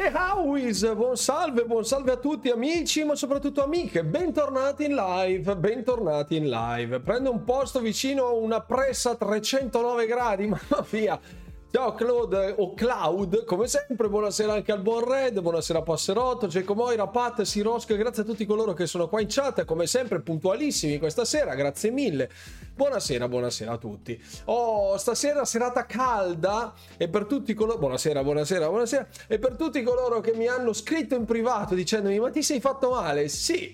E Howis, buon salve a tutti amici, ma soprattutto amiche, bentornati in live, bentornati in live. Prendo un posto vicino a una pressa a 309 gradi, mamma mia. Ciao Claude, o Cloud, come sempre, buonasera anche al buon Red, buonasera Passerotto, Geco Moira, Pat, Sirosco, e grazie a tutti coloro che sono qua in chat, come sempre puntualissimi questa sera, grazie mille. Buonasera a tutti. Oh, stasera serata calda e per tutti coloro... Buonasera. E per tutti coloro che mi hanno scritto in privato dicendomi, ma ti sei fatto male? Sì,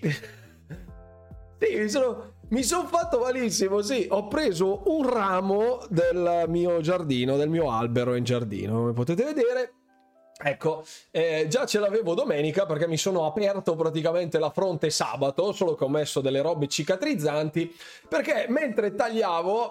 mi sono fatto malissimo, sì. Ho preso un ramo del mio giardino, del mio albero in giardino, come potete vedere. Ecco, già ce l'avevo domenica perché mi sono aperto praticamente la fronte sabato, solo che ho messo delle robe cicatrizzanti, perché mentre tagliavo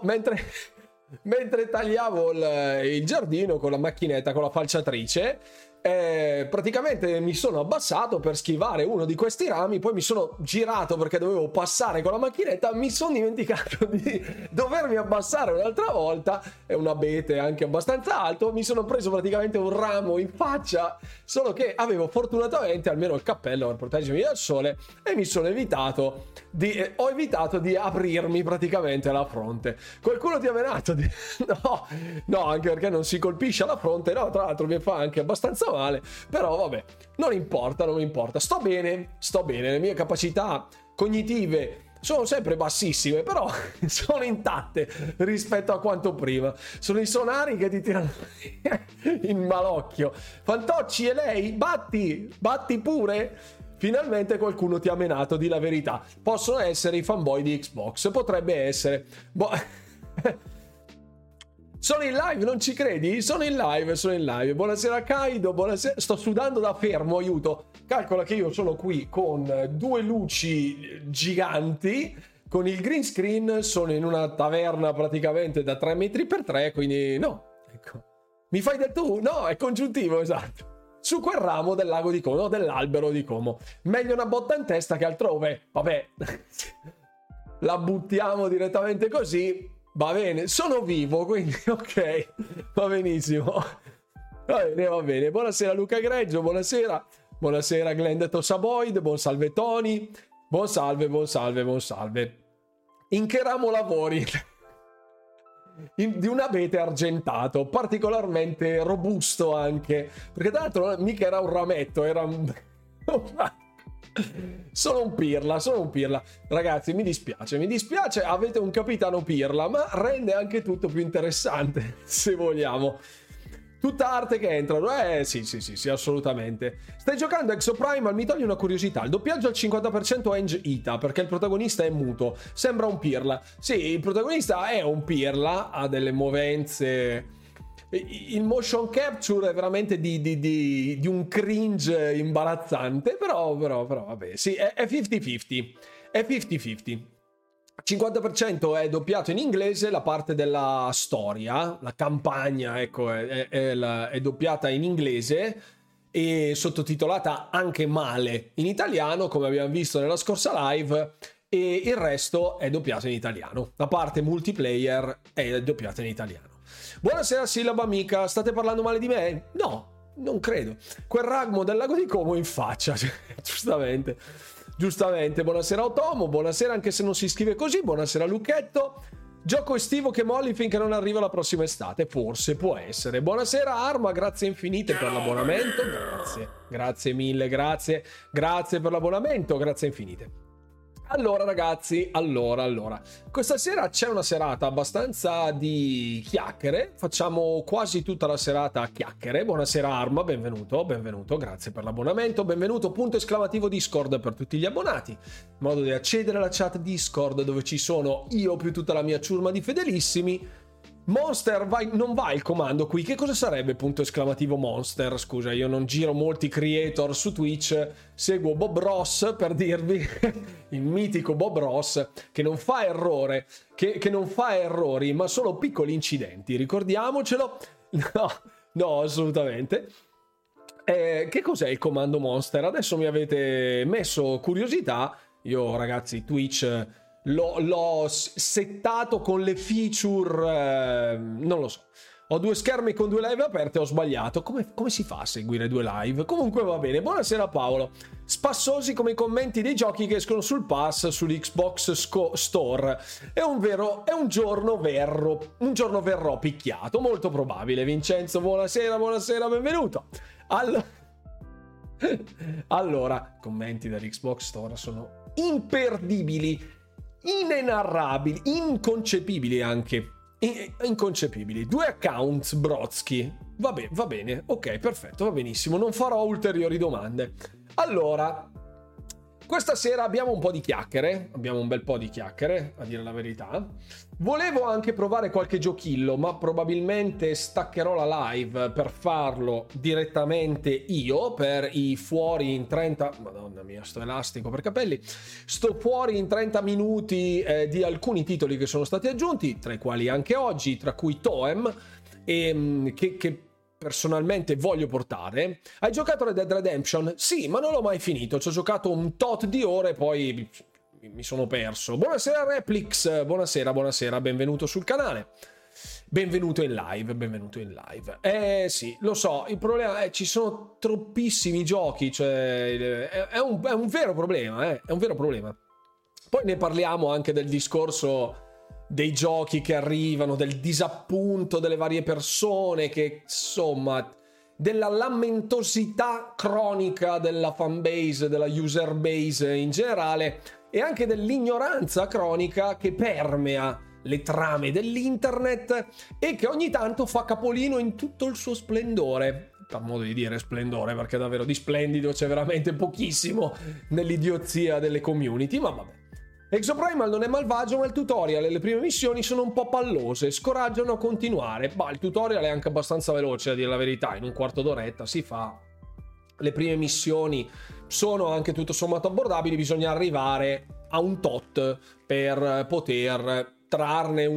il giardino con la macchinetta, con la falciatrice, praticamente mi sono abbassato per schivare uno di questi rami, poi mi sono girato perché dovevo passare con la macchinetta, mi sono dimenticato di dovermi abbassare un'altra volta, è un abete anche abbastanza alto, mi sono preso praticamente un ramo in faccia, solo che avevo fortunatamente almeno il cappello per proteggermi dal sole e ho evitato di aprirmi praticamente la fronte. Qualcuno ti ha menato? No, anche perché non si colpisce alla fronte, no, tra l'altro mi fa anche abbastanza male, però vabbè, non importa, sto bene, le mie capacità cognitive sono sempre bassissime, però sono intatte rispetto a quanto prima. Sono i sonari che ti tirano in malocchio. Fantocci, e lei? Batti pure? Finalmente qualcuno ti ha menato, di la verità. Possono essere i fanboy di Xbox, potrebbe essere. Sono in live, non ci credi? Sono in live. Buonasera Kaido, buonasera. Sto sudando da fermo, aiuto. Calcola che io sono qui con due luci giganti, con il green screen, sono in una taverna praticamente da 3 metri per 3, quindi no, ecco. Mi fai del tu? No, è congiuntivo, esatto. Su quel ramo del lago di Como, no, dell'albero di Como. Meglio una botta in testa che altrove. Vabbè, la buttiamo direttamente così. Va bene, sono vivo, quindi ok, va benissimo. Va bene. Buonasera Luca Greggio, buonasera Glenn Tossaboid, buon salve Tony, buon salve. In che ramo lavori? Di un abete argentato, particolarmente robusto anche, perché tra l'altro mica era un rametto, era un... Sono un pirla. Ragazzi, mi dispiace, avete un capitano pirla, ma rende anche tutto più interessante, se vogliamo. Tutta arte che entrano, sì, assolutamente. Stai giocando Exoprimal? Mi togli una curiosità. Il doppiaggio al 50% è Enge Ita, perché il protagonista è muto. Sembra un pirla. Sì, il protagonista è un pirla, ha delle movenze... Il motion capture è veramente di un cringe imbarazzante, però vabbè, sì, è 50-50. È 50-50. 50% è doppiato in inglese, la parte della storia, la campagna, ecco, è doppiata in inglese e sottotitolata anche male in italiano, come abbiamo visto nella scorsa live, e il resto è doppiato in italiano. La parte multiplayer è doppiata in italiano. Buonasera Sillaba amica, state parlando male di me? No, non credo. Quel ragmo del lago di Como in faccia, giustamente. Buonasera Otomo, buonasera anche se non si scrive così, buonasera Lucchetto. Gioco estivo che molli finché non arriva la prossima estate, forse può essere. Buonasera Arma, grazie infinite per l'abbonamento, grazie mille, grazie per l'abbonamento, grazie infinite. Allora ragazzi, allora, questa sera c'è una serata abbastanza di chiacchiere, facciamo quasi tutta la serata a chiacchiere. Buonasera Arma, benvenuto, grazie per l'abbonamento, benvenuto, ! Discord per tutti gli abbonati, in modo di accedere alla chat Discord dove ci sono io più tutta la mia ciurma di fedelissimi. Monster, non va il comando qui, che cosa sarebbe ? Monster, scusa, io non giro molti creator su Twitch, seguo Bob Ross per dirvi, il mitico Bob Ross, che non fa errore, che non fa errori, ma solo piccoli incidenti, ricordiamocelo. No, assolutamente. Che cos'è il comando Monster? Adesso mi avete messo curiosità, io ragazzi Twitch... L'ho settato con le feature, non lo so. Ho 2 schermi con 2 live aperte, ho sbagliato. Come si fa a seguire 2 live? Comunque va bene. Buonasera Paolo. Spassosi come i commenti dei giochi che escono sul pass sull'Xbox Store. È un giorno verrò picchiato, molto probabile. Vincenzo, buonasera, benvenuto. Allora, commenti dell'Xbox Store sono imperdibili, inenarrabili, inconcepibili anche. Inconcepibili. 2 accounts Brodsky. Va bene, ok, perfetto, va benissimo, non farò ulteriori domande. Allora, questa sera abbiamo un bel po' di chiacchiere, a dire la verità. Volevo anche provare qualche giochillo, ma probabilmente staccherò la live per farlo direttamente io, per i fuori in 30... Madonna mia, sto elastico per capelli. Sto fuori in 30 minuti di alcuni titoli che sono stati aggiunti, tra i quali anche oggi, tra cui Toem, che personalmente voglio portare. Hai giocato Red Dead Redemption? Sì, ma non l'ho mai finito. Ci ho giocato un tot di ore, poi mi sono perso. Buonasera Replix, buonasera, benvenuto sul canale. Benvenuto in live. Sì, lo so, il problema è ci sono troppissimi giochi, cioè è un vero problema, è un vero problema. Poi ne parliamo anche del discorso dei giochi che arrivano, del disappunto delle varie persone, che insomma della lamentosità cronica della fanbase, della user base in generale, e anche dell'ignoranza cronica che permea le trame dell'internet e che ogni tanto fa capolino in tutto il suo splendore. Per modo di dire splendore, perché davvero di splendido c'è veramente pochissimo nell'idiozia delle community, ma vabbè. Exoprimal non è malvagio, ma il tutorial e le prime missioni sono un po' pallose, scoraggiano a continuare. Il tutorial è anche abbastanza veloce, a dire la verità, in un quarto d'oretta si fa. Le prime missioni sono anche tutto sommato abbordabili, bisogna arrivare a un tot per poter trarne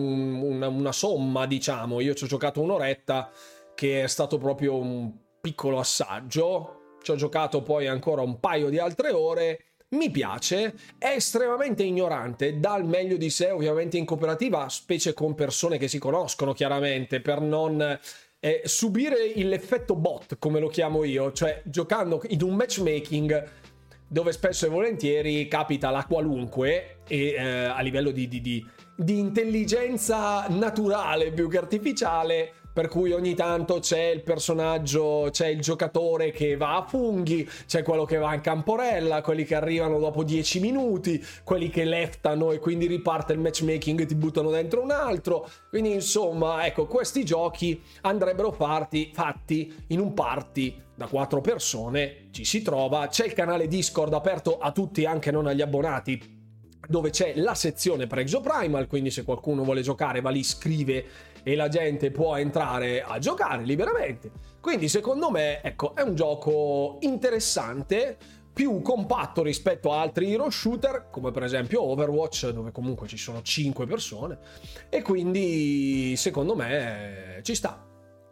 una somma, diciamo. Io ci ho giocato un'oretta, che è stato proprio un piccolo assaggio, ci ho giocato poi ancora un paio di altre ore. Mi piace, è estremamente ignorante, dà il meglio di sé ovviamente in cooperativa, specie con persone che si conoscono chiaramente, per non subire l'effetto bot, come lo chiamo io, cioè giocando in un matchmaking dove spesso e volentieri capita la qualunque e a livello di intelligenza naturale più che artificiale, per cui ogni tanto c'è il personaggio, c'è il giocatore che va a funghi, c'è quello che va in camporella, quelli che arrivano dopo 10 minuti, quelli che leftano e quindi riparte il matchmaking e ti buttano dentro un altro. Quindi insomma, ecco, questi giochi andrebbero fatti in un party da 4 persone, ci si trova, c'è il canale Discord aperto a tutti, anche non agli abbonati, dove c'è la sezione per Exoprimal, quindi se qualcuno vuole giocare va lì, scrive e la gente può entrare a giocare liberamente. Quindi secondo me, ecco, è un gioco interessante, più compatto rispetto a altri hero shooter come per esempio Overwatch, dove comunque ci sono 5 persone, e quindi secondo me ci sta.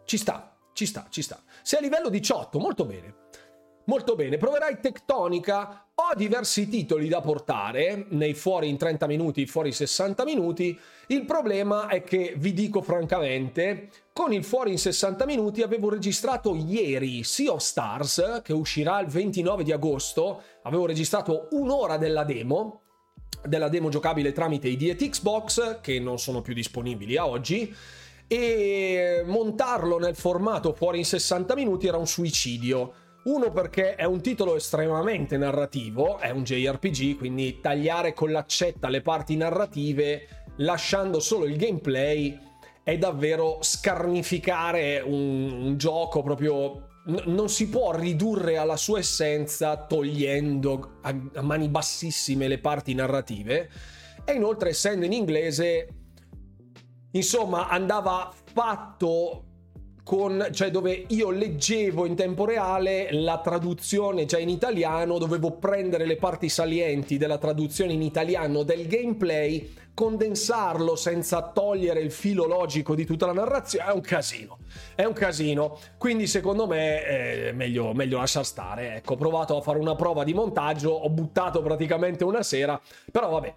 Se a livello 18, molto bene. Proverai Tectonica. Ho diversi titoli da portare nei fuori in 30 minuti, fuori 60 minuti. Il problema è che, vi dico francamente, con il fuori in 60 minuti avevo registrato ieri Sea of Stars, che uscirà il 29 di agosto. Avevo registrato un'ora della demo giocabile tramite i DT Xbox, che non sono più disponibili a oggi, e montarlo nel formato fuori in 60 minuti era un suicidio. Uno, perché è un titolo estremamente narrativo, è un JRPG, quindi tagliare con l'accetta le parti narrative lasciando solo il gameplay è davvero scarnificare un gioco proprio. Non si può ridurre alla sua essenza togliendo a mani bassissime le parti narrative. E inoltre, essendo in inglese, insomma, andava fatto cioè dove io leggevo in tempo reale la traduzione già in italiano, dovevo prendere le parti salienti della traduzione in italiano del gameplay, condensarlo senza togliere il filo logico di tutta la narrazione. È un casino, quindi secondo me è meglio lasciar stare. Ecco, ho provato a fare una prova di montaggio, ho buttato praticamente una sera, però vabbè.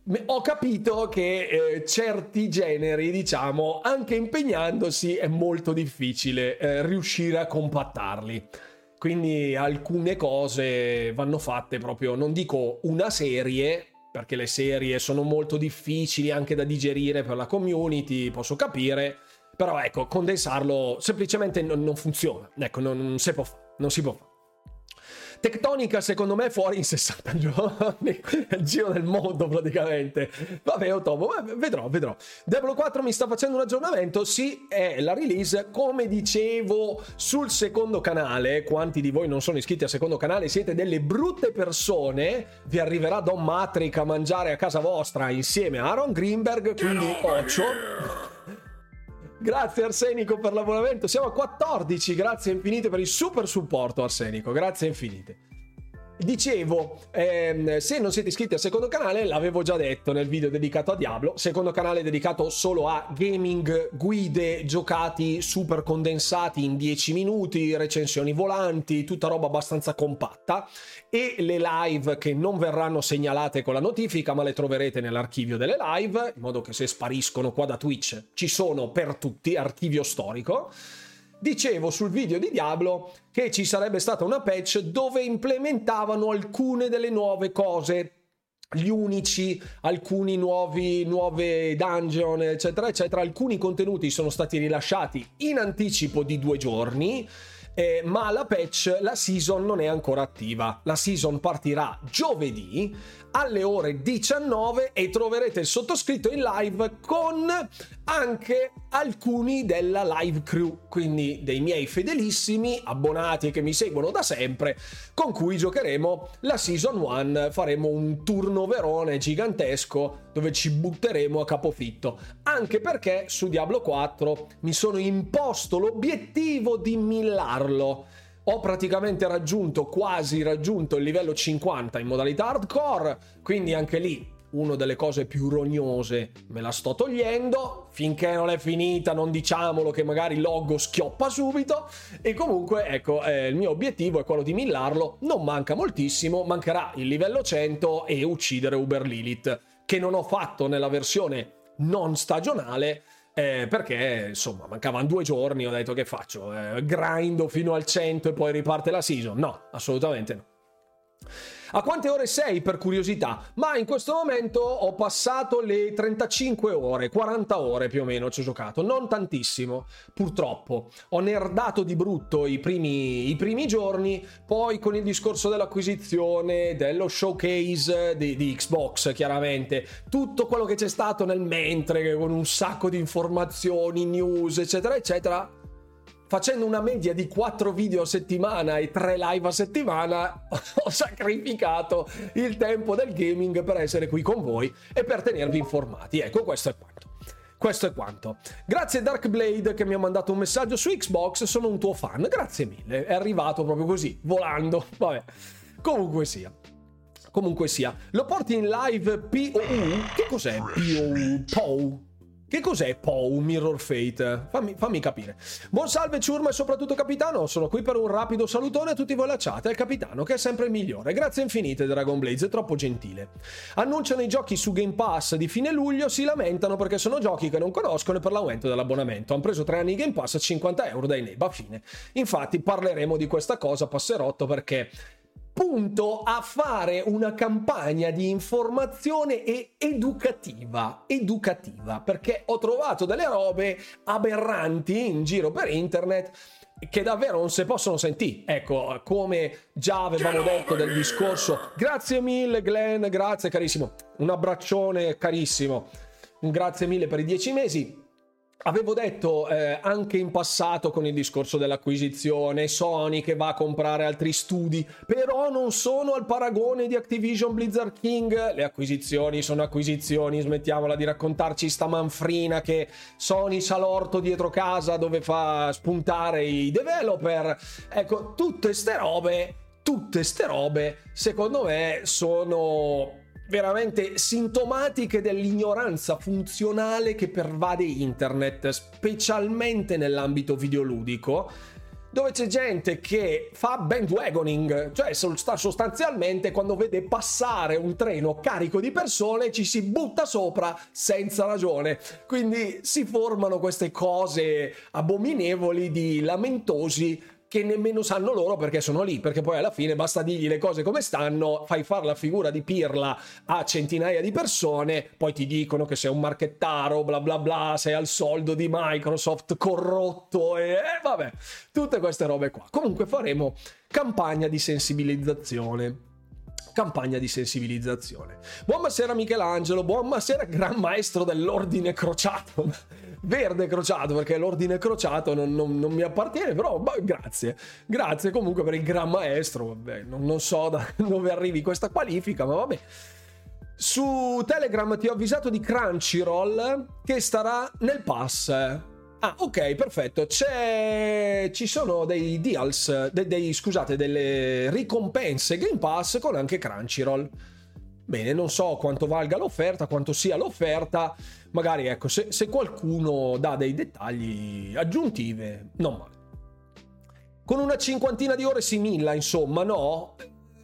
ho capito che certi generi, diciamo, anche impegnandosi è molto difficile riuscire a compattarli. Quindi alcune cose vanno fatte proprio, non dico una serie, perché le serie sono molto difficili anche da digerire per la community, posso capire, però ecco, condensarlo semplicemente non funziona, ecco, non si può fare. Tectonica secondo me fuori in 60 giorni, il giro del mondo praticamente. Vabbè, Otomo, vedrò. Diablo 4 mi sta facendo un aggiornamento, sì, è la release, come dicevo sul secondo canale. Quanti di voi non sono iscritti al secondo canale? Siete delle brutte persone, vi arriverà Don Matrix a mangiare a casa vostra insieme a Aaron Greenberg, quindi occhio. Grazie Arsenico per l'abbonamento, siamo a 14, grazie infinite per il super supporto Arsenico, grazie infinite. Dicevo, se non siete iscritti al secondo canale, l'avevo già detto nel video dedicato a Diablo, secondo canale dedicato solo a gaming, guide, giocati super condensati in 10 minuti, recensioni volanti, tutta roba abbastanza compatta, e le live che non verranno segnalate con la notifica ma le troverete nell'archivio delle live, in modo che se spariscono qua da Twitch ci sono per tutti, archivio storico. Dicevo sul video di Diablo che ci sarebbe stata una patch dove implementavano alcune delle nuove cose, gli unici, alcuni nuove dungeon, eccetera, eccetera. Alcuni contenuti sono stati rilasciati in anticipo di 2 giorni, ma la patch, la season non è ancora attiva. La season partirà giovedì alle ore 19 e troverete il sottoscritto in live con anche alcuni della live crew, quindi dei miei fedelissimi abbonati che mi seguono da sempre, con cui giocheremo la season 1, faremo un turnoverone gigantesco dove ci butteremo a capofitto, anche perché su Diablo 4 mi sono imposto l'obiettivo di millarlo. Ho praticamente quasi raggiunto il livello 50 in modalità hardcore, quindi anche lì una delle cose più rognose me la sto togliendo, finché non è finita non diciamolo che magari Loggo schioppa subito, e comunque ecco, il mio obiettivo è quello di millarlo, non manca moltissimo, mancherà il livello 100 e uccidere Uber Lilith, che non ho fatto nella versione non stagionale, perché insomma mancavano 2 giorni, ho detto che faccio, grindo fino al 100 e poi riparte la season? No, assolutamente no. A quante ore sei, per curiosità? Ma in questo momento ho passato le 35 ore, 40 ore più o meno ci ho giocato, non tantissimo, purtroppo. Ho nerdato di brutto i primi giorni, poi con il discorso dell'acquisizione, dello showcase di Xbox, chiaramente, tutto quello che c'è stato nel mentre, con un sacco di informazioni, news, eccetera, eccetera, facendo una media di 4 video a settimana e 3 live a settimana, ho sacrificato il tempo del gaming per essere qui con voi e per tenervi informati. Ecco, questo è quanto. Grazie Darkblade che mi ha mandato un messaggio su Xbox, sono un tuo fan, grazie mille, è arrivato proprio così, volando, vabbè, comunque sia. Lo porti in live POU? Che cos'è POU? Che cos'è POU Mirror Fate? Fammi capire. Buon salve Ciurma e soprattutto capitano, sono qui per un rapido salutone a tutti voi la chat e al capitano che è sempre il migliore. Grazie infinite Dragon Blaze, è troppo gentile. Annunciano i giochi su Game Pass di fine luglio, si lamentano perché sono giochi che non conoscono e per l'aumento dell'abbonamento. Han preso 3 anni di Game Pass a 50 euro dai Neba, fine. Infatti parleremo di questa cosa passerotto perché punto a fare una campagna di informazione e educativa, perché ho trovato delle robe aberranti in giro per internet che davvero non si possono sentire. Ecco, come già avevamo detto del discorso, grazie mille Glenn, grazie carissimo, un abbraccione carissimo, un grazie mille per i 10 mesi. Avevo detto anche in passato con il discorso dell'acquisizione, Sony che va a comprare altri studi, però non sono al paragone di Activision Blizzard King. Le acquisizioni sono acquisizioni, smettiamola di raccontarci sta manfrina che Sony c'ha l'orto dietro casa dove fa spuntare i developer. Ecco, tutte ste robe secondo me sono veramente sintomatiche dell'ignoranza funzionale che pervade internet, specialmente nell'ambito videoludico, dove c'è gente che fa bandwagoning, cioè sta sostanzialmente quando vede passare un treno carico di persone ci si butta sopra senza ragione. Quindi si formano queste cose abominevoli di lamentosi che nemmeno sanno loro perché sono lì, perché poi alla fine basta dirgli le cose come stanno, fai fare la figura di pirla a centinaia di persone, poi ti dicono che sei un marchettaro, bla bla bla, sei al soldo di Microsoft, corrotto e vabbè, tutte queste robe qua. Comunque faremo campagna di sensibilizzazione. Buonasera Michelangelo, buonasera Gran Maestro dell'Ordine Crociato. Verde crociato, perché l'ordine crociato non mi appartiene, però grazie comunque per il Gran Maestro. Vabbè, non so da dove arrivi questa qualifica, ma vabbè. Su Telegram ti ho avvisato di Crunchyroll che starà nel pass. Ah, ok, perfetto. Ci sono dei deals, scusate, delle ricompense Game Pass con anche Crunchyroll. Bene, non so quanto valga l'offerta, quanto sia l'offerta. Magari, ecco, se qualcuno dà dei dettagli aggiuntive, non male. Con una cinquantina di ore si milla, insomma, no?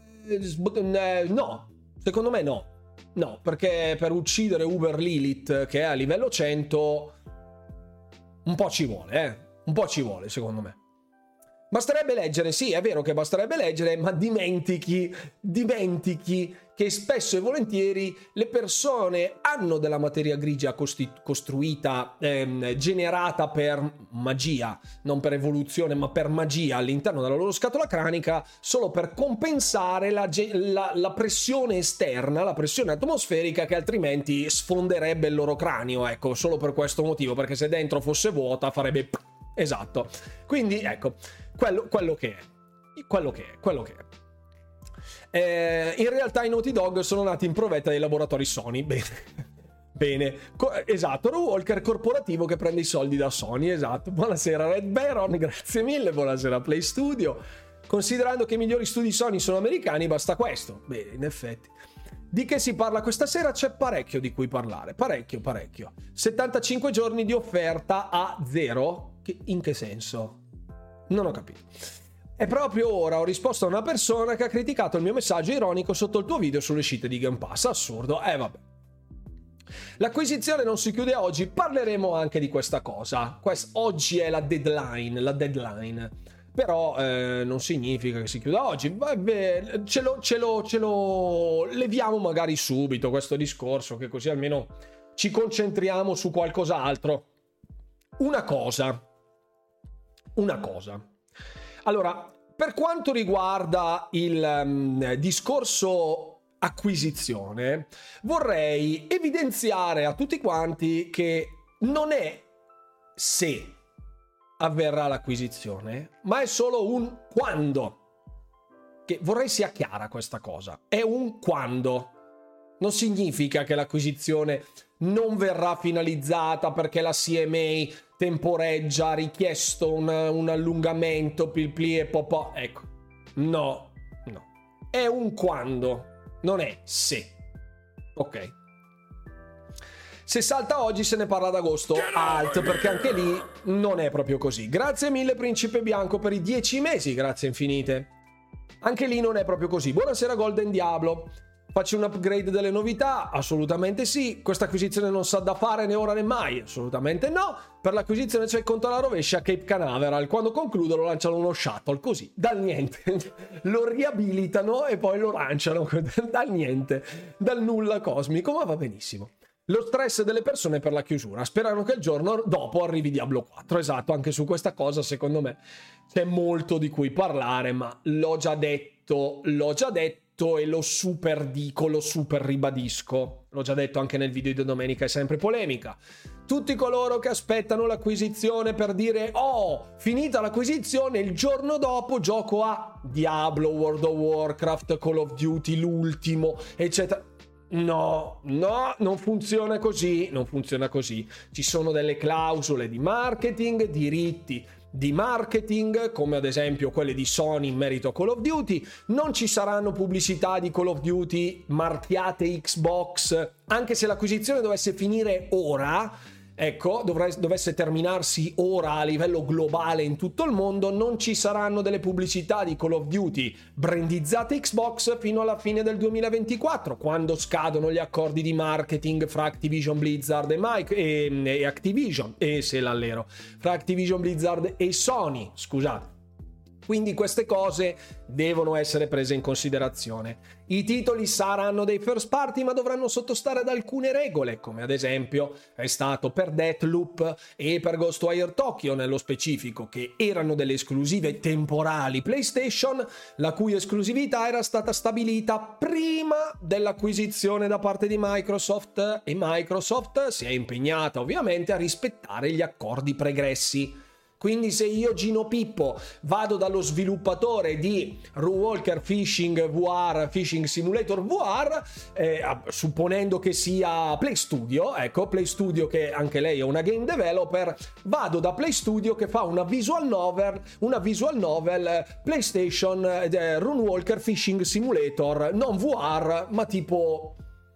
No, secondo me no. No, perché per uccidere Uber Lilith, che è a livello 100, un po' ci vuole, un po' ci vuole, secondo me. Basterebbe leggere, sì, è vero che basterebbe leggere, ma dimentichi che spesso e volentieri le persone hanno della materia grigia costruita, generata per magia, non per evoluzione, ma per magia all'interno della loro scatola cranica, solo per compensare la pressione esterna, la pressione atmosferica che altrimenti sfonderebbe il loro cranio, ecco, solo per questo motivo, perché se dentro fosse vuota farebbe... Esatto. Quindi, ecco, quello che è. In realtà i Naughty Dog sono nati in provetta dei laboratori Sony. Bene. Esatto, un walker corporativo che prende i soldi da Sony. Esatto. Buonasera Red Baron, grazie mille. Buonasera Play Studio. Considerando che i migliori studi Sony sono americani, basta questo. Bene, in effetti. Di che si parla questa sera? C'è parecchio di cui parlare. Parecchio. 75 giorni di offerta a zero? In che senso? Non ho capito. E proprio ora ho risposto a una persona che ha criticato il mio messaggio ironico sotto il tuo video sulle uscite di Game Pass. Assurdo. Vabbè. L'acquisizione non si chiude oggi, parleremo anche di questa cosa. Oggi è la deadline. Però non significa che si chiuda oggi. Vabbè, ce lo leviamo magari subito questo discorso, che così almeno ci concentriamo su qualcos'altro. Una cosa. Allora, per quanto riguarda il discorso acquisizione, vorrei evidenziare a tutti quanti che non è se avverrà l'acquisizione, ma è solo un quando. Che vorrei sia chiara questa cosa. È un quando. Non significa che l'acquisizione non verrà finalizzata perché la CMA temporeggia, ha richiesto un allungamento, pli e popò. Ecco, no. È un quando, non è se. Ok. Se salta oggi se ne parla ad agosto. Alt, perché anche lì non è proprio così. Grazie mille Principe Bianco per i 10 mesi, grazie infinite. Anche lì non è proprio così. Buonasera Golden Diablo. Faccio un upgrade delle novità? Assolutamente sì. Questa acquisizione non sa da fare né ora né mai? Assolutamente no. Per l'acquisizione c'è il conto alla rovescia a Cape Canaveral. Quando concludo lo lanciano uno shuttle, così, dal niente. Lo riabilitano e poi lo lanciano dal niente, dal nulla cosmico, ma va benissimo. Lo stress delle persone per la chiusura. Sperano che il giorno dopo arrivi Diablo 4. Esatto, anche su questa cosa secondo me c'è molto di cui parlare, ma l'ho già detto e lo super dico, lo super ribadisco. L'ho già detto anche nel video di domenica, è sempre polemica. Tutti coloro che aspettano l'acquisizione per dire finita l'acquisizione, il giorno dopo gioco a Diablo, World of Warcraft, Call of Duty, l'ultimo, eccetera. No, non funziona così. Ci sono delle clausole di marketing, diritti di marketing, come ad esempio quelle di Sony in merito a Call of Duty. Non ci saranno pubblicità di Call of Duty marchiate Xbox, anche se l'acquisizione dovesse finire ora. ecco, dovesse terminarsi ora a livello globale in tutto il mondo, non ci saranno delle pubblicità di Call of Duty brandizzate Xbox fino alla fine del 2024, quando scadono gli accordi di marketing fra Activision Blizzard e Activision, e se l'allero, fra Activision Blizzard e Sony, scusate. Quindi queste cose devono essere prese in considerazione. I titoli saranno dei first party, ma dovranno sottostare ad alcune regole, come ad esempio è stato per Deathloop e per Ghostwire Tokyo nello specifico, che erano delle esclusive temporali PlayStation, la cui esclusività era stata stabilita prima dell'acquisizione da parte di Microsoft, e Microsoft si è impegnata ovviamente a rispettare gli accordi pregressi. Quindi se io, Gino Pippo, vado dallo sviluppatore di RuneWalker Fishing VR, Fishing Simulator VR, supponendo che sia Play Studio, ecco, Play Studio che anche lei è una game developer, vado da Play Studio che fa una visual novel PlayStation RuneWalker Fishing Simulator, non VR, ma tipo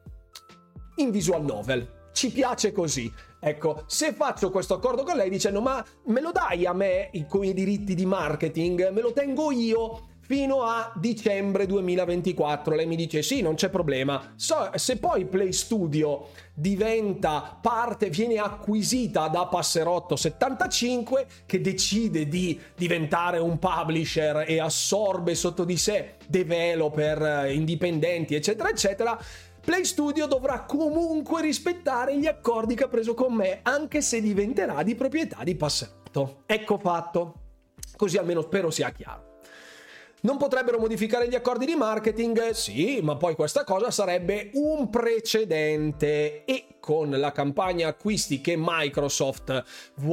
in visual novel. Ci piace così. Ecco, se faccio questo accordo con lei dicendo ma me lo dai a me con i diritti di marketing, me lo tengo io fino a dicembre 2024, lei mi dice sì, non c'è problema. Se poi Play Studio diventa parte, viene acquisita da Passerotto 75, che decide di diventare un publisher e assorbe sotto di sé developer indipendenti eccetera eccetera, Play Studio dovrà comunque rispettare gli accordi che ha preso con me, anche se diventerà di proprietà di Passerotto. Ecco fatto. Così almeno spero sia chiaro. Non potrebbero modificare gli accordi di marketing? Sì, ma poi questa cosa sarebbe un precedente, e con la campagna acquisti che Microsoft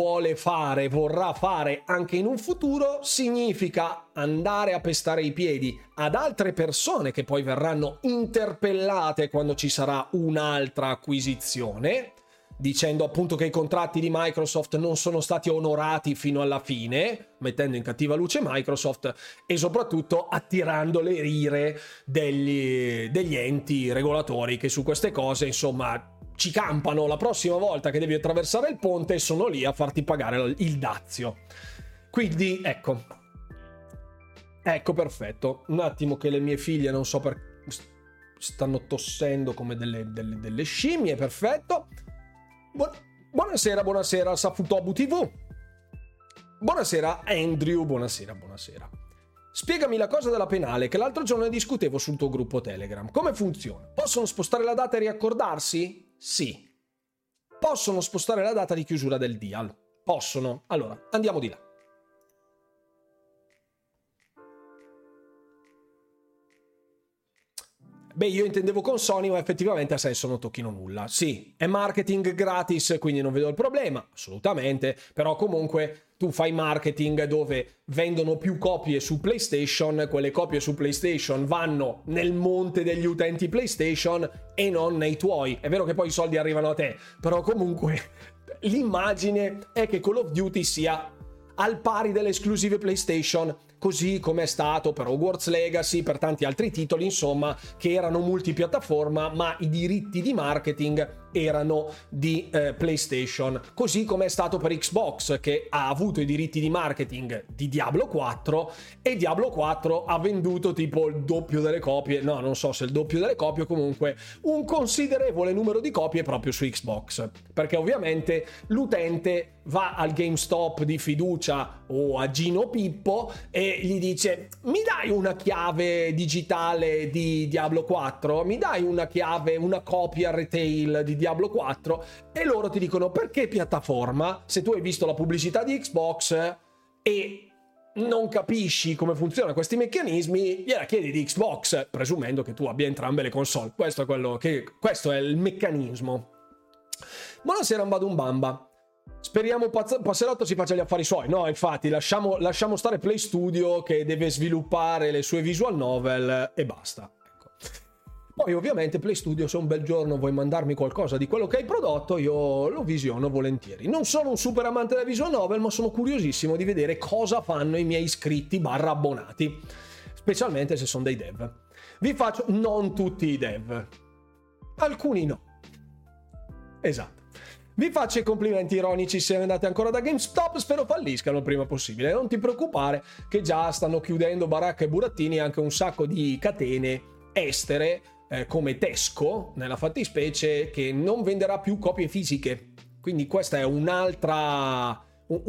vorrà fare anche in un futuro, significa andare a pestare i piedi ad altre persone che poi verranno interpellate quando ci sarà un'altra acquisizione, dicendo appunto che i contratti di Microsoft non sono stati onorati fino alla fine, mettendo in cattiva luce Microsoft e soprattutto attirando le ire degli enti regolatori che su queste cose, insomma, ci campano la prossima volta che devi attraversare il ponte e sono lì a farti pagare il dazio. Quindi ecco, perfetto. Un attimo che le mie figlie, non so per, stanno tossendo come delle scimmie. Perfetto. Buonasera Safutobu TV. Buonasera Andrew, buonasera. Spiegami la cosa della penale che l'altro giorno discutevo sul tuo gruppo Telegram. Come funziona? Possono spostare la data e riaccordarsi? Sì. Possono spostare la data di chiusura del deal. Possono. Allora, andiamo di là. Beh, io intendevo con Sony, ma effettivamente a senso non tocchino nulla. Sì, è marketing gratis, quindi non vedo il problema, assolutamente, però comunque tu fai marketing dove vendono più copie su PlayStation, quelle copie su PlayStation vanno nel monte degli utenti PlayStation e non nei tuoi. È vero che poi i soldi arrivano a te, però comunque l'immagine è che Call of Duty sia al pari delle esclusive PlayStation, così come è stato per Hogwarts Legacy, per tanti altri titoli, insomma, che erano multipiattaforma, ma i diritti di marketing erano di PlayStation, così come è stato per Xbox, che ha avuto i diritti di marketing di Diablo 4 e Diablo 4 ha venduto tipo il doppio delle copie, no, non so se il doppio delle copie, comunque un considerevole numero di copie proprio su Xbox, perché ovviamente l'utente va al GameStop di fiducia o a Gino Pippo e gli dice: mi dai una chiave digitale di Diablo 4? Mi dai una chiave, una copia retail di Diablo 4? E loro ti dicono: perché piattaforma? Se tu hai visto la pubblicità di Xbox e non capisci come funzionano questi meccanismi, gliela chiedi di Xbox, presumendo che tu abbia entrambe le console. Questo è il meccanismo. Buonasera Mbadum Bamba. Speriamo Passerotto si faccia gli affari suoi. No, infatti, lasciamo stare Play Studio che deve sviluppare le sue visual novel e basta. Ecco. Poi ovviamente Play Studio, se un bel giorno vuoi mandarmi qualcosa di quello che hai prodotto, io lo visiono volentieri. Non sono un super amante della visual novel, ma sono curiosissimo di vedere cosa fanno i miei iscritti / abbonati, specialmente se sono dei dev. Vi faccio non tutti i dev, alcuni no. Esatto. Vi faccio i complimenti ironici se andate ancora da GameStop, spero falliscano il prima possibile. Non ti preoccupare che già stanno chiudendo baracca e burattini anche un sacco di catene estere, come Tesco, nella fattispecie, che non venderà più copie fisiche. Quindi questa è un'altra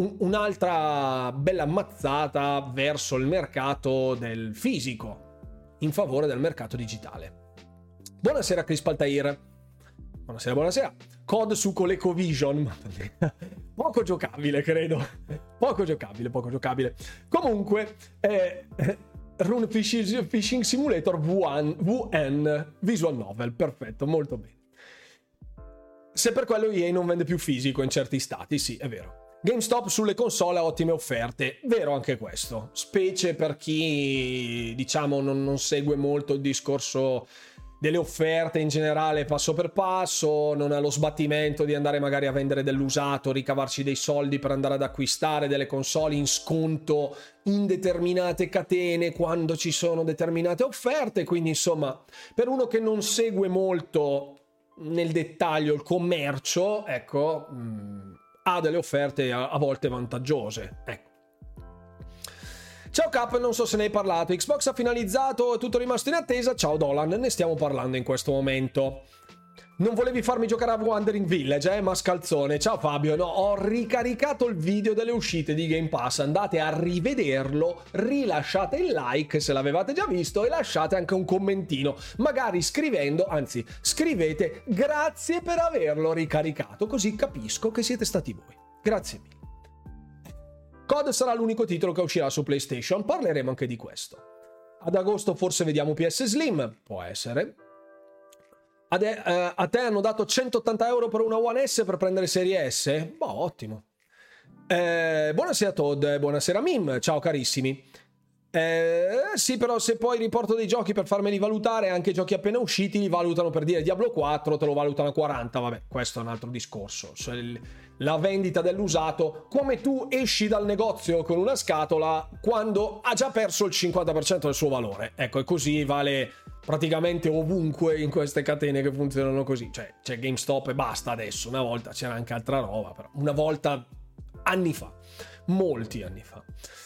bella mazzata verso il mercato del fisico, in favore del mercato digitale. Buonasera Chris Paltair. Buonasera. COD su ColecoVision. Poco giocabile, credo. Poco giocabile. Comunque, Rune Fishing Simulator VN Visual Novel. Perfetto, molto bene. Se per quello EA non vende più fisico in certi stati, sì, è vero. GameStop sulle console ha ottime offerte, vero anche questo, specie per chi, diciamo, non segue molto il discorso delle offerte in generale passo per passo, non ha lo sbattimento di andare magari a vendere dell'usato, ricavarci dei soldi per andare ad acquistare delle console in sconto in determinate catene quando ci sono determinate offerte. Quindi insomma, per uno che non segue molto nel dettaglio il commercio, ecco, ha delle offerte a volte vantaggiose, ecco. Ciao Cap, non so se ne hai parlato. Xbox ha finalizzato, è tutto rimasto in attesa. Ciao Dolan, ne stiamo parlando in questo momento. Non volevi farmi giocare a Wandering Village, mascalzone? Ciao Fabio, no, ho ricaricato il video delle uscite di Game Pass, andate a rivederlo, rilasciate il like se l'avevate già visto e lasciate anche un commentino, magari scrivete grazie per averlo ricaricato, così capisco che siete stati voi. Grazie mille. COD sarà l'unico titolo che uscirà su PlayStation, parleremo anche di questo. Ad agosto forse vediamo PS Slim, può essere. A te hanno dato 180 euro per una One S per prendere Serie S? Boh, ottimo. Buonasera Todd, buonasera Mim, ciao carissimi. Sì, però se poi riporto dei giochi per farmeli valutare, anche i giochi appena usciti li valutano, per dire Diablo 4 te lo valutano a 40, vabbè, questo è un altro discorso. La vendita dell'usato, come tu esci dal negozio con una scatola quando ha già perso il 50% del suo valore, ecco, e così vale praticamente ovunque in queste catene che funzionano così. Cioè c'è GameStop e basta adesso, una volta c'era anche altra roba, però una volta, anni fa, molti anni fa.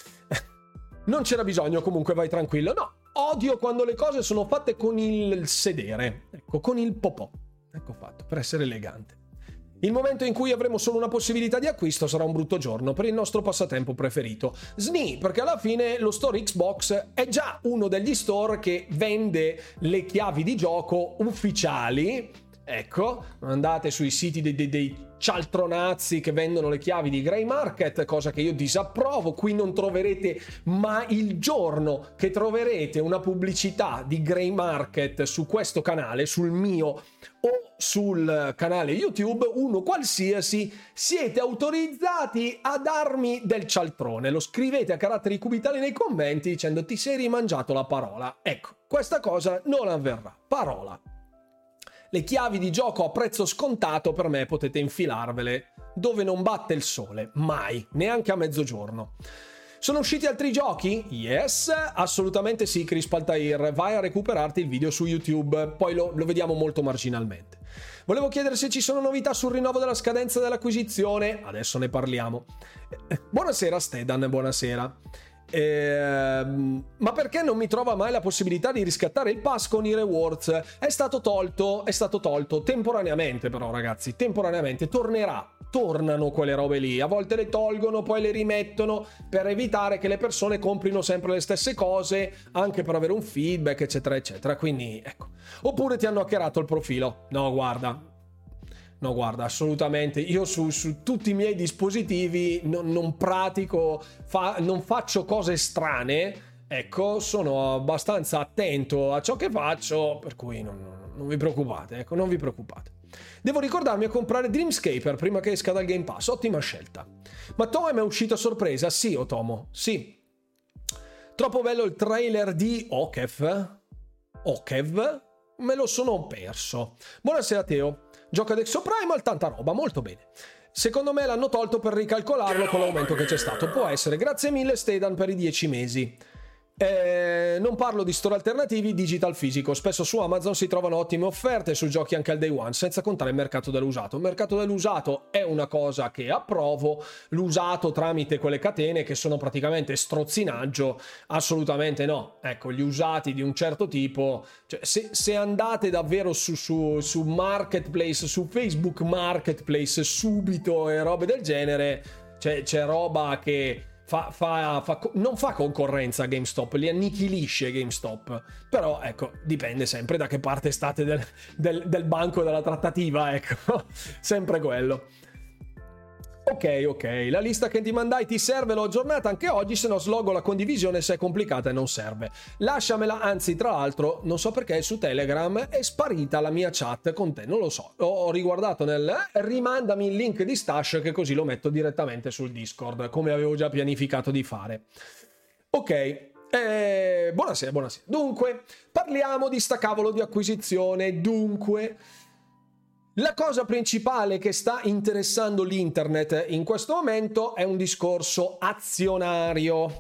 Non c'era bisogno, comunque vai tranquillo. No, odio quando le cose sono fatte con il sedere, ecco, con il popò, ecco fatto, per essere elegante. Il momento in cui avremo solo una possibilità di acquisto sarà un brutto giorno per il nostro passatempo preferito. SNI, perché alla fine lo store Xbox è già uno degli store che vende le chiavi di gioco ufficiali. Ecco, andate sui siti dei cialtronazzi che vendono le chiavi di Grey Market, cosa che io disapprovo. Qui non troverete mai, il giorno che troverete una pubblicità di Grey Market su questo canale, sul mio o sul canale YouTube, uno qualsiasi, siete autorizzati a darmi del cialtrone. Lo scrivete a caratteri cubitali nei commenti dicendo ti sei rimangiato la parola. Ecco, questa cosa non avverrà. Parola. Le chiavi di gioco a prezzo scontato per me potete infilarvele dove non batte il sole, mai, neanche a mezzogiorno. Sono usciti altri giochi? Yes, assolutamente sì, Chris Paltair, vai a recuperarti il video su YouTube, poi lo vediamo molto marginalmente. Volevo chiedere se ci sono novità sul rinnovo della scadenza dell'acquisizione, adesso ne parliamo. Buonasera Stedan, buonasera. Ma perché non mi trova mai la possibilità di riscattare il pass con i rewards? È stato tolto temporaneamente, però ragazzi, temporaneamente tornano quelle robe lì, a volte le tolgono, poi le rimettono per evitare che le persone comprino sempre le stesse cose, anche per avere un feedback eccetera eccetera, quindi ecco. Oppure ti hanno hackerato il profilo? No guarda, assolutamente. Io su tutti i miei dispositivi non pratico, non faccio cose strane, ecco, sono abbastanza attento a ciò che faccio, per cui non vi preoccupate, ecco, non vi preoccupate. Devo ricordarmi a comprare Dreamscaper prima che esca dal Game Pass, ottima scelta. Ma Toem è uscito a sorpresa? Sì, Otomo, sì. Troppo bello il trailer di Okev? Me lo sono perso. Buonasera Teo. Gioca ad Exoprimal, tanta roba, molto bene. Secondo me l'hanno tolto per ricalcolarlo con l'aumento che c'è stato. Può essere. Grazie mille Stedan per i 10 mesi. Non parlo di store alternativi, digital fisico. Spesso su Amazon si trovano ottime offerte su giochi anche al day one, senza contare il mercato dell'usato. Il mercato dell'usato è una cosa che approvo. L'usato tramite quelle catene che sono praticamente strozzinaggio, assolutamente no. Ecco, gli usati di un certo tipo, cioè, se andate davvero su Marketplace, su Facebook Marketplace subito e robe del genere, c'è roba che non fa concorrenza a GameStop, li annichilisce GameStop. Però ecco, dipende sempre da che parte state del banco della trattativa, ecco. Sempre quello. Ok, la lista che ti mandai ti serve? L'ho aggiornata anche oggi, se no sloggo la condivisione se è complicata e non serve. Lasciamela, anzi tra l'altro non so perché su Telegram è sparita la mia chat con te, non lo so, ho riguardato rimandami il link di Stash che così lo metto direttamente sul Discord, come avevo già pianificato di fare. Ok. Buonasera. Dunque, parliamo di sta cavolo di acquisizione. Dunque, la cosa principale che sta interessando l'internet in questo momento è un discorso azionario.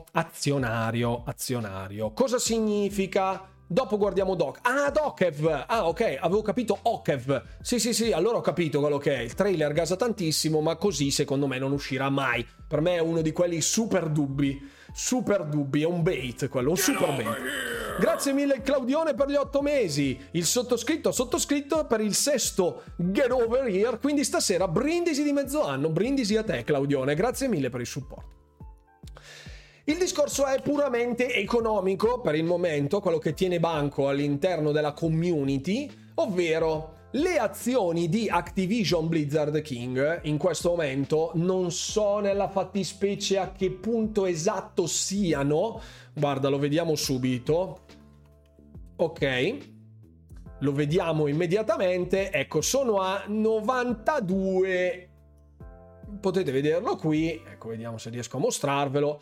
Cosa significa? Dopo guardiamo Dokev. Ok, avevo capito Okev. Sì, allora ho capito quello che è. Il trailer gasa tantissimo, ma così secondo me non uscirà mai. Per me è uno di quelli super dubbi, è un bait quello, un super bait. Grazie mille Claudione per gli 8 mesi. Il sottoscritto per il 6º Get Over Here. Quindi stasera brindisi di mezzo anno. Brindisi a te Claudione, grazie mille per il supporto. Il discorso è puramente economico per il momento, quello che tiene banco all'interno della community, ovvero le azioni di Activision Blizzard King in questo momento. Non so nella fattispecie a che punto esatto siano. Guarda, lo vediamo subito. Ok, lo vediamo immediatamente. Ecco, sono a 92. Potete vederlo qui. Ecco, vediamo se riesco a mostrarvelo.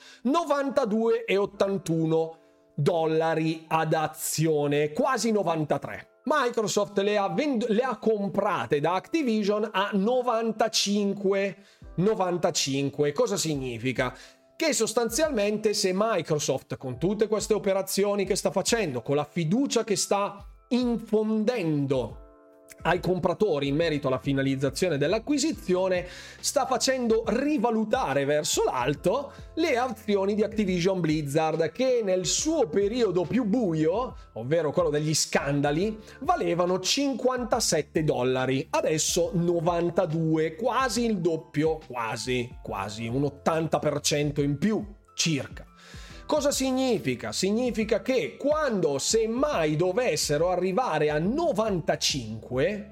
92,81 dollari ad azione, quasi 93. Microsoft le ha comprate da Activision a 95. Cosa significa? Che sostanzialmente se Microsoft, con tutte queste operazioni che sta facendo, con la fiducia che sta infondendo ai compratori in merito alla finalizzazione dell'acquisizione, sta facendo rivalutare verso l'alto le azioni di Activision Blizzard, che nel suo periodo più buio, ovvero quello degli scandali, valevano 57 dollari, adesso 92, quasi il doppio, quasi un 80% in più circa. Cosa significa? Significa che quando semmai dovessero arrivare a 95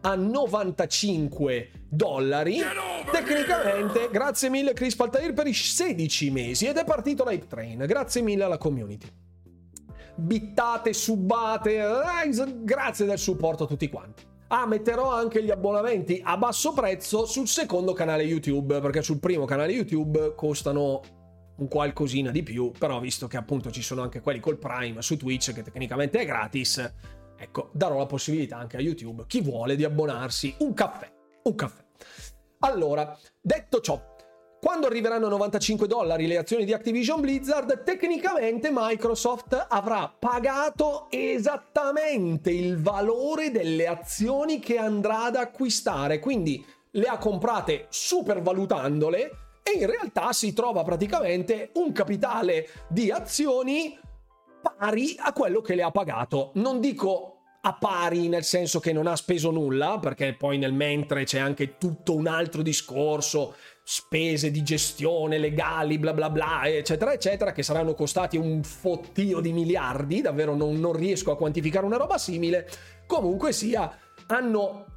dollari, tecnicamente, grazie mille Chris Paltair per i 16 mesi, ed è partito l'hype train, grazie mille alla community. Bittate, subbate, grazie del supporto a tutti quanti. Metterò anche gli abbonamenti a basso prezzo sul secondo canale YouTube, perché sul primo canale YouTube costano un qualcosina di più, però visto che appunto ci sono anche quelli col Prime su Twitch che tecnicamente è gratis, ecco, darò la possibilità anche a YouTube, chi vuole, di abbonarsi. Un caffè. Allora, detto ciò, quando arriveranno a 95 dollari le azioni di Activision Blizzard, tecnicamente Microsoft avrà pagato esattamente il valore delle azioni che andrà ad acquistare, quindi le ha comprate supervalutandole, e in realtà si trova praticamente un capitale di azioni pari a quello che le ha pagato. Non dico a pari nel senso che non ha speso nulla, perché poi nel mentre c'è anche tutto un altro discorso, spese di gestione legali, bla bla bla, eccetera eccetera, che saranno costati un fottio di miliardi, davvero non riesco a quantificare una roba simile. Comunque sia, hanno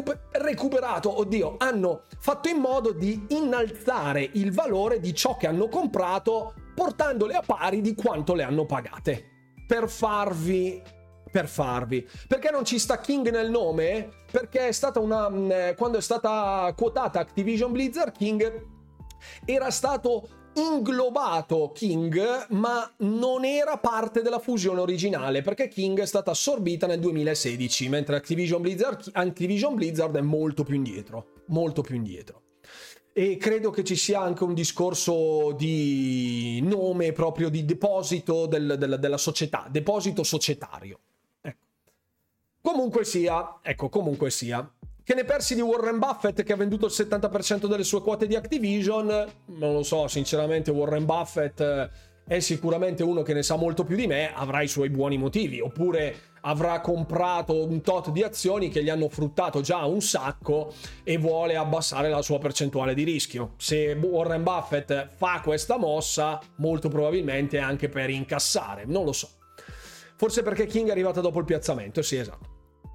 hanno fatto in modo di innalzare il valore di ciò che hanno comprato, portandole a pari di quanto le hanno pagate. Per farvi, perché non ci sta King nel nome? Perché è stata quando è stata quotata Activision Blizzard King, era stato inglobato King, ma non era parte della fusione originale, perché King è stata assorbita nel 2016, mentre Activision Blizzard è molto più indietro. e credo che ci sia anche un discorso di nome proprio di deposito della società, deposito societario. Comunque sia, che ne pensi di Warren Buffett che ha venduto il 70% delle sue quote di Activision? Non lo so, sinceramente Warren Buffett è sicuramente uno che ne sa molto più di me, avrà i suoi buoni motivi, oppure avrà comprato un tot di azioni che gli hanno fruttato già un sacco e vuole abbassare la sua percentuale di rischio. Se Warren Buffett fa questa mossa, molto probabilmente è anche per incassare, non lo so. Forse perché King è arrivata dopo il piazzamento, sì, esatto.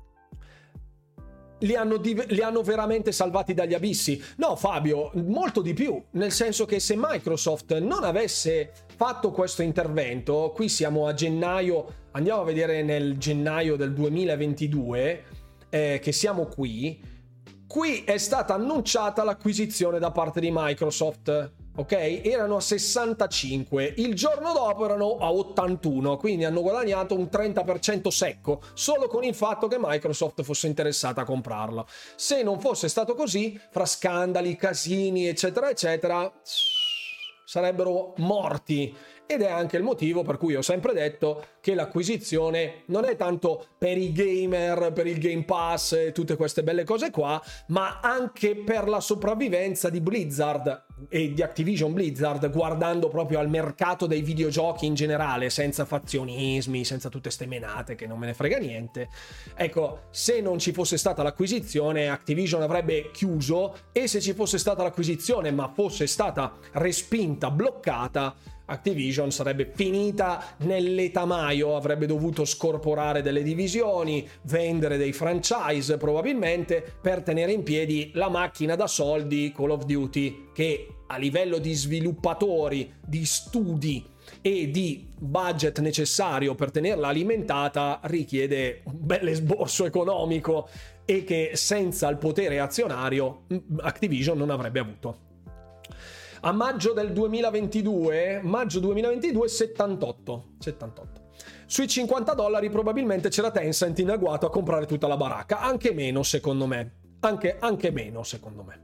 Li hanno veramente salvati dagli abissi? No, Fabio, molto di più, nel senso che se Microsoft non avesse fatto questo intervento, qui siamo a gennaio, andiamo a vedere nel gennaio del 2022, che siamo qui è stata annunciata l'acquisizione da parte di Microsoft. Ok, erano a 65, il giorno dopo erano a 81, quindi hanno guadagnato un 30% secco solo con il fatto che Microsoft fosse interessata a comprarlo. Se non fosse stato così, fra scandali, casini, eccetera, eccetera, sarebbero morti. Ed è anche il motivo per cui ho sempre detto che l'acquisizione non è tanto per i gamer, per il Game Pass e tutte queste belle cose qua, ma anche per la sopravvivenza di Blizzard e di Activision Blizzard, guardando proprio al mercato dei videogiochi in generale, senza fazionismi, senza tutte ste menate che non me ne frega niente. Ecco, se non ci fosse stata l'acquisizione, Activision avrebbe chiuso, e se ci fosse stata l'acquisizione ma fosse stata respinta, bloccata, Activision sarebbe finita nell'etamaio, avrebbe dovuto scorporare delle divisioni, vendere dei franchise probabilmente per tenere in piedi la macchina da soldi Call of Duty, che a livello di sviluppatori, di studi e di budget necessario per tenerla alimentata richiede un bel esborso economico e che senza il potere azionario Activision non avrebbe avuto. A maggio 2022 78. Sui $50 probabilmente c'era Tencent in agguato a comprare tutta la baracca, anche meno secondo me. Anche meno secondo me.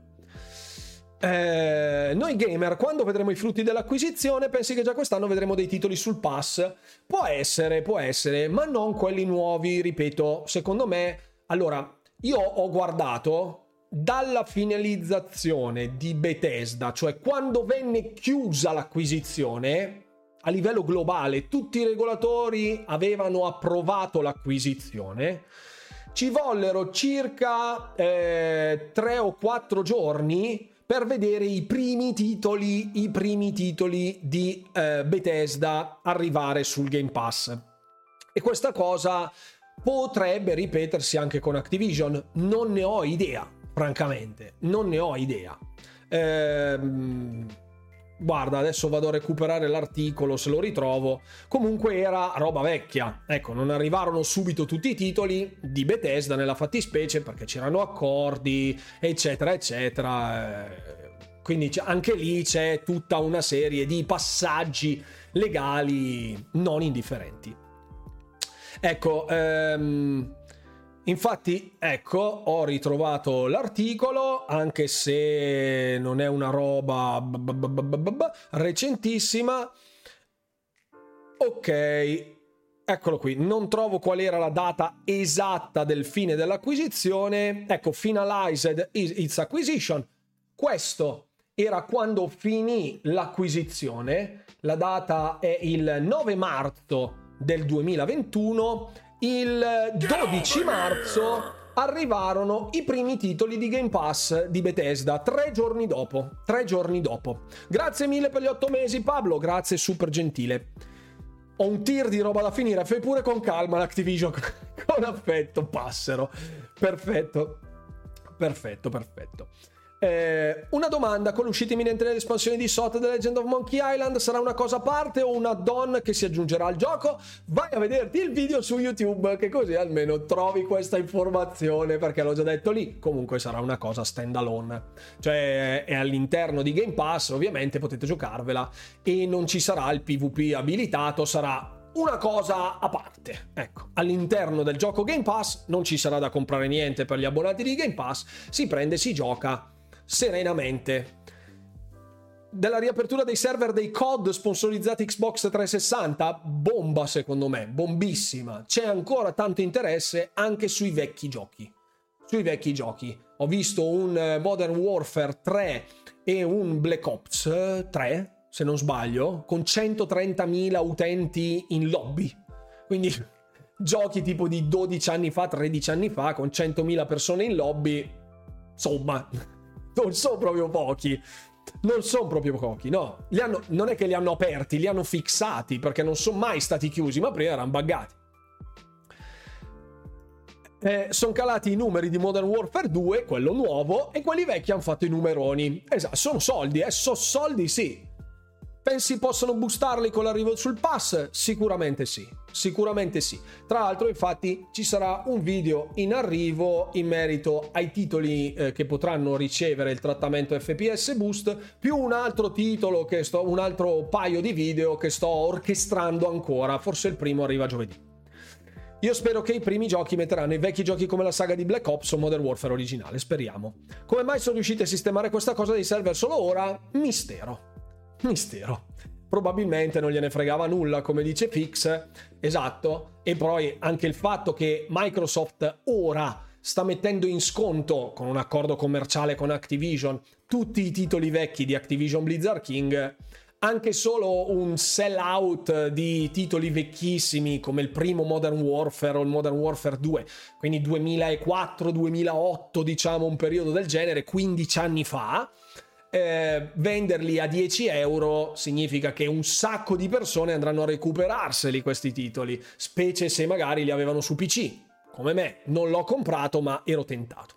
Noi gamer, quando vedremo i frutti dell'acquisizione, pensi che già quest'anno vedremo dei titoli sul pass? Può essere, ma non quelli nuovi, ripeto, secondo me. Allora, io ho guardato dalla finalizzazione di Bethesda, cioè quando venne chiusa l'acquisizione a livello globale, tutti i regolatori avevano approvato l'acquisizione, ci vollero circa 3 o 4 giorni per vedere i primi titoli di Bethesda arrivare sul Game Pass, e questa cosa potrebbe ripetersi anche con Activision. Non ne ho idea, francamente, non ne ho idea. Guarda, adesso vado a recuperare l'articolo se lo ritrovo. Comunque era roba vecchia. Ecco, non arrivarono subito tutti i titoli di Bethesda nella fattispecie, perché c'erano accordi, eccetera, eccetera. Quindi anche lì c'è tutta una serie di passaggi legali non indifferenti. Ecco, infatti, ecco, ho ritrovato l'articolo, anche se non è una roba recentissima. Ok, eccolo qui. Non trovo qual era la data esatta del fine dell'acquisizione. Ecco, finalized its acquisition. Questo era quando finì l'acquisizione. La data è il 9 marzo del 2021. Il 12 marzo arrivarono i primi titoli di Game Pass di Bethesda, 3 giorni dopo. Grazie mille per gli 8 mesi, Pablo, grazie, super gentile. Ho un tir di roba da finire, fai pure con calma l'Activision, con affetto, passero. Perfetto. Una domanda: con l'uscita imminente dell'espansione di SOT The Legend of Monkey Island sarà una cosa a parte o un add-on che si aggiungerà al gioco? Vai a vederti il video su YouTube, che così almeno trovi questa informazione, perché l'ho già detto lì. Comunque sarà una cosa stand alone, cioè è all'interno di Game Pass, ovviamente potete giocarvela e non ci sarà il PvP abilitato, sarà una cosa a parte. Ecco, all'interno del gioco Game Pass non ci sarà da comprare niente per gli abbonati di Game Pass, si prende, si gioca serenamente. Della riapertura dei server dei COD sponsorizzati Xbox 360, bomba secondo me, bombissima. C'è ancora tanto interesse anche sui vecchi giochi. Ho visto un Modern Warfare 3 e un Black Ops 3, se non sbaglio, con 130.000 utenti in lobby. Quindi giochi tipo di 12 anni fa, 13 anni fa, con 100.000 persone in lobby, insomma, non sono proprio pochi. No. Non è che li hanno aperti, li hanno fissati, perché non sono mai stati chiusi, ma prima erano buggati. Sono calati i numeri di Modern Warfare 2, quello nuovo, e quelli vecchi hanno fatto i numeroni. Esatto, sono soldi, sì. Pensi possano boostarli con l'arrivo sul pass? Sicuramente sì. Tra l'altro, infatti, ci sarà un video in arrivo in merito ai titoli che potranno ricevere il trattamento FPS Boost, più un altro titolo un altro paio di video che sto orchestrando ancora. Forse il primo arriva giovedì. Io spero che i primi giochi metteranno i vecchi giochi come la saga di Black Ops o Modern Warfare originale, speriamo. Come mai sono riusciti a sistemare questa cosa dei server solo ora? Mistero. Probabilmente non gliene fregava nulla, come dice Fix. Esatto. E poi anche il fatto che Microsoft ora sta mettendo in sconto, con un accordo commerciale con Activision, tutti i titoli vecchi di Activision Blizzard King. Anche solo un sell out di titoli vecchissimi come il primo Modern Warfare o il Modern Warfare 2, quindi 2004-2008, diciamo un periodo del genere, 15 anni fa, venderli a 10 euro significa che un sacco di persone andranno a recuperarseli questi titoli, specie se magari li avevano su PC come me. Non l'ho comprato, ma ero tentato.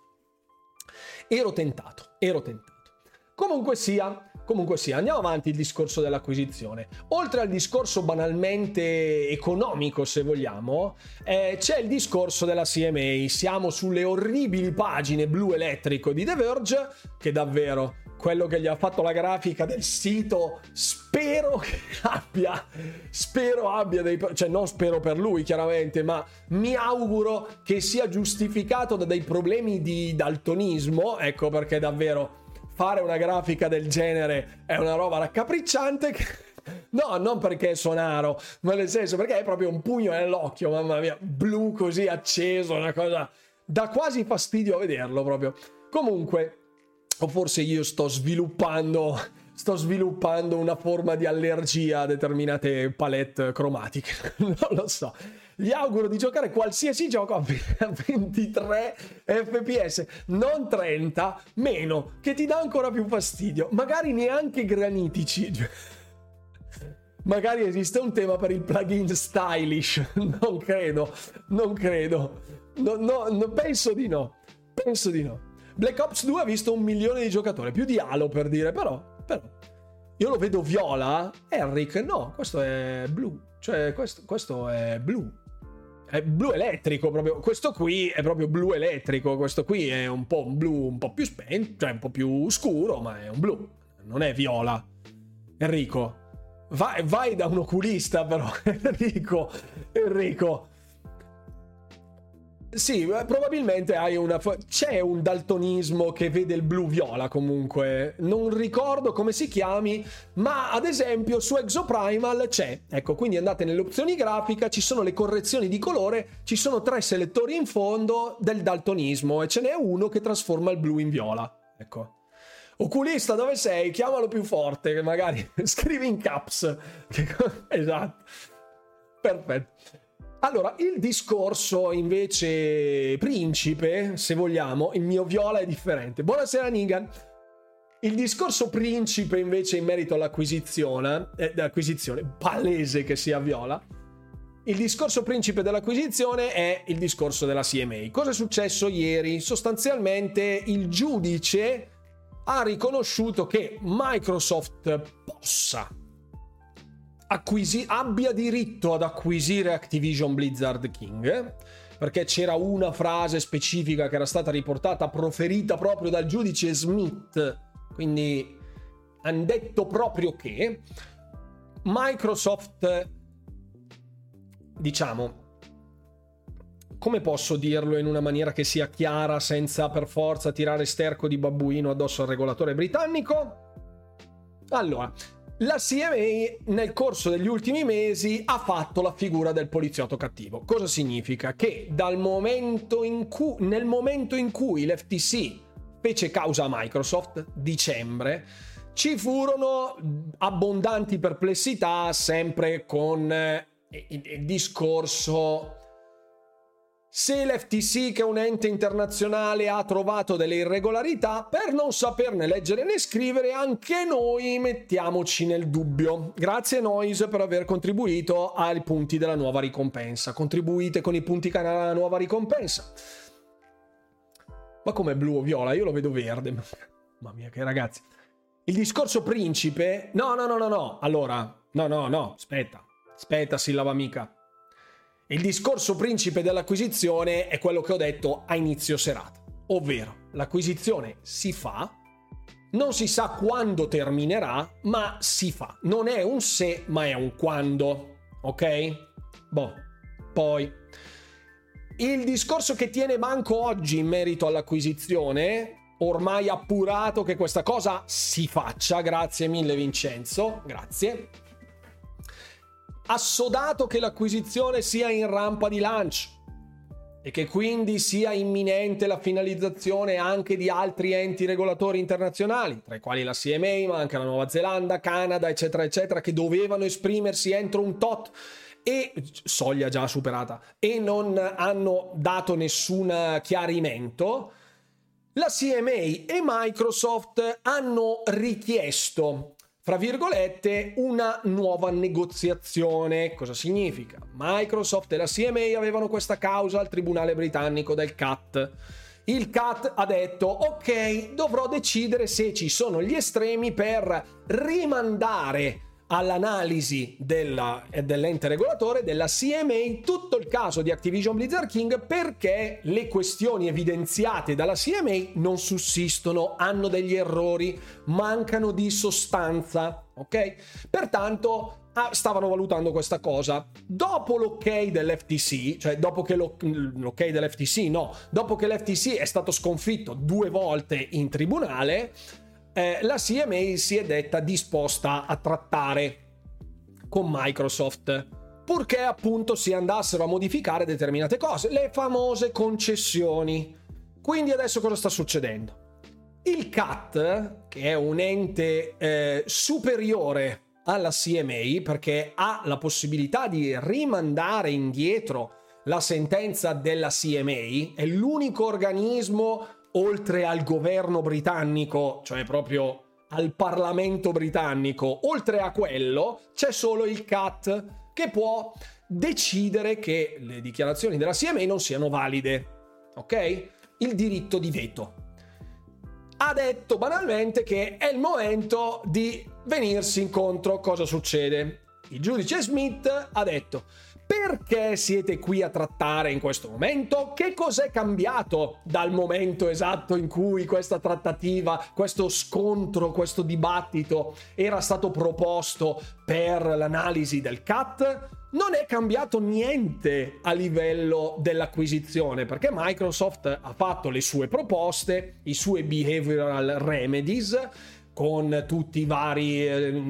Comunque sia, andiamo avanti il discorso dell'acquisizione. Oltre al discorso banalmente economico, se vogliamo, c'è il discorso della CMA. Siamo sulle orribili pagine blu elettrico di The Verge, che davvero, quello che gli ha fatto la grafica del sito, spero abbia dei, cioè non spero per lui chiaramente, ma mi auguro che sia giustificato da dei problemi di daltonismo, ecco, perché davvero fare una grafica del genere è una roba raccapricciante. No, non perché è sonaro, ma nel senso perché è proprio un pugno nell'occhio, mamma mia, blu così acceso, una cosa dà quasi fastidio a vederlo proprio. Comunque, o forse io sto sviluppando una forma di allergia a determinate palette cromatiche, non lo so. Gli auguro di giocare qualsiasi gioco a 23 fps, non 30, meno, che ti dà ancora più fastidio. Magari neanche granitici. Magari esiste un tema per il plugin stylish. Non credo. No, penso di no. Black Ops 2 ha visto 1 milione di giocatori, più di Halo per dire, però io lo vedo viola. Eric, no, questo è blu. Cioè, questo è blu. È blu elettrico proprio. Questo qui è proprio blu elettrico. Questo qui è un po' un blu un po' più spento, cioè un po' più scuro, ma è un blu. Non è viola. Enrico, vai da un oculista però. Enrico. Sì, probabilmente c'è un daltonismo che vede il blu-viola comunque. Non ricordo come si chiami, ma ad esempio su Exoprimal c'è. Ecco, quindi andate nelle opzioni grafica, ci sono le correzioni di colore, ci sono 3 selettori in fondo del daltonismo e ce n'è uno che trasforma il blu in viola. Ecco. Oculista, dove sei? Chiamalo più forte, che magari scrivi in caps. Esatto. Perfetto. Allora, il discorso invece principe, se vogliamo, il mio viola è differente. Buonasera Nigan. Il discorso principe invece in merito all'acquisizione, palese che sia viola, il discorso principe dell'acquisizione è il discorso della CMA. Cosa è successo ieri? Sostanzialmente il giudice ha riconosciuto che Microsoft abbia diritto ad acquisire Activision Blizzard King, perché c'era una frase specifica che era stata riportata, proferita proprio dal giudice Smith, quindi hanno detto proprio che Microsoft, diciamo, come posso dirlo in una maniera che sia chiara senza per forza tirare sterco di babbuino addosso al regolatore britannico? Allora, la CMA nel corso degli ultimi mesi ha fatto la figura del poliziotto cattivo. Cosa significa? Che nel momento in cui l'FTC fece causa a Microsoft, dicembre, ci furono abbondanti perplessità, sempre con il discorso: se l'FTC, che è un ente internazionale, ha trovato delle irregolarità, per non saperne leggere né scrivere, anche noi mettiamoci nel dubbio. Grazie Noise per aver contribuito ai punti della nuova ricompensa. Contribuite con i punti canale alla nuova ricompensa. Ma com'è blu o viola? Io lo vedo verde. Mamma mia, che ragazzi. Il discorso principe... No. Allora, no. Aspetta, sillaba amica. Il discorso principe dell'acquisizione è quello che ho detto a inizio serata, ovvero l'acquisizione si fa, non si sa quando terminerà, ma si fa. Non è un se, ma è un quando, ok? Poi il discorso che tiene banco oggi in merito all'acquisizione, ormai appurato che questa cosa si faccia, grazie mille Vincenzo, grazie. Assodato che l'acquisizione sia in rampa di lancio e che quindi sia imminente la finalizzazione anche di altri enti regolatori internazionali, tra i quali la CMA, ma anche la Nuova Zelanda, Canada, eccetera, eccetera, che dovevano esprimersi entro un tot e soglia già superata e non hanno dato nessun chiarimento. La CMA e Microsoft hanno richiesto, fra virgolette, una nuova negoziazione. Cosa significa? Microsoft e la CMA avevano questa causa al tribunale britannico del CAT. Il CAT ha detto: ok, dovrò decidere se ci sono gli estremi per rimandare all'analisi dell'ente regolatore della CMA tutto il caso di Activision Blizzard King, perché le questioni evidenziate dalla CMA non sussistono, hanno degli errori, mancano di sostanza, ok? Pertanto stavano valutando questa cosa. Dopo l'ok dell'FTC, cioè dopo che l'ok dell'FTC, no, dopo che l'FTC è stato sconfitto 2 volte in tribunale, la CMA si è detta disposta a trattare con Microsoft, purché appunto si andassero a modificare determinate cose, le famose concessioni. Quindi adesso cosa sta succedendo? Il CAT, che è un ente superiore alla CMA, perché ha la possibilità di rimandare indietro la sentenza della CMA, è l'unico organismo oltre al governo britannico, cioè proprio al Parlamento britannico, oltre a quello c'è solo il CAT che può decidere che le dichiarazioni della CMA non siano valide, ok? Il diritto di veto. Ha detto banalmente che è il momento di venirsi incontro. Cosa succede? Il giudice Smith ha detto: perché siete qui a trattare in questo momento? Che cos'è cambiato dal momento esatto in cui questa trattativa, questo scontro, questo dibattito era stato proposto per l'analisi del CAT? Non è cambiato niente a livello dell'acquisizione, perché Microsoft ha fatto le sue proposte, i suoi behavioral remedies, con tutti i vari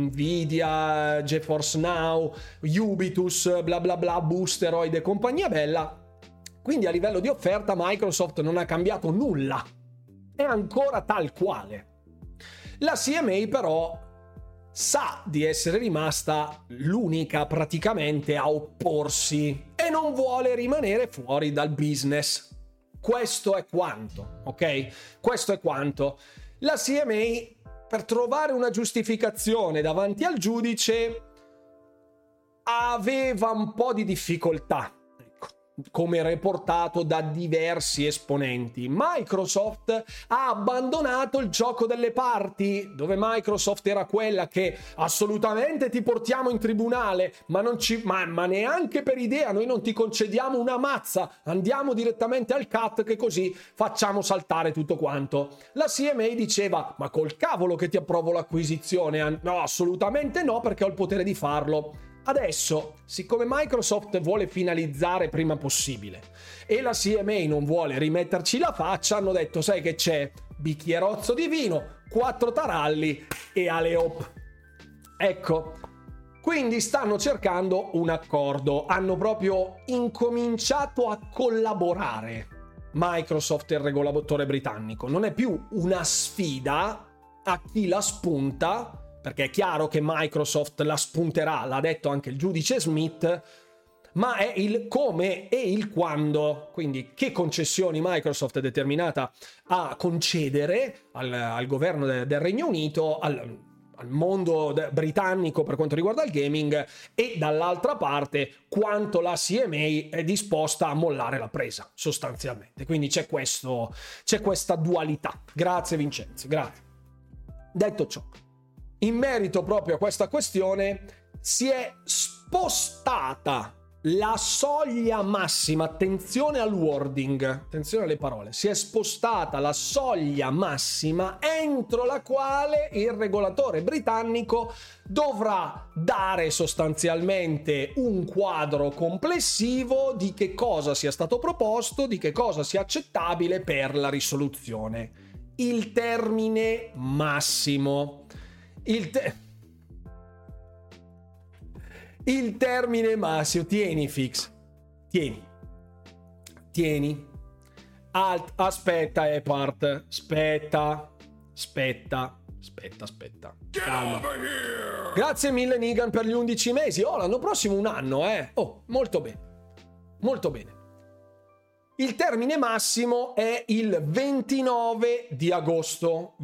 Nvidia, GeForce Now, Ubitus, bla bla bla, Boosteroid e compagnia bella. Quindi a livello di offerta Microsoft non ha cambiato nulla, è ancora tal quale. La CMA però sa di essere rimasta l'unica praticamente a opporsi e non vuole rimanere fuori dal business. Questo è quanto, ok? Questo è quanto. La CMA, per trovare una giustificazione davanti al giudice, aveva un po' di difficoltà, ecco, come riportato da diversi esponenti. Microsoft ha abbandonato il gioco delle parti, dove Microsoft era quella che assolutamente ti portiamo in tribunale, ma neanche per idea, noi non ti concediamo una mazza, andiamo direttamente al CAT che così facciamo saltare tutto quanto. La CMA diceva: ma col cavolo che ti approvo l'acquisizione. No, assolutamente no, perché ho il potere di farlo. Adesso, siccome Microsoft vuole finalizzare prima possibile e la CMA non vuole rimetterci la faccia, hanno detto: sai che c'è? Bicchierozzo di vino, 4 taralli e aleop. Ecco, quindi stanno cercando un accordo, hanno proprio incominciato a collaborare Microsoft e il regolatore britannico. Non è più una sfida a chi la spunta, perché è chiaro che Microsoft la spunterà, l'ha detto anche il giudice Smith, ma è il come e il quando. Quindi che concessioni Microsoft è determinata a concedere al governo del Regno Unito, al mondo britannico per quanto riguarda il gaming, e dall'altra parte quanto la CMA è disposta a mollare la presa sostanzialmente. Quindi c'è questa dualità. Grazie Vincenzo, grazie. Detto ciò, in merito proprio a questa questione si è spostata la soglia massima, attenzione al wording, attenzione alle parole, si è spostata la soglia massima entro la quale il regolatore britannico dovrà dare sostanzialmente un quadro complessivo di che cosa sia stato proposto, di che cosa sia accettabile per la risoluzione. Il termine massimo. Il termine massimo, tieni Fix, tieni, aspetta Epart, aspetta, calma. Grazie mille Negan per gli 11 mesi, l'anno prossimo un anno, molto bene. Il termine massimo è il 29 di agosto.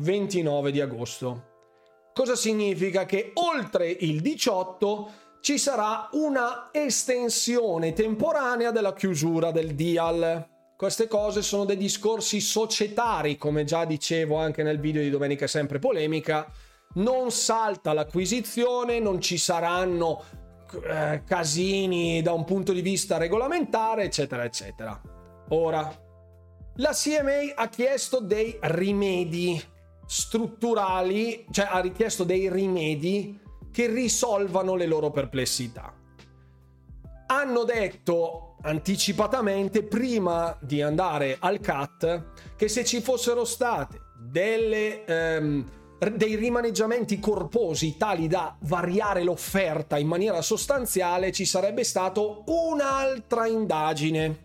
Cosa significa? Che oltre il 18 ci sarà una estensione temporanea della chiusura del deal. Queste cose sono dei discorsi societari, come già dicevo anche nel video di Domenica Sempre Polemica. Non salta l'acquisizione, non ci saranno casini da un punto di vista regolamentare, eccetera, eccetera. Ora, la CMA ha chiesto dei rimedi strutturali, cioè ha richiesto dei rimedi che risolvano le loro perplessità. Hanno detto anticipatamente, prima di andare al CAT, che se ci fossero state dei rimaneggiamenti corposi tali da variare l'offerta in maniera sostanziale, ci sarebbe stato un'altra indagine.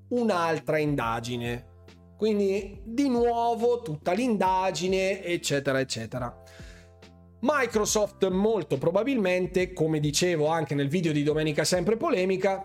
Quindi di nuovo tutta l'indagine, eccetera, eccetera. Microsoft molto probabilmente, come dicevo anche nel video di Domenica Sempre Polemica,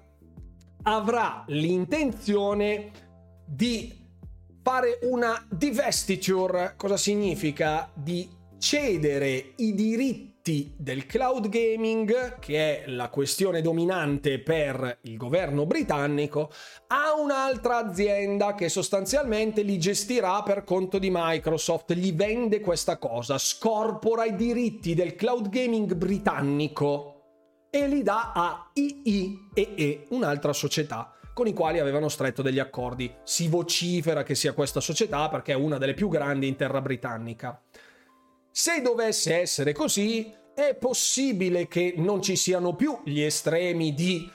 avrà l'intenzione di fare una divestiture. Cosa significa? Di cedere i diritti del cloud gaming, che è la questione dominante per il governo britannico, a un'altra azienda che sostanzialmente li gestirà per conto di Microsoft, gli vende questa cosa, scorpora i diritti del cloud gaming britannico e li dà a IEEE, un'altra società con i quali avevano stretto degli accordi. Si vocifera che sia questa società perché è una delle più grandi in terra britannica. Se dovesse essere così, è possibile che non ci siano più gli estremi di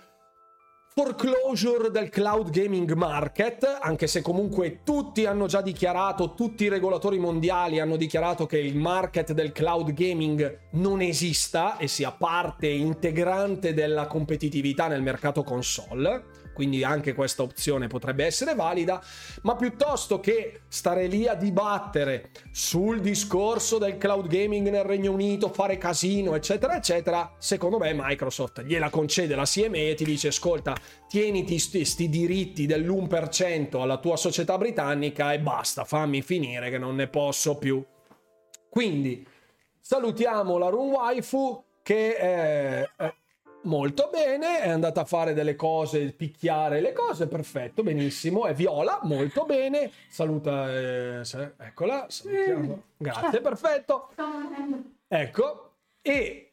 foreclosure del cloud gaming market, anche se comunque tutti hanno già dichiarato, tutti i regolatori mondiali hanno dichiarato che il market del cloud gaming non esista e sia parte integrante della competitività nel mercato console. Quindi anche questa opzione potrebbe essere valida, ma piuttosto che stare lì a dibattere sul discorso del cloud gaming nel Regno Unito, fare casino, eccetera, eccetera, secondo me Microsoft gliela concede la CMA e ti dice: ascolta, tieniti sti diritti dell'1% alla tua società britannica e basta, fammi finire che non ne posso più. Quindi salutiamo la Run Waifu che molto bene, è andata a fare delle cose, picchiare le cose, perfetto, benissimo, è Viola, molto bene, saluta, eccola, salutiamo, grazie, perfetto, ecco, e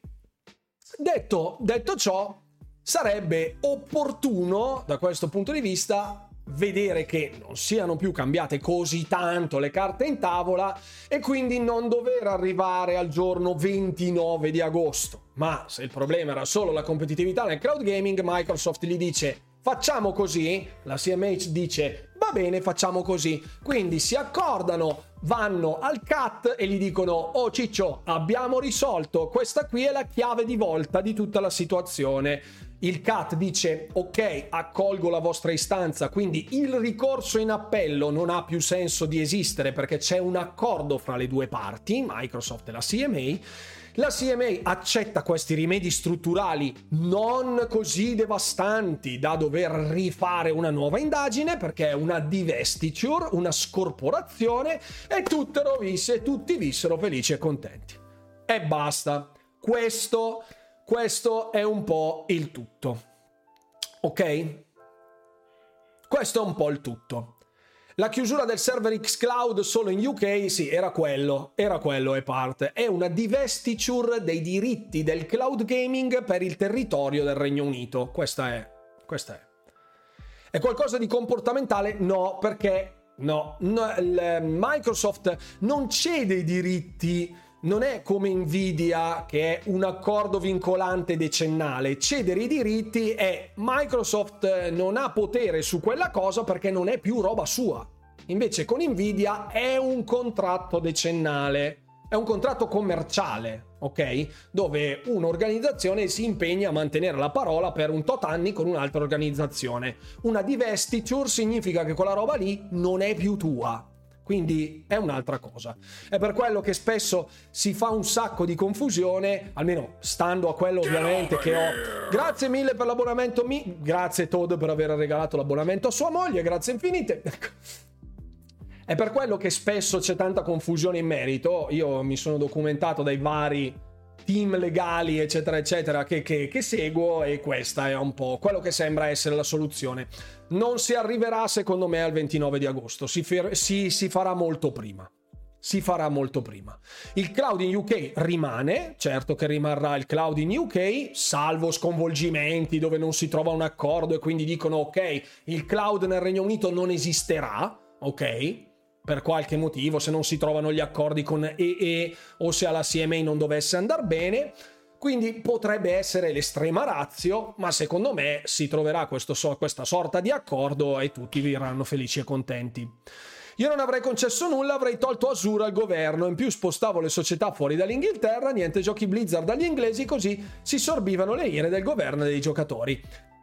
detto ciò, sarebbe opportuno da questo punto di vista vedere che non siano più cambiate così tanto le carte in tavola e quindi non dover arrivare al giorno 29 di agosto. Ma se il problema era solo la competitività nel cloud gaming, Microsoft gli dice facciamo così, la CMH dice va bene, facciamo così. Quindi si accordano, vanno al CAT e gli dicono oh Ciccio, abbiamo risolto, questa qui è la chiave di volta di tutta la situazione. Il CAT dice ok, accolgo la vostra istanza, quindi il ricorso in appello non ha più senso di esistere perché c'è un accordo fra le due parti, Microsoft e la CMA. La CMA accetta questi rimedi strutturali non così devastanti da dover rifare una nuova indagine perché è una divestiture, una scorporazione e tutti vissero felici e contenti. E basta. Questo è un po' il tutto. Ok? Questo è un po' il tutto. La chiusura del server xCloud solo in UK, sì, era quello e parte. È una divestiture dei diritti del cloud gaming per il territorio del Regno Unito. Questa è. È qualcosa di comportamentale? No, perché Microsoft non cede i diritti, non è come Nvidia che è un accordo vincolante decennale. Cedere i diritti è Microsoft non ha potere su quella cosa perché non è più roba sua. Invece con Nvidia è un contratto decennale, è un contratto commerciale, ok? Dove un'organizzazione si impegna a mantenere la parola per un tot anni con un'altra organizzazione. Una divestiture significa che quella roba lì non è più tua. Quindi è un'altra cosa. È per quello che spesso si fa un sacco di confusione, almeno stando a quello ovviamente che ho. Grazie mille per l'abbonamento, grazie Todd per aver regalato l'abbonamento a sua moglie, grazie infinite. È per quello che spesso c'è tanta confusione in merito. Io mi sono documentato dai vari team legali eccetera eccetera che seguo e questa è un po' quello che sembra essere la soluzione. Non si arriverà secondo me al 29 di agosto, si farà molto prima. Il cloud in UK rimane, certo che rimarrà il cloud in UK, salvo sconvolgimenti dove non si trova un accordo e quindi dicono ok, il cloud nel Regno Unito non esisterà, ok? Per qualche motivo, se non si trovano gli accordi con EE o se alla CMA non dovesse andare bene, quindi potrebbe essere l'estrema ratio, ma secondo me si troverà questa sorta di accordo e tutti verranno felici e contenti. Io non avrei concesso nulla, avrei tolto Azure al governo, in più spostavo le società fuori dall'Inghilterra, niente giochi Blizzard dagli inglesi, così si sorbivano le ire del governo e dei giocatori.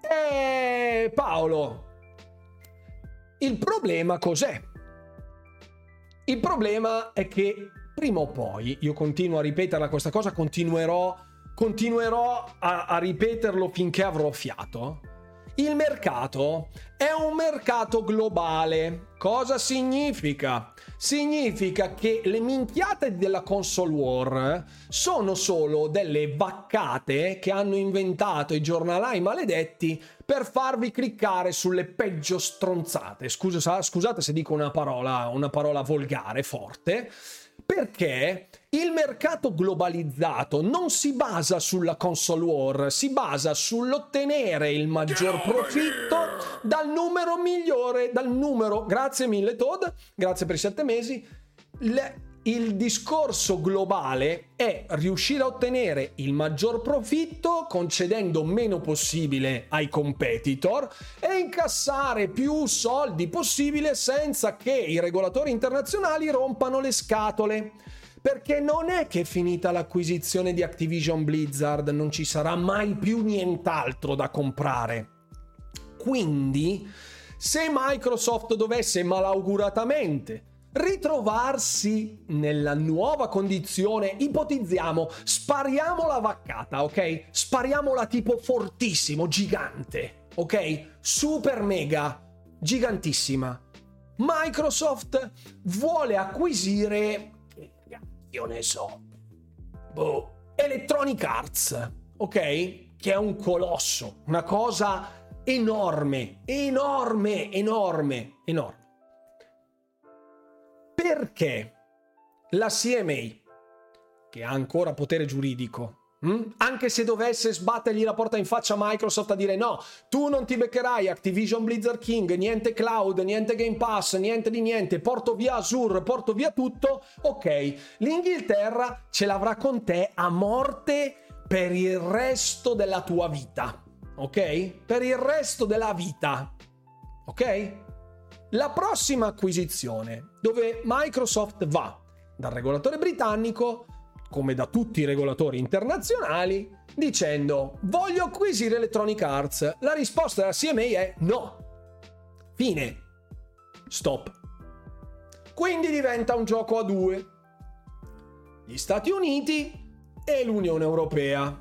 Paolo, il problema cos'è? Il problema è che prima o poi, io continuo a ripeterla questa cosa, continuerò a ripeterlo finché avrò fiato. Il mercato è un mercato globale. Cosa significa? Significa che le minchiate della console war sono solo delle vaccate che hanno inventato i giornalai maledetti per farvi cliccare sulle peggio stronzate. Scusate se dico una parola volgare, forte, perché il mercato globalizzato non si basa sulla console war, si basa sull'ottenere il maggior profitto dal numero migliore, grazie mille Todd, grazie per i 7 mesi. Il discorso globale è riuscire a ottenere il maggior profitto concedendo meno possibile ai competitor e incassare più soldi possibile senza che i regolatori internazionali rompano le scatole. Perché non è che finita l'acquisizione di Activision Blizzard non ci sarà mai più nient'altro da comprare. Quindi, se Microsoft dovesse malauguratamente ritrovarsi nella nuova condizione, ipotizziamo, spariamo la vaccata, ok? Spariamola tipo fortissimo, gigante, ok? Super mega, gigantissima. Microsoft vuole acquisire, io ne so, Electronic Arts, ok? Che è un colosso, una cosa enorme. Perché la CMA, che ha ancora potere giuridico, Anche se dovesse sbattergli la porta in faccia Microsoft a dire no, tu non ti beccherai Activision Blizzard King, niente cloud, niente Game Pass, niente di niente, porto via Azure, porto via tutto, ok, l'Inghilterra ce l'avrà con te a morte per il resto della tua vita, ok? Per il resto della vita, ok? La prossima acquisizione, dove Microsoft va dal regolatore britannico, come da tutti i regolatori internazionali, dicendo voglio acquisire Electronic Arts. La risposta della CMA è no. Fine. Stop. Quindi diventa un gioco a due. Gli Stati Uniti e l'Unione Europea.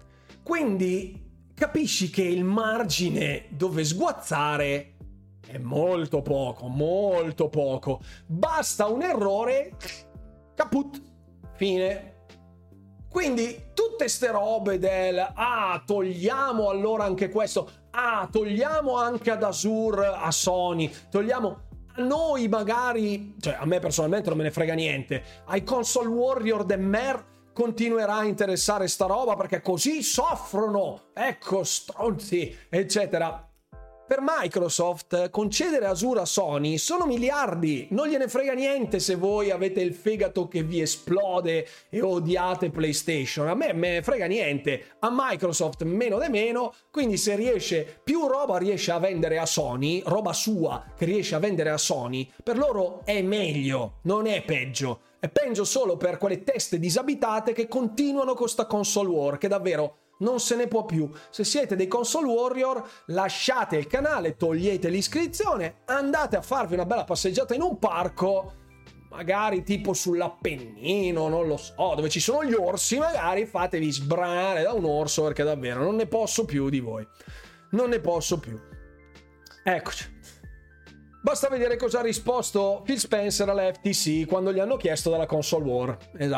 Quindi capisci che il margine dove sguazzare è molto poco, molto poco. Basta un errore, caput, fine. Quindi tutte ste robe del togliamo allora anche questo, togliamo anche ad Azure, a Sony, togliamo a noi magari, cioè a me personalmente non me ne frega niente, ai console warrior de mer continuerà a interessare sta roba perché così soffrono, ecco stronzi, eccetera. Per Microsoft concedere Azure a Sony sono miliardi, non gliene frega niente se voi avete il fegato che vi esplode e odiate PlayStation, a me me frega niente, a Microsoft meno de meno, quindi se riesce, più roba riesce a vendere a Sony, roba sua che riesce a vendere a Sony, per loro è meglio, non è peggio, è peggio solo per quelle teste disabitate che continuano con sta console war, che davvero non se ne può più. Se siete dei console warrior, lasciate il canale, togliete l'iscrizione, andate a farvi una bella passeggiata in un parco, magari tipo sull'Appennino, non lo so, dove ci sono gli orsi, magari fatevi sbranare da un orso, perché davvero non ne posso più di voi. Non ne posso più. Eccoci. Basta vedere cosa ha risposto Phil Spencer alla FTC quando gli hanno chiesto della console war.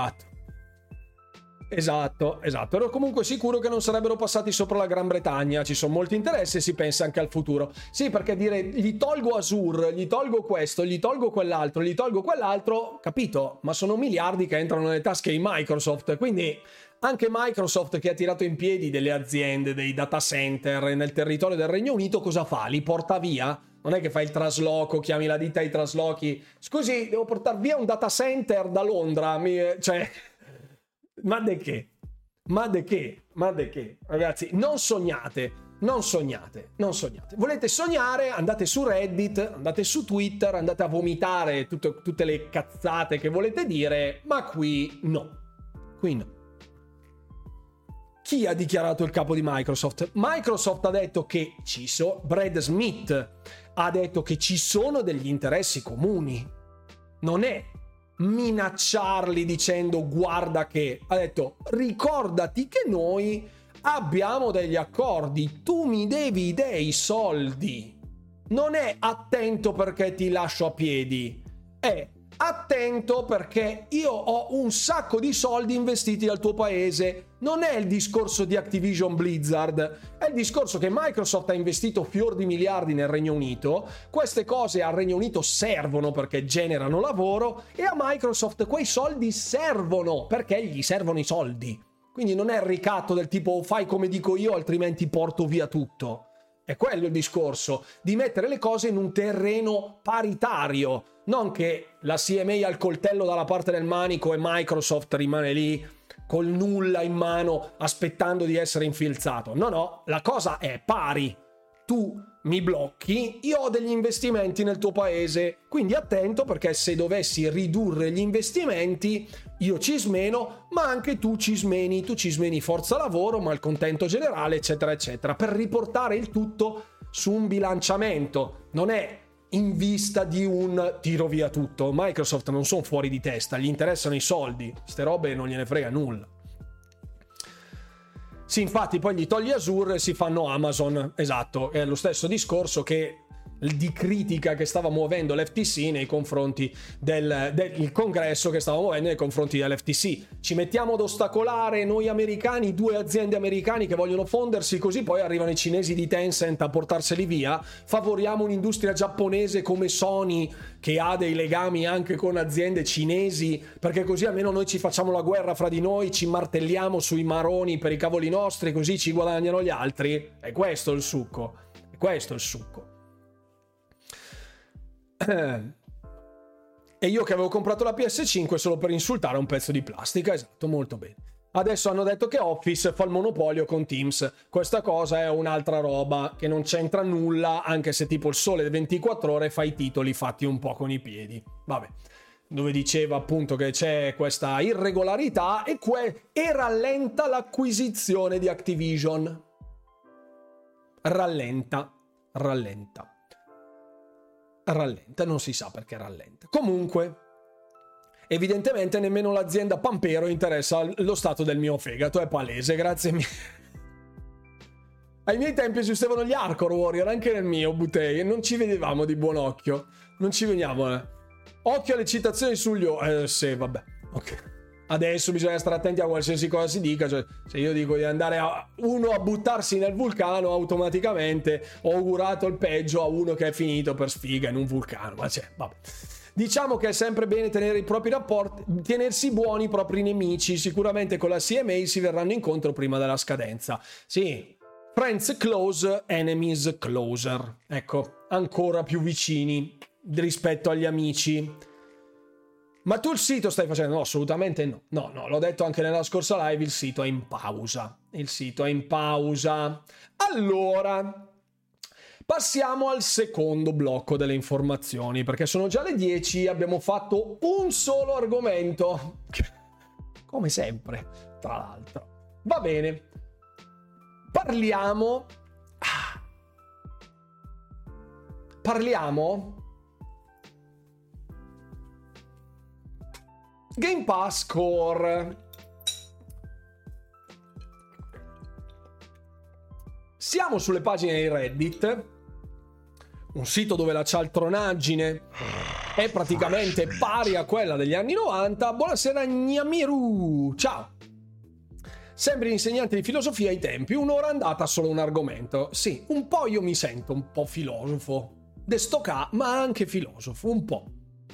Esatto. Ero comunque sicuro che non sarebbero passati sopra la Gran Bretagna, ci sono molti interessi e si pensa anche al futuro. Sì, perché dire gli tolgo Azure, gli tolgo questo, gli tolgo quell'altro, capito? Ma sono miliardi che entrano nelle tasche di Microsoft, quindi anche Microsoft che ha tirato in piedi delle aziende, dei data center nel territorio del Regno Unito, cosa fa? Li porta via? Non è che fai il trasloco, chiami la ditta ai traslochi, scusi, devo portare via un data center da Londra, cioè... Ma de che? Ragazzi, non sognate. Volete sognare? Andate su Reddit, andate su Twitter, andate a vomitare tutte le cazzate che volete dire, ma qui no. Chi ha dichiarato il capo di Microsoft? Microsoft ha detto che Brad Smith ha detto che ci sono degli interessi comuni. Non è minacciarli dicendo guarda che, ha detto ricordati che noi abbiamo degli accordi, tu mi devi dei soldi, non è attento perché ti lascio a piedi, è attento perché io ho un sacco di soldi investiti dal tuo paese. Non è il discorso di Activision Blizzard, è il discorso che Microsoft ha investito fior di miliardi nel Regno Unito. Queste cose al Regno Unito servono perché generano lavoro e a Microsoft quei soldi servono perché gli servono i soldi. Quindi non è il ricatto del tipo fai come dico io altrimenti porto via tutto. È quello il discorso, di mettere le cose in un terreno paritario, non che la CMA ha il coltello dalla parte del manico e Microsoft rimane lì col nulla in mano aspettando di essere infilzato. No, la cosa è pari. Tu mi blocchi, io ho degli investimenti nel tuo paese, quindi attento perché se dovessi ridurre gli investimenti io ci smeno, ma anche tu ci smeni forza lavoro, malcontento generale, eccetera eccetera, per riportare il tutto su un bilanciamento. Non è in vista di un tiro via tutto. Microsoft non sono fuori di testa, gli interessano i soldi, ste robe non gliene frega nulla. Sì, infatti poi gli togli Azure e si fanno Amazon, esatto, è lo stesso discorso che di critica che stava muovendo l'FTC nei confronti del congresso che stava muovendo nei confronti dell'FTC. Ci mettiamo ad ostacolare noi americani, 2 aziende americane che vogliono fondersi, così poi arrivano i cinesi di Tencent a portarseli via. Favoriamo un'industria giapponese come Sony che ha dei legami anche con aziende cinesi, perché così almeno noi ci facciamo la guerra fra di noi, ci martelliamo sui maroni per i cavoli nostri, così ci guadagnano gli altri. È questo il succo. È questo il succo. E io che avevo comprato la PS5 solo per insultare un pezzo di plastica. Esatto, molto bene. Adesso hanno detto che Office fa il monopolio con Teams. Questa cosa è un'altra roba che non c'entra nulla, anche se tipo il Sole 24 Ore fa i titoli fatti un po' con i piedi. Vabbè, dove diceva appunto che c'è questa irregolarità e rallenta l'acquisizione di Activision. Rallenta, non si sa perché rallenta. Comunque, evidentemente nemmeno l'azienda Pampero interessa lo stato del mio fegato, è palese, grazie mille. Ai miei tempi esistevano gli Hardcore Warrior, anche nel mio, Butei, e non ci vedevamo di buon occhio. Non ci veniamo, Occhio alle citazioni sugli... sì, vabbè, ok. Adesso bisogna stare attenti a qualsiasi cosa si dica, cioè se io dico di andare a buttarsi nel vulcano, automaticamente ho augurato il peggio a uno che è finito per sfiga in un vulcano, ma vabbè. Diciamo che è sempre bene tenere i propri rapporti, tenersi buoni i propri nemici, sicuramente con la CMA si verranno incontro prima della scadenza. Sì, friends close, enemies closer, ecco, ancora più vicini rispetto agli amici. Ma tu il sito stai facendo? No, assolutamente no. No, l'ho detto anche nella scorsa live, il sito è in pausa. Allora, passiamo al secondo blocco delle informazioni, perché sono già le 10, abbiamo fatto un solo argomento. Come sempre, tra l'altro. Va bene. Parliamo Game Pass Core. Siamo sulle pagine di Reddit, un sito dove la cialtronaggine è praticamente pari a quella degli anni 90. Buonasera Gnamiru, ciao. Sembri insegnante di filosofia ai tempi, un'ora andata solo un argomento. Sì, un po' io mi sento un po' filosofo, destocà, ma anche filosofo, un po'.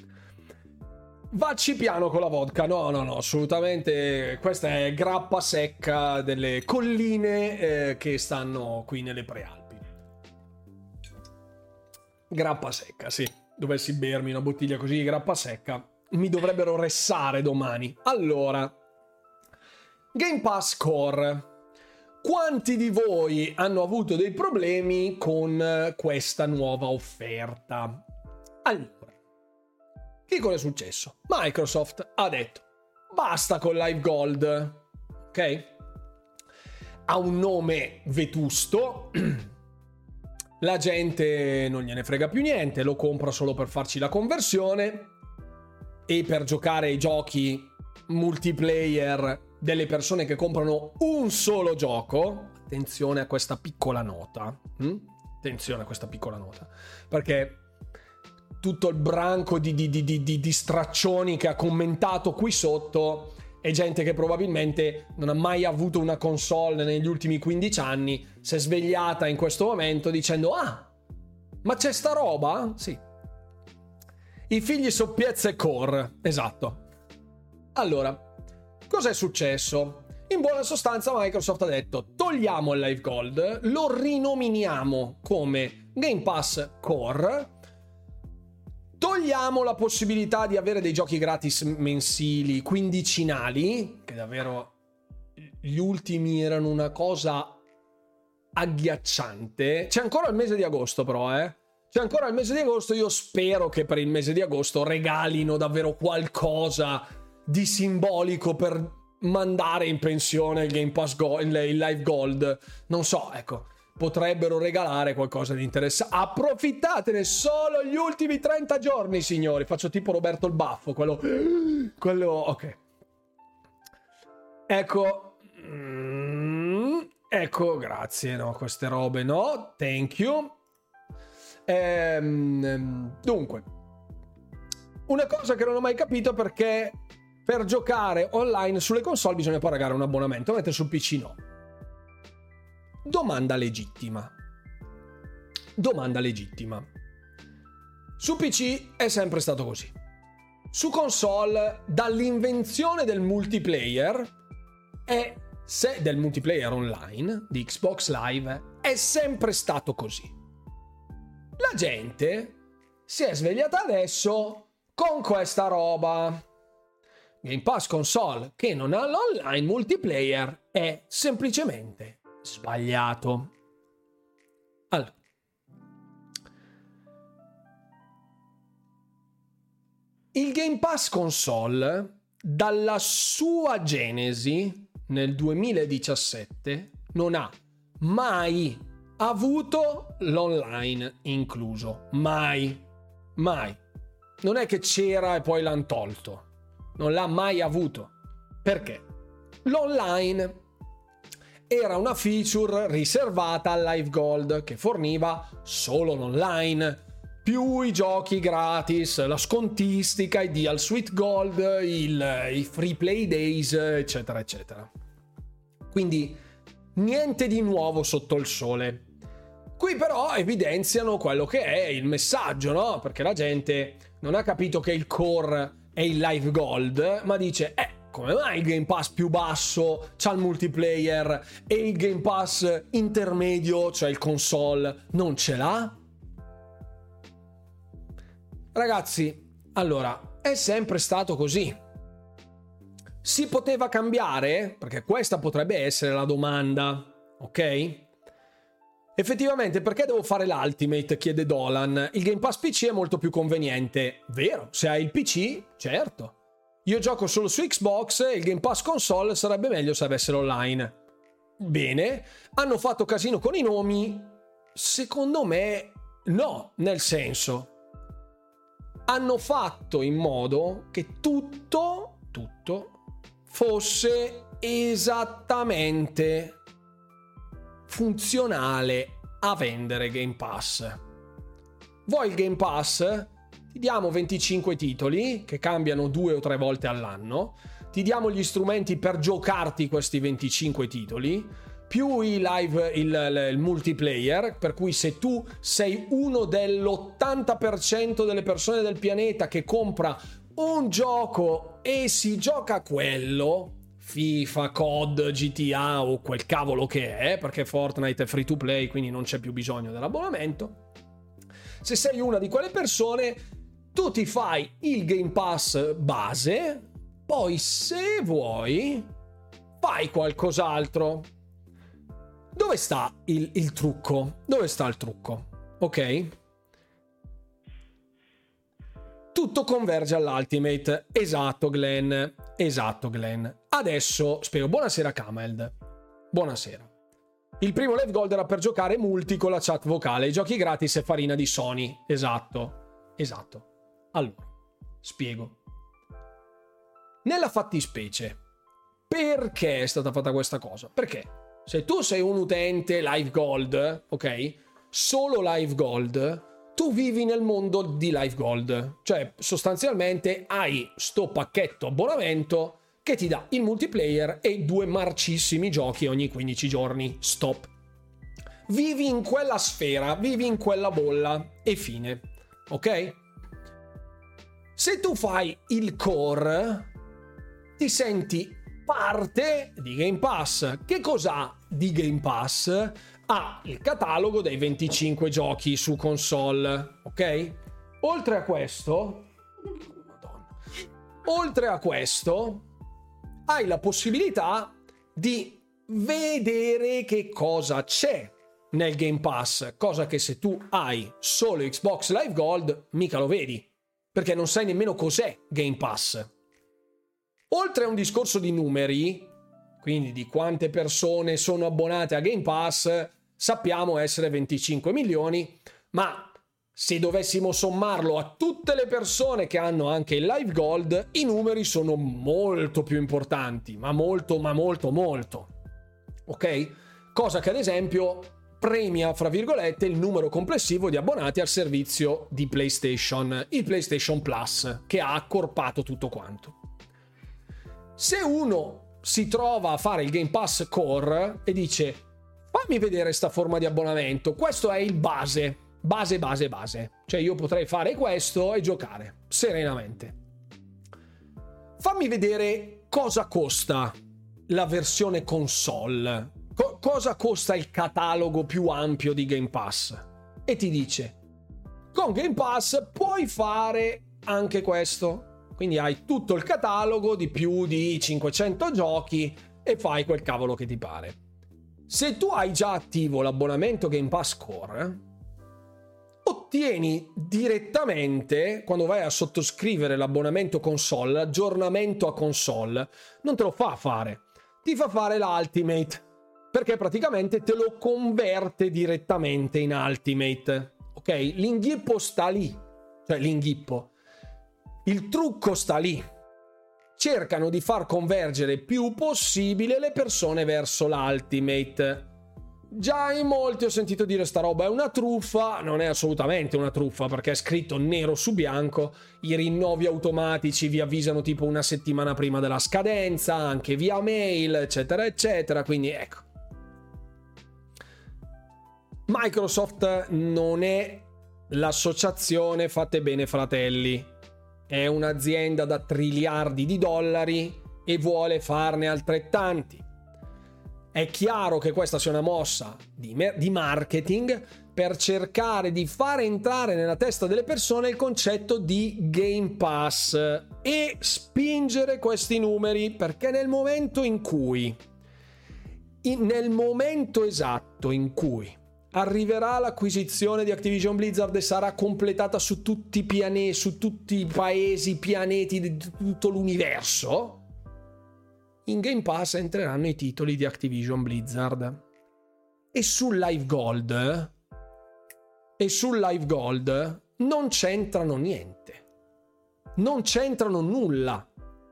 Vacci piano con la vodka, no, assolutamente, questa è grappa secca delle colline che stanno qui nelle Prealpi. Grappa secca, sì, dovessi bermi una bottiglia così di grappa secca, mi dovrebbero ressare domani. Allora, Game Pass Core. Quanti di voi hanno avuto dei problemi con questa nuova offerta? Allora, che cosa è successo? Microsoft ha detto basta con Live Gold, ok? Ha un nome vetusto, la gente non gliene frega più niente, lo compra solo per farci la conversione e per giocare ai giochi multiplayer delle persone che comprano un solo gioco. Attenzione a questa piccola nota, perché tutto il branco di straccioni che ha commentato qui sotto è gente che probabilmente non ha mai avuto una console negli ultimi 15 anni, si è svegliata in questo momento dicendo ma c'è sta roba? Sì. I figli soppiezza e core, esatto. Allora, cos'è successo? In buona sostanza Microsoft ha detto togliamo il Live Gold, lo rinominiamo come Game Pass Core, togliamo la possibilità di avere dei giochi gratis mensili, quindicinali, che davvero gli ultimi erano una cosa agghiacciante. C'è ancora il mese di agosto però, C'è ancora il mese di agosto, io spero che per il mese di agosto regalino davvero qualcosa di simbolico per mandare in pensione il Game Pass il Live Gold. Non so, ecco. Potrebbero regalare qualcosa di interessante. Approfittatene, solo gli ultimi 30 giorni, signori. Faccio tipo Roberto il Baffo, quello ok. Ecco, grazie, no, queste robe no, thank you. Dunque, una cosa che non ho mai capito, perché per giocare online sulle console bisogna pagare un abbonamento, mentre sul PC no. Domanda legittima. Su PC è sempre stato così. Su console, dall'invenzione del multiplayer del multiplayer online di Xbox Live, è sempre stato così. La gente si è svegliata adesso con questa roba. Game Pass console che non ha l'online multiplayer è semplicemente sbagliato. Allora, il Game Pass console, dalla sua genesi nel 2017, non ha mai avuto l'online incluso. Mai. Non è che c'era e poi l'hanno tolto. Non l'ha mai avuto. Perché? L'online era una feature riservata al Live Gold, che forniva solo l'online, più i giochi gratis, la scontistica, i deal Sweet Gold, i free play days, eccetera eccetera. Quindi niente di nuovo sotto il sole. Qui però evidenziano quello che è il messaggio, no? Perché la gente non ha capito che il core è il Live Gold, ma dice come mai il Game Pass più basso c'ha il multiplayer e il Game Pass intermedio, cioè il console, non ce l'ha? Ragazzi, allora, è sempre stato così. Si poteva cambiare? Perché questa potrebbe essere la domanda, ok? Effettivamente, perché devo fare l'Ultimate? Chiede Dolan. Il Game Pass PC è molto più conveniente. Vero, se hai il PC, certo. Io gioco solo su Xbox e il Game Pass console sarebbe meglio se avessero online. Bene, hanno fatto casino con i nomi? Secondo me no, nel senso, hanno fatto in modo che tutto fosse esattamente funzionale a vendere Game Pass. Vuoi il Game Pass? Ti diamo 25 titoli che cambiano 2 o 3 volte all'anno, ti diamo gli strumenti per giocarti questi 25 titoli, più il multiplayer, per cui se tu sei uno dell'80% delle persone del pianeta che compra un gioco e si gioca quello, FIFA, COD, GTA o quel cavolo che è, perché Fortnite è free to play, quindi non c'è più bisogno dell'abbonamento. Se sei una di quelle persone, tu ti fai il Game Pass base, poi se vuoi fai qualcos'altro. Dove sta il trucco? Dove sta il trucco? Ok? Tutto converge all'Ultimate. Esatto, Glenn. Adesso spiego. Buonasera, Kameld. Buonasera. Il primo Live Gold era per giocare multi con la chat vocale. I giochi gratis è farina di Sony. Esatto. Allora, spiego. Nella fattispecie, perché è stata fatta questa cosa? Perché se tu sei un utente Live Gold, ok? Solo Live Gold, tu vivi nel mondo di Live Gold, cioè sostanzialmente hai sto pacchetto abbonamento che ti dà il multiplayer e 2 marcissimi giochi ogni 15 giorni, stop. Vivi in quella sfera, vivi in quella bolla e fine, ok? Se tu fai il core, ti senti parte di Game Pass. Che cos'ha di Game Pass? Ha il catalogo dei 25 giochi su console, ok? Oltre a questo, hai la possibilità di vedere che cosa c'è nel Game Pass, cosa che se tu hai solo Xbox Live Gold mica lo vedi, perché non sai nemmeno cos'è Game Pass. Oltre a un discorso di numeri, quindi di quante persone sono abbonate a Game Pass, sappiamo essere 25 milioni, ma se dovessimo sommarlo a tutte le persone che hanno anche il Live Gold, i numeri sono molto più importanti, ma molto. Ok? Cosa che ad esempio premia, fra virgolette, il numero complessivo di abbonati al servizio di PlayStation, il PlayStation Plus, che ha accorpato tutto quanto. Se uno si trova a fare il Game Pass Core e dice fammi vedere sta forma di abbonamento, questo è il base, cioè io potrei fare questo e giocare serenamente. Fammi vedere cosa costa la versione console, cosa costa il catalogo più ampio di Game Pass, e ti dice con Game Pass puoi fare anche questo, quindi hai tutto il catalogo di più di 500 giochi e fai quel cavolo che ti pare. Se tu hai già attivo l'abbonamento Game Pass Core, ottieni direttamente, quando vai a sottoscrivere l'abbonamento console, l'aggiornamento a console, non te lo fa fare, ti fa fare l'Ultimate, perché praticamente te lo converte direttamente in Ultimate, ok? L'inghippo sta lì, cioè l'inghippo, il trucco sta lì. Cercano di far convergere più possibile le persone verso l'Ultimate. Già in molti ho sentito dire sta roba è una truffa, non è assolutamente una truffa perché è scritto nero su bianco, i rinnovi automatici vi avvisano tipo una settimana prima della scadenza, anche via mail, eccetera, eccetera, quindi ecco. Microsoft non è l'associazione Fate Bene Fratelli, è un'azienda da triliardi di dollari e vuole farne altrettanti. È chiaro che questa sia una mossa di marketing per cercare di fare entrare nella testa delle persone il concetto di Game Pass e spingere questi numeri, perché nel momento esatto in cui arriverà l'acquisizione di Activision Blizzard e sarà completata su tutti i pianeti, su tutti i paesi, pianeti di tutto l'universo, in Game Pass entreranno i titoli di Activision Blizzard. E sul Live Gold non c'entrano niente, non c'entrano nulla.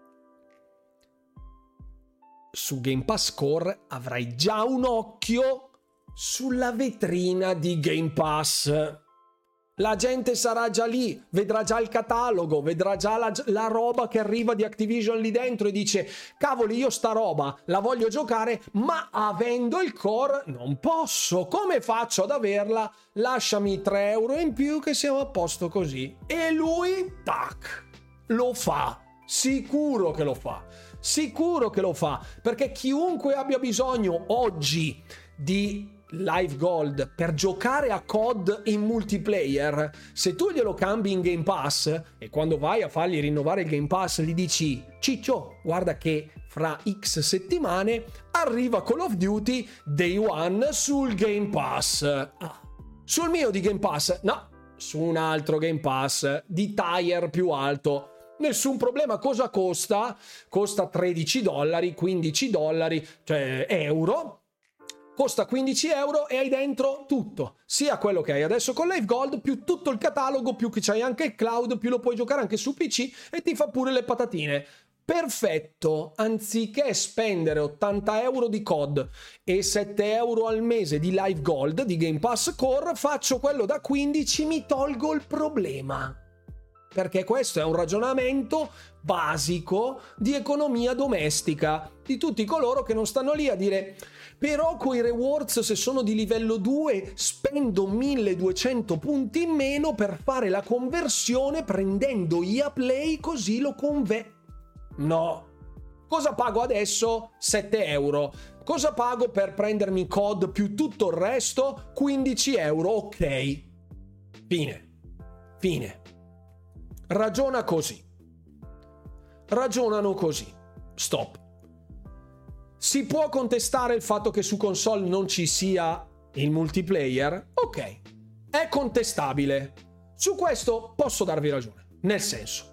Su Game Pass Core avrai già un occhio sulla vetrina di Game Pass. La gente sarà già lì, vedrà già il catalogo, vedrà già la roba che arriva di Activision lì dentro e dice cavoli, io sta roba la voglio giocare, ma avendo il core non posso, come faccio ad averla? Lasciami 3 euro in più che siamo a posto così. E lui, tac, lo fa, sicuro che lo fa, perché chiunque abbia bisogno oggi di Live Gold per giocare a COD in multiplayer, se tu glielo cambi in Game Pass e quando vai a fargli rinnovare il Game Pass gli dici ciccio, guarda che fra X settimane arriva Call of Duty Day One sul Game Pass, sul mio di Game Pass, no, su un altro Game Pass di tier più alto, nessun problema. Cosa costa? Costa $13, $15, cioè euro. Costa 15 euro e hai dentro tutto, sia quello che hai adesso con Live Gold, più tutto il catalogo, più che c'hai anche il cloud, più lo puoi giocare anche su PC e ti fa pure le patatine. Perfetto, anziché spendere 80 euro di COD e 7 euro al mese di Live Gold, di Game Pass Core, faccio quello da 15, mi tolgo il problema. Perché questo è un ragionamento basico di economia domestica, di tutti coloro che non stanno lì a dire però coi rewards se sono di livello 2 spendo 1200 punti in meno per fare la conversione prendendo EA Play così lo no. Cosa pago adesso? 7 euro. Cosa pago per prendermi COD più tutto il resto? 15 euro, ok. Fine. Ragionano così. Stop. Si può contestare il fatto che su console non ci sia il multiplayer? Ok, è contestabile. Su questo posso darvi ragione. Nel senso,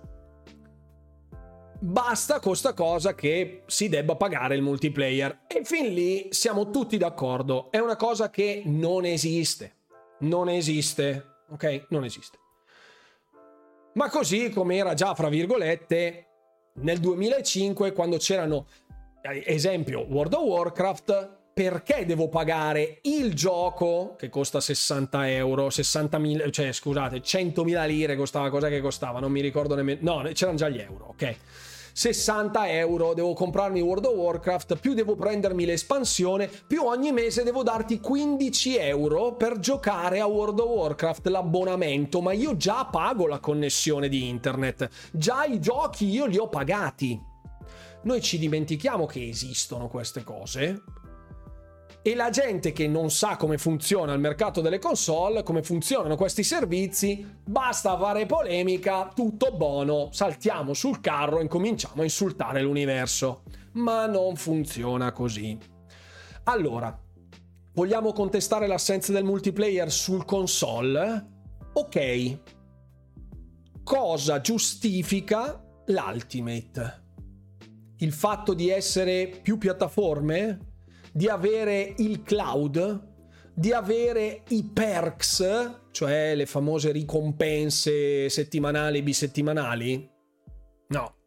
basta con sta cosa che si debba pagare il multiplayer. E fin lì siamo tutti d'accordo. È una cosa che non esiste. Ok? Non esiste. Ma così come era già, fra virgolette, nel 2005, quando c'erano, esempio, World of Warcraft, perché devo pagare il gioco che costa 60 euro, 60.000, cioè scusate, 100.000 lire costava, cosa che costava, non mi ricordo nemmeno, no, c'erano già gli euro, ok. 60 euro, devo comprarmi World of Warcraft, più devo prendermi l'espansione, più ogni mese devo darti 15 euro per giocare a World of Warcraft, l'abbonamento, ma io già pago la connessione di internet, già i giochi io li ho pagati. Noi ci dimentichiamo che esistono queste cose e la gente che non sa come funziona il mercato delle console, come funzionano questi servizi, basta fare polemica, tutto buono, saltiamo sul carro e cominciamo a insultare l'universo. Ma non funziona così. Allora, vogliamo contestare l'assenza del multiplayer sul console? Ok. Cosa giustifica l'Ultimate? Il fatto di essere più piattaforme? Di avere il cloud, di avere i perks, cioè le famose ricompense settimanali, bisettimanali? No.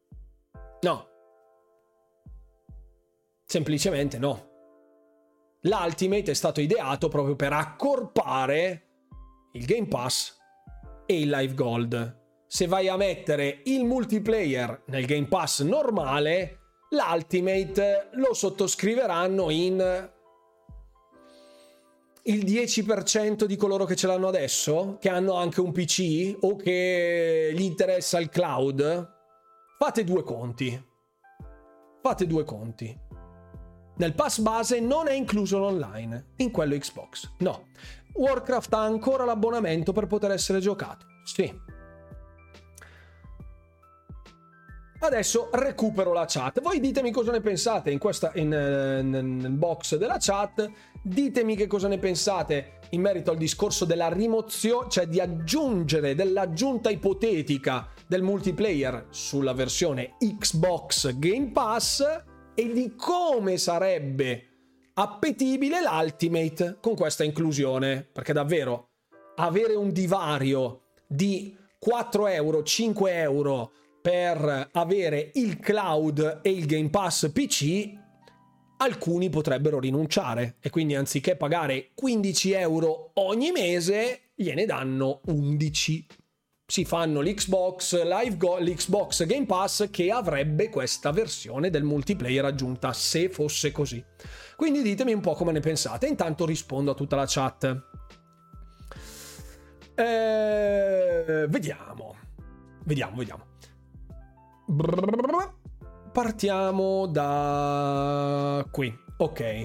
Semplicemente no. L'Ultimate è stato ideato proprio per accorpare il Game Pass e il Live Gold. Se vai a mettere il multiplayer nel Game Pass normale, l'Ultimate lo sottoscriveranno in il 10% di coloro che ce l'hanno adesso, che hanno anche un PC o che gli interessa il cloud. Fate due conti. Nel pass base non è incluso l'online, in quello Xbox. No. Warcraft ha ancora l'abbonamento per poter essere giocato. Sì. Adesso recupero la chat. Voi ditemi cosa ne pensate nel box della chat. Ditemi che cosa ne pensate in merito al discorso della rimozione, cioè di aggiungere dell'aggiunta ipotetica del multiplayer sulla versione Xbox Game Pass e di come sarebbe appetibile l'Ultimate con questa inclusione. Perché davvero avere un divario di 4 euro, 5 euro per avere il cloud e il Game Pass PC, alcuni potrebbero rinunciare e quindi anziché pagare 15 euro ogni mese gliene danno 11. Si fanno l'Xbox l'Xbox Game Pass che avrebbe questa versione del multiplayer aggiunta se fosse così. Quindi ditemi un po' come ne pensate. Intanto rispondo a tutta la chat. Vediamo. Partiamo da qui. Ok.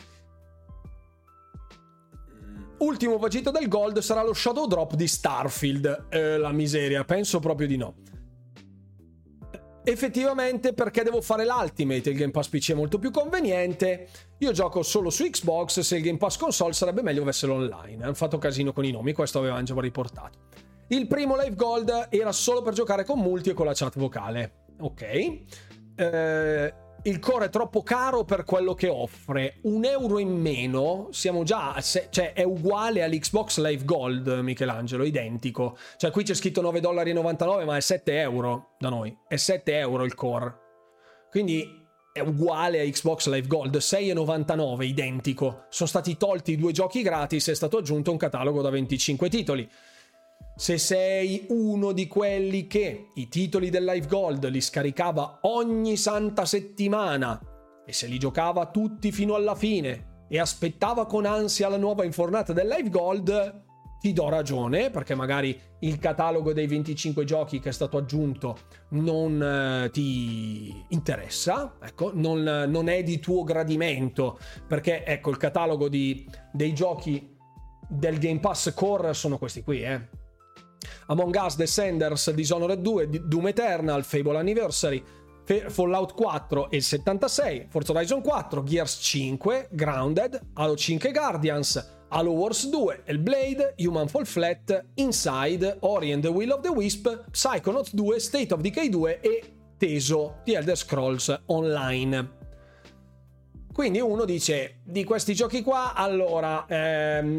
Ultimo vagito del gold sarà lo shadow drop di Starfield. La miseria, penso proprio di no. Effettivamente, perché devo fare l'Ultimate? Il Game Pass PC è molto più conveniente. Io gioco solo su Xbox. Se il Game Pass console sarebbe meglio avessero online. Hanno fatto casino con i nomi, questo avevamo già riportato. Il primo Live Gold era solo per giocare con multi e con la chat vocale. Ok. Il core è troppo caro per quello che offre. €1 in meno, siamo già cioè è uguale all'Xbox Live Gold, Michelangelo, identico. Cioè qui c'è scritto $9,99, ma è 7 euro da noi. È 7 euro il core. Quindi è uguale a Xbox Live Gold, 6,99, identico. Sono stati tolti i 2 giochi gratis, è stato aggiunto un catalogo da 25 titoli. Se sei uno di quelli che i titoli del Live Gold li scaricava ogni santa settimana e se li giocava tutti fino alla fine e aspettava con ansia la nuova infornata del Live Gold, ti do ragione, perché magari il catalogo dei 25 giochi che è stato aggiunto non ti interessa, ecco, non è di tuo gradimento, perché ecco il catalogo dei giochi del Game Pass Core sono questi qui, Among Us, Descenders, Dishonored 2, Doom Eternal, Fable Anniversary, Fallout 4 e il 76, Forza Horizon 4, Gears 5, Grounded, Halo 5 Guardians, Halo Wars 2, Hellblade, Human Fall Flat, Inside, Ori and the Will of the Wisp, Psychonauts 2, State of Decay 2 e Teso, The Elder Scrolls Online. Quindi uno dice, di questi giochi qua, allora,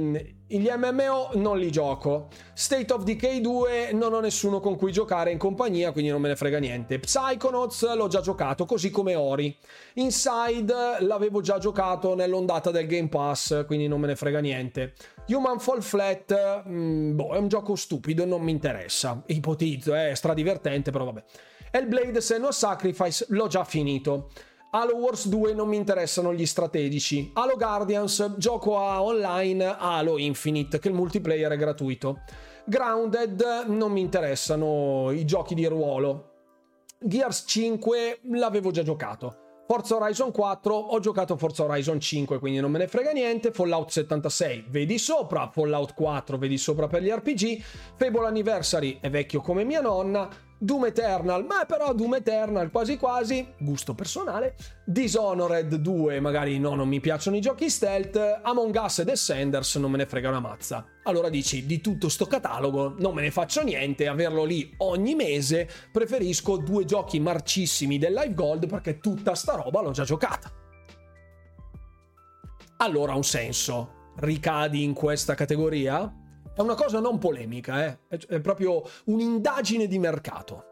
Gli MMO non li gioco. State of Decay 2 non ho nessuno con cui giocare in compagnia, quindi non me ne frega niente. Psychonauts l'ho già giocato, così come Ori. Inside l'avevo già giocato nell'ondata del Game Pass, quindi non me ne frega niente. Human Fall Flat, è un gioco stupido, non mi interessa. Ipotizzo, è stradivertente, però vabbè. Hellblade Senua's Sacrifice l'ho già finito. Halo Wars 2 non mi interessano gli strategici. Halo Guardians, gioco a online Halo Infinite, che il multiplayer è gratuito. Grounded non mi interessano i giochi di ruolo. Gears 5 l'avevo già giocato. Forza Horizon 4 ho giocato Forza Horizon 5, quindi non me ne frega niente. Fallout 76 vedi sopra, Fallout 4 vedi sopra per gli RPG. Fable Anniversary è vecchio come mia nonna. Doom Eternal, ma però Doom Eternal quasi quasi, gusto personale. Dishonored 2, magari no, non mi piacciono i giochi stealth. Among Us e Descenders non me ne frega una mazza. Allora dici, di tutto sto catalogo non me ne faccio niente, averlo lì ogni mese, preferisco 2 giochi marcissimi del Live Gold perché tutta sta roba l'ho già giocata. Allora ha un senso, ricadi in questa categoria? È una cosa non polemica, è proprio un'indagine di mercato.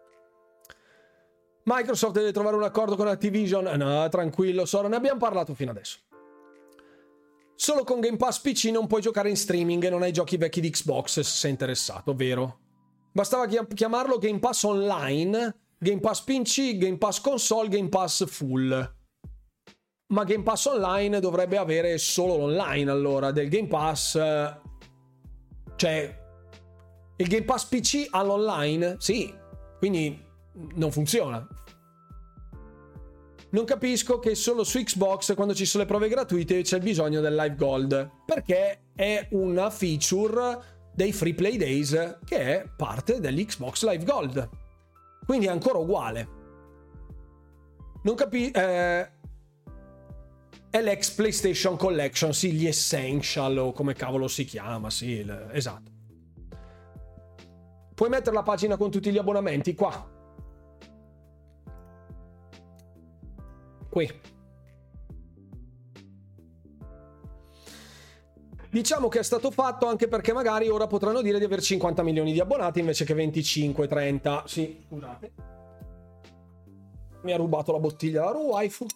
Microsoft deve trovare un accordo con Activision? No, tranquillo, Sora, ne abbiamo parlato fino adesso. Solo con Game Pass PC non puoi giocare in streaming e non hai giochi vecchi di Xbox se sei interessato, vero? Bastava chiamarlo Game Pass Online, Game Pass PC, Game Pass Console, Game Pass Full. Ma Game Pass Online dovrebbe avere solo l'online, allora, del Game Pass... Cioè, il Game Pass PC all'online? Sì, quindi non funziona. Non capisco che solo su Xbox, quando ci sono le prove gratuite, c'è bisogno del Live Gold, perché è una feature dei Free Play Days che è parte dell'Xbox Live Gold. Quindi è ancora uguale. Non capisco... È l'ex PlayStation Collection, sì, gli Essential o come cavolo si chiama, sì, esatto. Puoi mettere la pagina con tutti gli abbonamenti qua. Qui. Diciamo che è stato fatto anche perché magari ora potranno dire di aver 50 milioni di abbonati invece che 25-30. Sì, scusate. Mi ha rubato la bottiglia la waifu.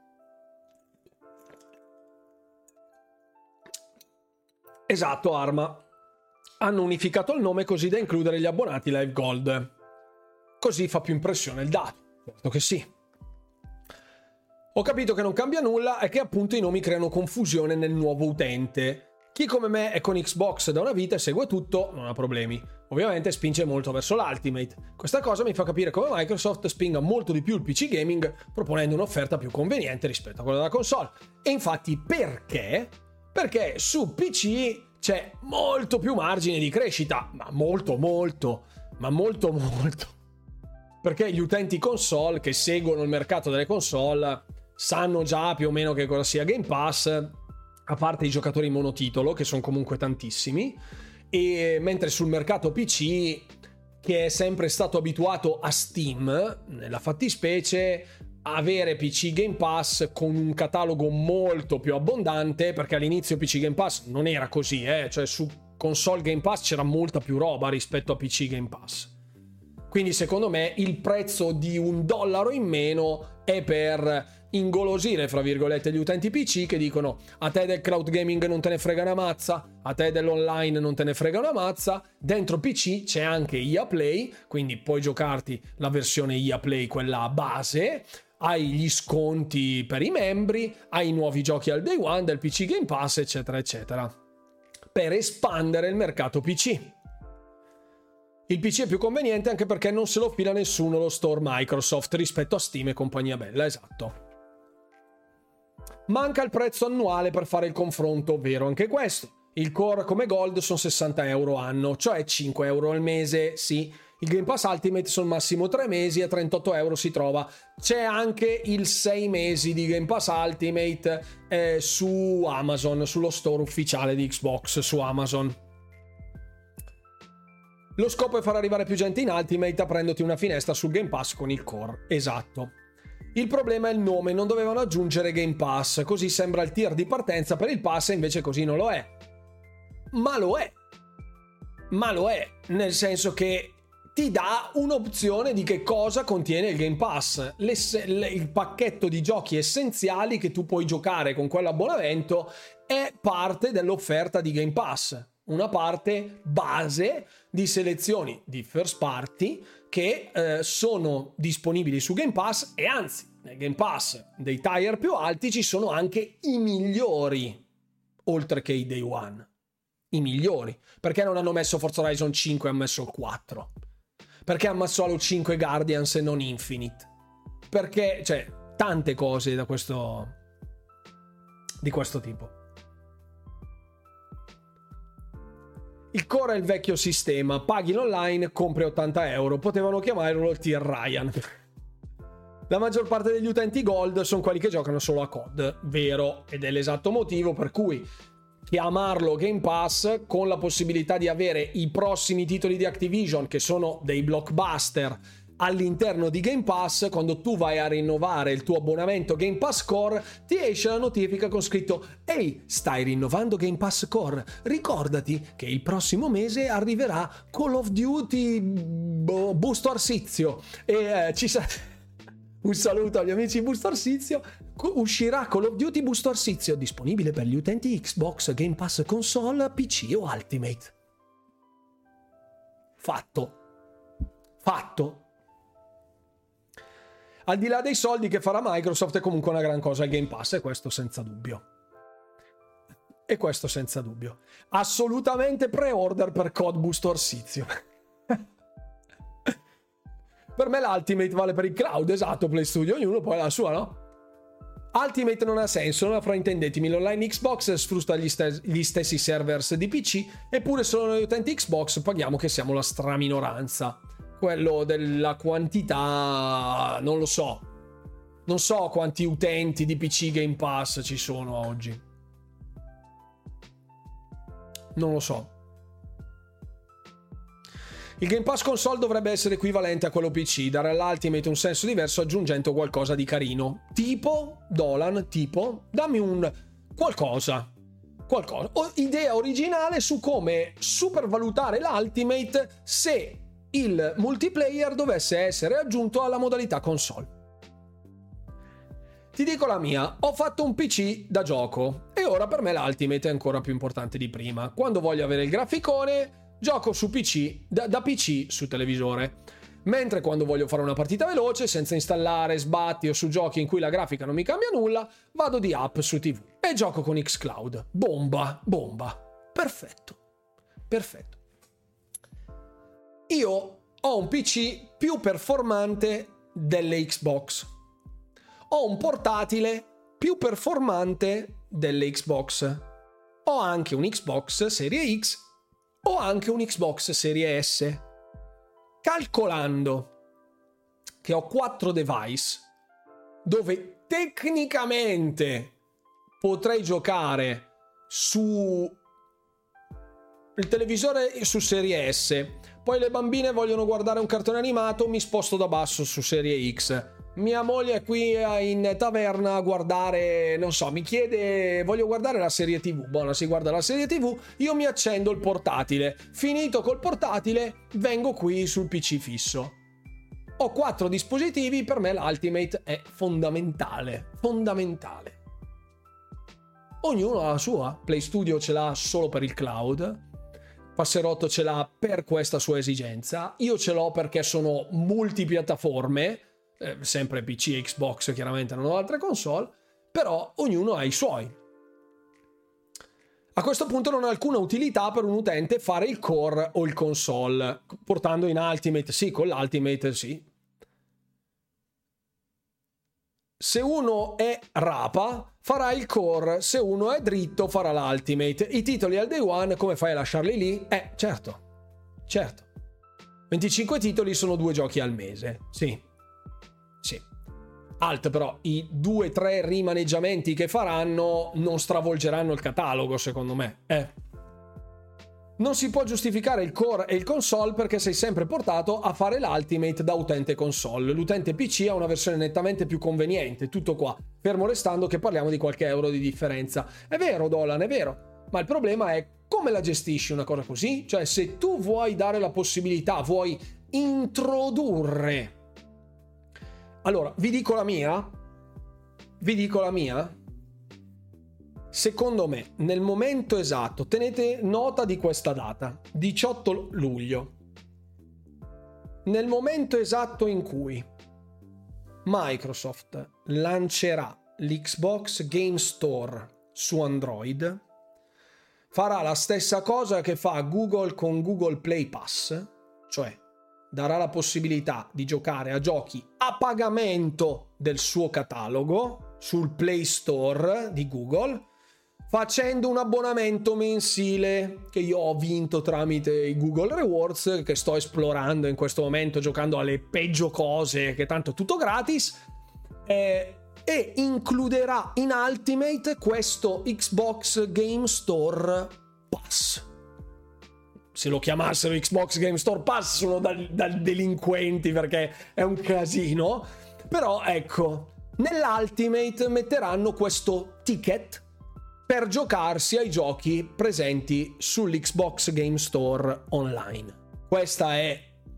Esatto, Arma. Hanno unificato il nome così da includere gli abbonati Live Gold. Così fa più impressione il dato. Certo che sì. Ho capito che non cambia nulla e che appunto i nomi creano confusione nel nuovo utente. Chi come me è con Xbox da una vita e segue tutto, non ha problemi. Ovviamente spinge molto verso l'Ultimate. Questa cosa mi fa capire come Microsoft spinga molto di più il PC gaming proponendo un'offerta più conveniente rispetto a quella della console. E infatti perché? Perché su PC c'è molto più margine di crescita, ma molto. Perché gli utenti console che seguono il mercato delle console sanno già più o meno che cosa sia Game Pass, a parte i giocatori monotitolo, che sono comunque tantissimi, e mentre sul mercato PC, che è sempre stato abituato a Steam, nella fattispecie, avere PC Game Pass con un catalogo molto più abbondante, perché all'inizio PC Game Pass non era così, cioè su console Game Pass c'era molta più roba rispetto a PC Game Pass. Quindi secondo me il prezzo di $1 in meno è per ingolosire, fra virgolette, gli utenti PC che dicono: a te del cloud gaming non te ne frega una mazza, a te dell'online non te ne frega una mazza. Dentro PC c'è anche EA Play, quindi puoi giocarti la versione EA Play, quella base, hai gli sconti per i membri, hai i nuovi giochi al day one del PC Game Pass, eccetera eccetera, per espandere il mercato PC. Il PC è più conveniente anche perché non se lo fila nessuno lo store Microsoft rispetto a Steam e compagnia bella, esatto. Manca il prezzo annuale per fare il confronto, vero anche questo. Il core come Gold sono 60 euro anno, cioè 5 euro al mese, sì. Il Game Pass Ultimate sono massimo 3 mesi, a 38 euro si trova. C'è anche il 6 mesi di Game Pass Ultimate su Amazon, sullo store ufficiale di Xbox su Amazon. Lo scopo è far arrivare più gente in Ultimate aprendoti una finestra sul Game Pass con il core, esatto. Il problema è il nome, non dovevano aggiungere Game Pass, così sembra il tier di partenza per il pass e invece così non lo è. ma lo è, nel senso che ti dà un'opzione di che cosa contiene il Game Pass, il pacchetto di giochi essenziali che tu puoi giocare con quell'abbonamento è parte dell'offerta di Game Pass, una parte base di selezioni di first party che sono disponibili su Game Pass, e anzi nel Game Pass dei tier più alti ci sono anche i migliori oltre che i Day One, i migliori. Perché non hanno messo Forza Horizon 5 e hanno messo il 4? Perché hanno messo Halo 5 Guardians e non Infinite? Perché, cioè, tante cose di questo tipo. Il core è il vecchio sistema, paghi l'online, compri 80 euro, potevano chiamarlo il tier Ryan. La maggior parte degli utenti Gold sono quelli che giocano solo a COD, vero, ed è l'esatto motivo per cui chiamarlo Game Pass, con la possibilità di avere i prossimi titoli di Activision che sono dei blockbuster all'interno di Game Pass. Quando tu vai a rinnovare il tuo abbonamento Game Pass Core ti esce la notifica con scritto: ehi, stai rinnovando Game Pass Core, ricordati che il prossimo mese arriverà Call of Duty Busto Arsizio e ci sarà un saluto agli amici di Busto Arsizio. Uscirà Call of Duty Busto Arsizio, disponibile per gli utenti Xbox, Game Pass Console, PC o Ultimate. Fatto. Al di là dei soldi che farà Microsoft, è comunque una gran cosa il Game Pass, e questo senza dubbio. Assolutamente pre-order per COD Busto Arsizio. Per me l'Ultimate vale per il cloud, esatto, Play Studio, ognuno poi ha la sua, no? Ultimate non ha senso, non fraintendetemi, l'online Xbox sfrutta gli stessi servers di PC, eppure solo noi utenti Xbox paghiamo che siamo la straminoranza. Quello della quantità, non lo so. Non so quanti utenti di PC Game Pass ci sono oggi. Non lo so. Il Game Pass Console dovrebbe essere equivalente a quello PC, dare all'Ultimate un senso diverso aggiungendo qualcosa di carino. Tipo, Dolan, dammi un qualcosa. O idea originale su come supervalutare l'Ultimate se il multiplayer dovesse essere aggiunto alla modalità console. Ti dico la mia, ho fatto un PC da gioco e ora per me l'Ultimate è ancora più importante di prima. Quando voglio avere il graficone, gioco su PC, da PC su televisore. Mentre quando voglio fare una partita veloce, senza installare sbatti o su giochi in cui la grafica non mi cambia nulla, vado di app su TV e gioco con xCloud. Bomba. Perfetto. Io ho un PC più performante delle Xbox. Ho un portatile più performante delle Xbox. Ho anche un Xbox Serie X. Ho anche un Xbox Serie S. Calcolando che ho 4 device dove tecnicamente potrei giocare su il televisore su Serie S, poi le bambine vogliono guardare un cartone animato, mi sposto da basso su Serie X. Mia moglie è qui in taverna a guardare, non so, mi chiede, voglio guardare la serie TV. Buona, si guarda la serie TV, io mi accendo il portatile. Finito col portatile, vengo qui sul PC fisso. Ho 4 dispositivi, per me l'Ultimate è fondamentale. Ognuno ha la sua. Play Studio ce l'ha solo per il cloud. Passerotto ce l'ha per questa sua esigenza. Io ce l'ho perché sono multipiattaforme. Sempre PC e Xbox, chiaramente non ho altre console, però ognuno ha i suoi. A questo punto non ha alcuna utilità per un utente fare il core o il console, portando in Ultimate, sì, con l'Ultimate sì. Se uno è rapa, farà il core, se uno è dritto, farà l'Ultimate. I titoli al day one, come fai a lasciarli lì? Certo. 25 titoli sono 2 giochi al mese, sì. Alt, però i 2-3 rimaneggiamenti che faranno non stravolgeranno il catalogo, secondo me. Non si può giustificare il core e il console perché sei sempre portato a fare l'Ultimate da utente console. L'utente PC ha una versione nettamente più conveniente, tutto qua, fermo restando che parliamo di qualche euro di differenza. È vero, Dolan, è vero, ma il problema è come la gestisci una cosa così? Cioè, se tu vuoi dare la possibilità, vuoi introdurre... Allora, vi dico la mia. Secondo me, nel momento esatto, tenete nota di questa data, 18 luglio. Nel momento esatto in cui Microsoft lancerà l'Xbox Game Store su Android, farà la stessa cosa che fa Google con Google Play Pass, cioè darà la possibilità di giocare a giochi a pagamento del suo catalogo sul Play Store di Google, facendo un abbonamento mensile che io ho vinto tramite i Google Rewards, che sto esplorando in questo momento giocando alle peggio cose, che tanto è tutto gratis, e includerà in Ultimate questo Xbox Game Store Pass. Se lo chiamassero Xbox Game Store Pass sono da delinquenti, perché è un casino. Però ecco, nell'Ultimate metteranno questo ticket per giocarsi ai giochi presenti sull'Xbox Game Store online. Questa è,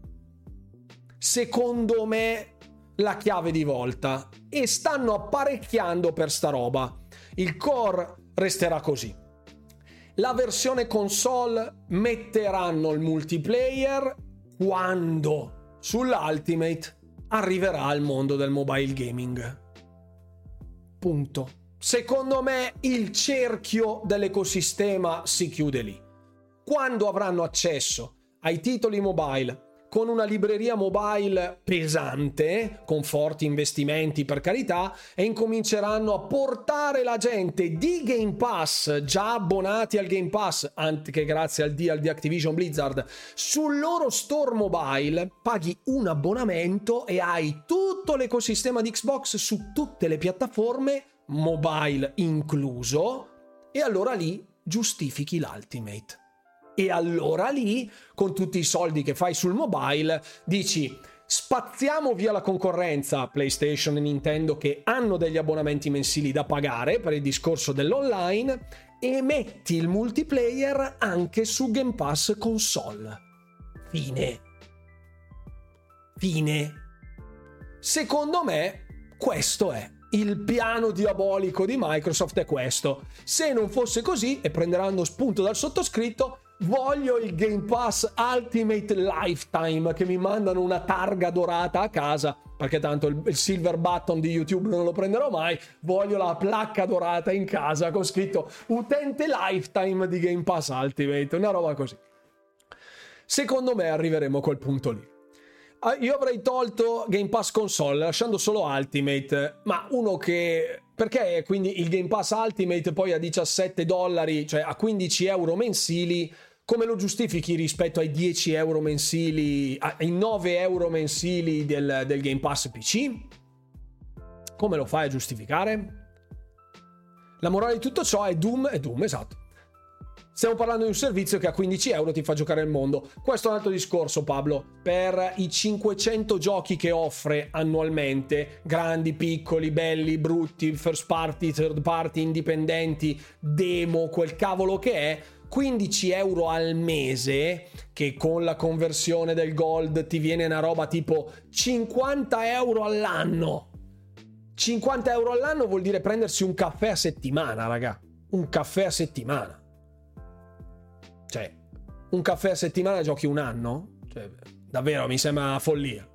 secondo me, la chiave di volta, e stanno apparecchiando per sta roba. Il core resterà così. La versione console metteranno il multiplayer quando sull'Ultimate arriverà al mondo del mobile gaming. Punto. Secondo me il cerchio dell'ecosistema si chiude lì. Quando avranno accesso ai titoli mobile con una libreria mobile pesante, con forti investimenti per carità, e incominceranno a portare la gente di Game Pass, già abbonati al Game Pass, anche grazie al deal di Activision Blizzard, sul loro store mobile, paghi un abbonamento e hai tutto l'ecosistema di Xbox su tutte le piattaforme, mobile incluso, e allora lì giustifichi l'Ultimate. E allora lì, con tutti i soldi che fai sul mobile, dici: spazziamo via la concorrenza PlayStation e Nintendo, che hanno degli abbonamenti mensili da pagare per il discorso dell'online, e metti il multiplayer anche su Game Pass console. Fine. Secondo me questo è il piano diabolico di Microsoft, è questo. Se non fosse così, e prenderanno spunto dal sottoscritto, voglio il Game Pass Ultimate Lifetime, che mi mandano una targa dorata a casa, perché tanto il silver button di YouTube non lo prenderò mai. Voglio la placca dorata in casa con scritto utente lifetime di Game Pass Ultimate, una roba così. Secondo me arriveremo a quel punto lì. Io avrei tolto Game Pass console lasciando solo Ultimate, ma uno che... Perché quindi il Game Pass Ultimate poi a $17, cioè a 15 euro mensili, come lo giustifichi rispetto ai 10 euro mensili, ai 9 euro mensili del Game Pass PC? Come lo fai a giustificare? La morale di tutto ciò è Doom, esatto. Stiamo parlando di un servizio che a 15 euro ti fa giocare il mondo. Questo è un altro discorso, Pablo. Per i 500 giochi che offre annualmente, grandi, piccoli, belli, brutti, first party, third party, indipendenti, demo, quel cavolo che è, 15 euro al mese, che con la conversione del gold ti viene una roba tipo 50 euro all'anno. 50 euro all'anno vuol dire prendersi un caffè a settimana, raga. Un caffè a settimana. Cioè, un caffè a settimana giochi un anno? Cioè, davvero mi sembra una follia.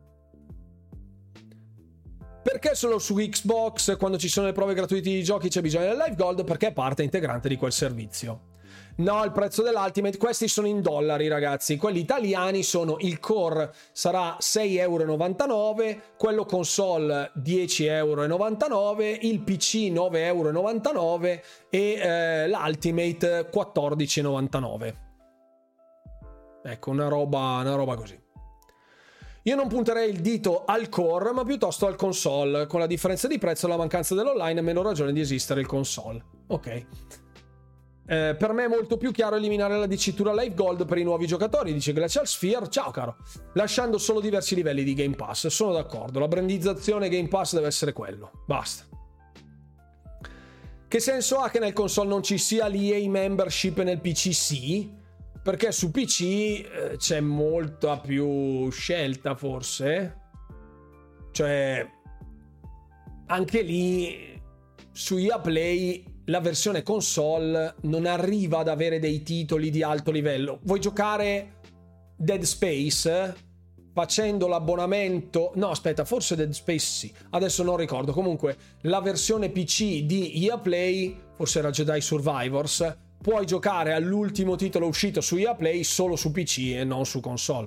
Perché solo su Xbox, quando ci sono le prove gratuite di giochi, c'è bisogno del Live Gold? Perché è parte integrante di quel servizio. No, il prezzo dell'Ultimate, questi sono in dollari, ragazzi. Quelli italiani sono: il core sarà 6,99 €, quello console 10,99 €, il PC 9,99 € e l'Ultimate 14,99 €. Ecco, una roba così. Io non punterei il dito al core, ma piuttosto al console. Con la differenza di prezzo e la mancanza dell'online, meno ragione di esistere il console. Ok. Per me è molto più chiaro eliminare la dicitura Live Gold per i nuovi giocatori, dice Glacial Sphere. Ciao caro. Lasciando solo diversi livelli di Game Pass. Sono d'accordo, la brandizzazione Game Pass deve essere quello. Basta. Che senso ha che nel console non ci sia l'EA membership e nel PC sì? Perché su PC c'è molta più scelta forse. Cioè, anche lì su EA Play la versione console non arriva ad avere dei titoli di alto livello. Vuoi giocare Dead Space facendo l'abbonamento? No, aspetta, forse Dead Space sì, adesso non ricordo. Comunque la versione PC di EA Play, forse era Jedi Survivors, puoi giocare all'ultimo titolo uscito su EA Play solo su PC e non su console.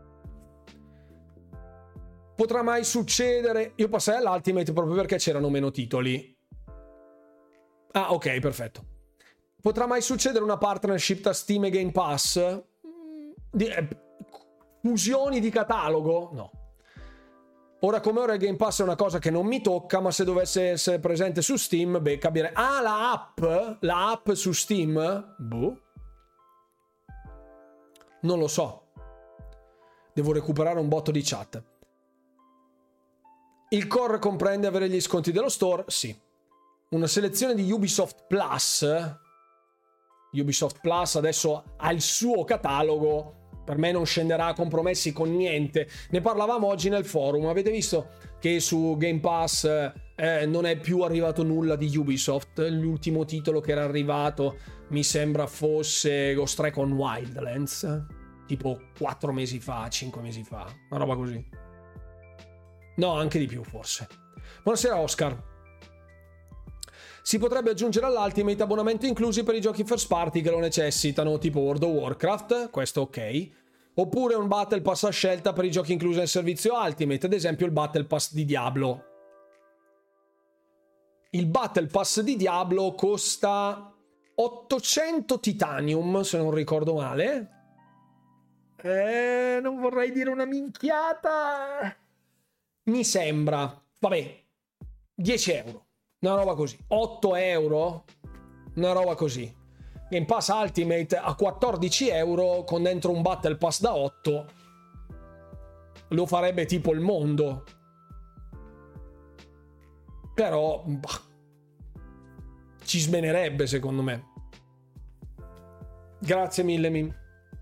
Potrà mai succedere? Io passai all'Ultimate proprio perché c'erano meno titoli. Ah, ok, perfetto. Potrà mai succedere una partnership tra Steam e Game Pass? Fusioni di catalogo? No. Ora come ora il Game Pass è una cosa che non mi tocca, ma se dovesse essere presente su Steam, beh, capire. Ah, la app su Steam? Boh. Non lo so. Devo recuperare un botto di chat. Il core comprende avere gli sconti dello store? Sì. Una selezione di Ubisoft Plus. Ubisoft Plus adesso ha il suo catalogo. Per me non scenderà a compromessi con niente. Ne parlavamo oggi nel forum. Avete visto che su Game Pass non è più arrivato nulla di Ubisoft? L'ultimo titolo che era arrivato mi sembra fosse Ghost Recon Wildlands, tipo 4 mesi fa, 5 mesi fa, una roba così. No, anche di più forse. Buonasera Oscar. Si potrebbe aggiungere all'Ultimate abbonamenti inclusi per i giochi first party che lo necessitano, tipo World of Warcraft, questo ok, oppure un Battle Pass a scelta per i giochi inclusi nel servizio Ultimate, ad esempio il Battle Pass di Diablo. Il Battle Pass di Diablo costa 800 Titanium, se non ricordo male. Non vorrei dire una minchiata. Mi sembra, vabbè, 10 euro. Una roba così, 8 euro, una roba così. Game Pass Ultimate a 14 euro con dentro un Battle Pass da 8 lo farebbe tipo il mondo. Però ci smenerebbe secondo me. Grazie mille Mim.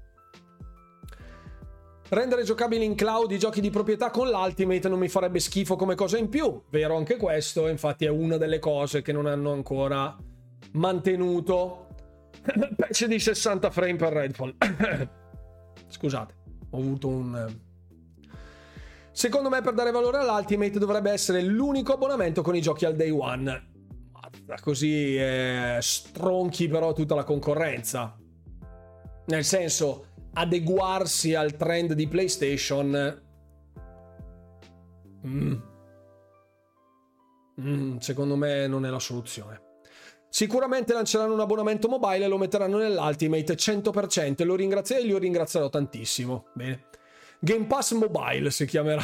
Rendere giocabili in cloud i giochi di proprietà con l'Ultimate non mi farebbe schifo come cosa in più. Vero anche questo, infatti è una delle cose che non hanno ancora mantenuto. Patch di 60 frame per Redfall. Scusate, ho avuto un... Secondo me per dare valore all'Ultimate dovrebbe essere l'unico abbonamento con i giochi al day one. Così stronchi però tutta la concorrenza. Nel senso... adeguarsi al trend di PlayStation secondo me non è la soluzione. Sicuramente lanceranno un abbonamento mobile e lo metteranno nell'Ultimate 100% e li ringrazierò tantissimo. Bene, Game Pass Mobile si chiamerà.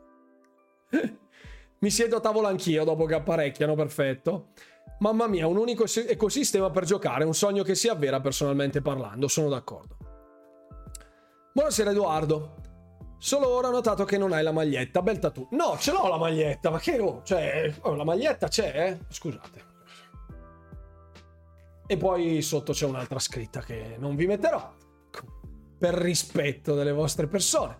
Mi siedo a tavola anch'io dopo che apparecchiano, perfetto. Mamma mia, un unico ecosistema per giocare, un sogno che si avvera personalmente parlando, sono d'accordo. Buonasera Edoardo. Solo ora ho notato che non hai la maglietta. Bel tattoo. No, ce l'ho la maglietta. Ma che la maglietta c'è, Scusate. E poi sotto c'è un'altra scritta che non vi metterò. Per rispetto delle vostre persone.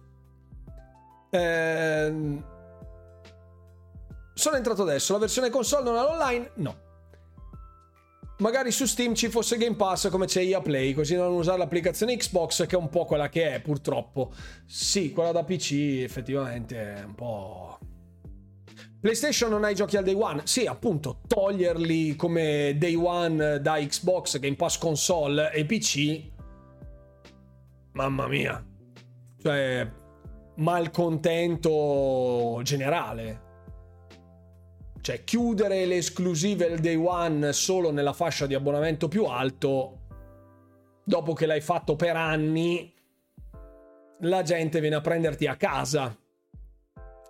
Sono entrato adesso. La versione console non ha l'online? No. Magari su Steam ci fosse Game Pass come c'è EA Play, così non usare l'applicazione Xbox che è un po' quella che è purtroppo. Sì, quella da PC effettivamente è un po'... PlayStation non ha i giochi al day one? Sì, appunto, toglierli come day one da Xbox, Game Pass console e PC, mamma mia, cioè malcontento generale. Cioè, chiudere le esclusive al day one solo nella fascia di abbonamento più alto, dopo che l'hai fatto per anni, la gente viene a prenderti a casa.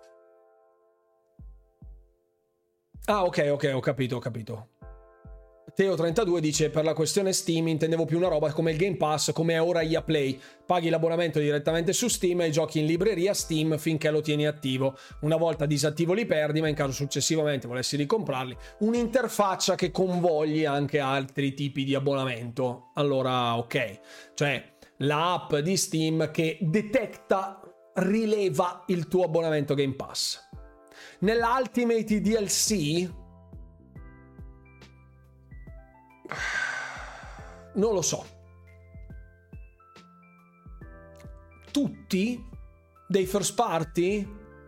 Ah, ok, ho capito. Teo32 dice: per la questione Steam intendevo più una roba come il Game Pass, come è ora EA Play. Paghi l'abbonamento direttamente su Steam e giochi in libreria Steam finché lo tieni attivo. Una volta disattivo li perdi, ma in caso successivamente volessi ricomprarli, un'interfaccia che convogli anche altri tipi di abbonamento. Allora, ok. Cioè, l'app di Steam che detecta, rileva il tuo abbonamento Game Pass. Nella Ultimate DLC non lo so. Tutti dei first party,